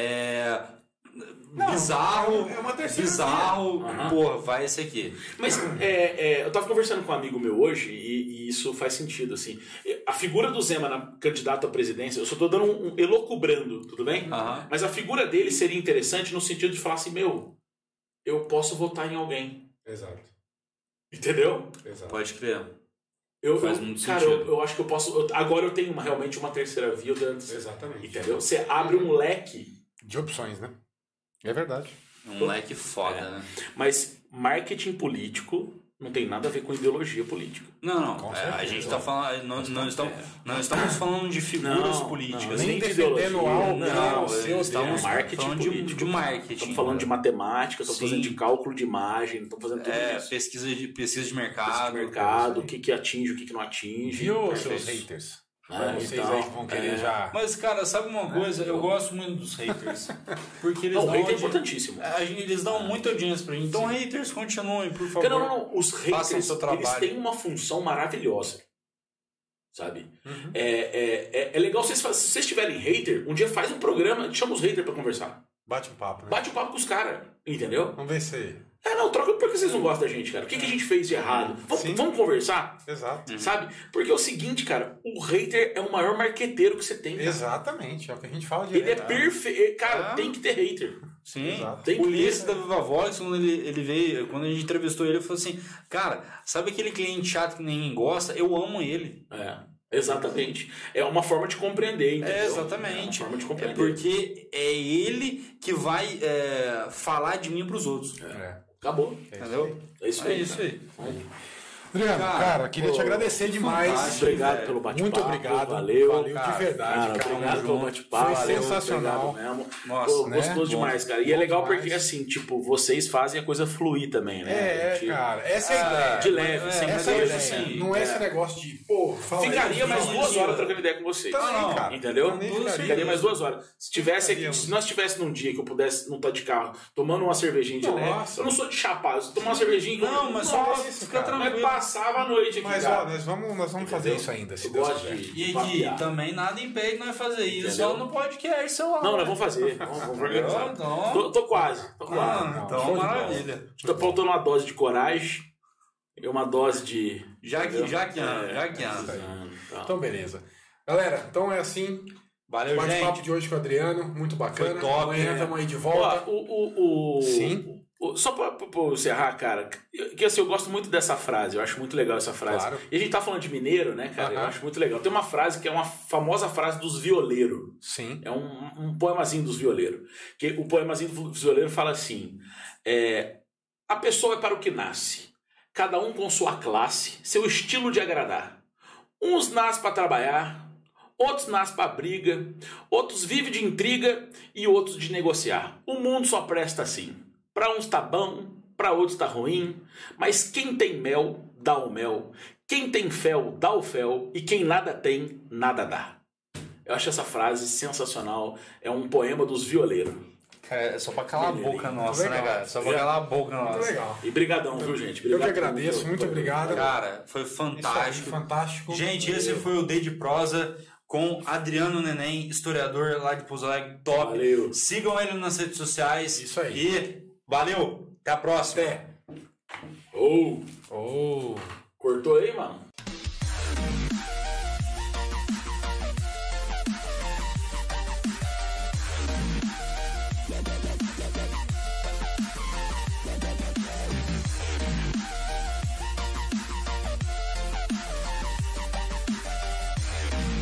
bizarro, é uma terceira bizarro, porra, vai esse aqui. Mas eu tava conversando com um amigo meu hoje e isso faz sentido, assim. A figura do Zema candidato à presidência, eu só tô dando elocubrando, tudo bem? Mas a figura dele seria interessante no sentido de falar assim, eu posso votar em alguém. Exato. Entendeu? Exato. Pode crer. Faz muito sentido. Eu acho que eu posso... Agora eu tenho realmente uma terceira via. Exatamente. Entendeu? Você abre um leque... de opções, né? É verdade. Um leque foda, né? Mas marketing político não tem nada a ver com ideologia política. Não. A gente tá falando... Não estamos falando de figuras políticas. Nem defendendo algo. Não, estamos marketing falando de marketing. Estamos falando de matemática, estamos fazendo de cálculo de imagem, estamos fazendo tudo isso. Pesquisa de mercado. O que atinge, o que não atinge. E os seus haters? Vocês aí que vão querer já... Mas, cara, sabe uma coisa? Eu gosto muito dos haters. Porque eles dão... O hater é importantíssimo. Eles dão muita audiência pra gente. Então, haters, continuem, por favor. Não. Os haters, eles têm uma função maravilhosa. Sabe? É legal, se vocês tiverem hater, um dia faz um programa, chama os haters pra conversar. Bate um papo, né? Bate um papo com os caras, entendeu? Vamos ver se... troca porque vocês não gostam da gente, cara. O que a gente fez de errado? Vamos conversar? Exato. Sabe? Porque é o seguinte, cara, o hater é o maior marqueteiro que você tem, cara. Exatamente, é o que a gente fala direto. Ele é perfeito. Cara, tem que ter hater. Sim. O Ulisses da Viva Vox, quando ele veio, quando a gente entrevistou ele falou assim, cara, sabe aquele cliente chato que ninguém gosta? Eu amo ele. Exatamente. É uma forma de compreender, entendeu? Exatamente. É uma forma de compreender. Porque é ele que vai falar de mim pros outros. Acabou. Entendeu? É isso aí. Adriano, cara, queria te agradecer demais. Obrigado pelo bate-papo. Muito obrigado. Valeu de verdade, cara. Obrigado pelo bate-papo. Foi sensacional. Mesmo. Nossa, gostoso demais, cara. E é legal porque, assim, tipo, vocês fazem a coisa fluir também, né? Cara. Essa é a ideia. De leve, essa é a ideia. Não é esse negócio de, ficaria mais 2 horas trocando ideia com vocês. Também, cara. Entendeu? Ficaria mais 2 horas. Se nós estivéssemos num dia que eu pudesse não estar de carro, tomando uma cervejinha de leve. Eu não sou de chapar, eu tomar uma cervejinha. Não, mas só fica tranquilo. Passava a noite aqui. Mas ó, nós vamos fazer isso ainda, se Deus quiser. E aqui, também nada impede nós fazer isso. Só no podcast, sei lá. Não, nós vamos fazer. Vamos organizar. Tô quase. Então, maravilha. Tô faltando uma dose de coragem e uma dose de... Já que Então, beleza. Galera, então é assim. Valeu, gente. Bate-papo de hoje com o Adriano, muito bacana. Foi top, amanhã estamos aí de volta. Sim. Só pra encerrar, cara, que assim, eu gosto muito dessa frase, eu acho muito legal essa frase. Claro. E a gente tá falando de mineiro, né, cara? Eu acho muito legal. Tem uma frase que é uma famosa frase dos violeiros. Sim. É um poemazinho dos violeiros. Que o poemazinho dos violeiros fala assim: a pessoa é para o que nasce, cada um com sua classe, seu estilo de agradar. Uns nascem para trabalhar, outros nascem para briga, outros vivem de intriga e outros de negociar. O mundo só presta assim. Para uns tá bom, para outros tá ruim, mas quem tem mel, dá o mel. Quem tem fel, dá o fel, e quem nada tem, nada dá. Eu acho essa frase sensacional. É um poema dos violeiros. É só pra calar a boca nossa, né, cara? Só pra calar a boca nossa. Muito legal. E brigadão, viu, gente? Obrigado. Eu que agradeço, muito obrigado. Cara, foi fantástico. Foi fantástico. Gente, esse foi o Day de Prosa com Adriano Neném, historiador lá de Pouso Alegre, top. Valeu. Sigam ele nas redes sociais. Isso aí. E valeu. Até a próxima. Até. Cortou aí, mano?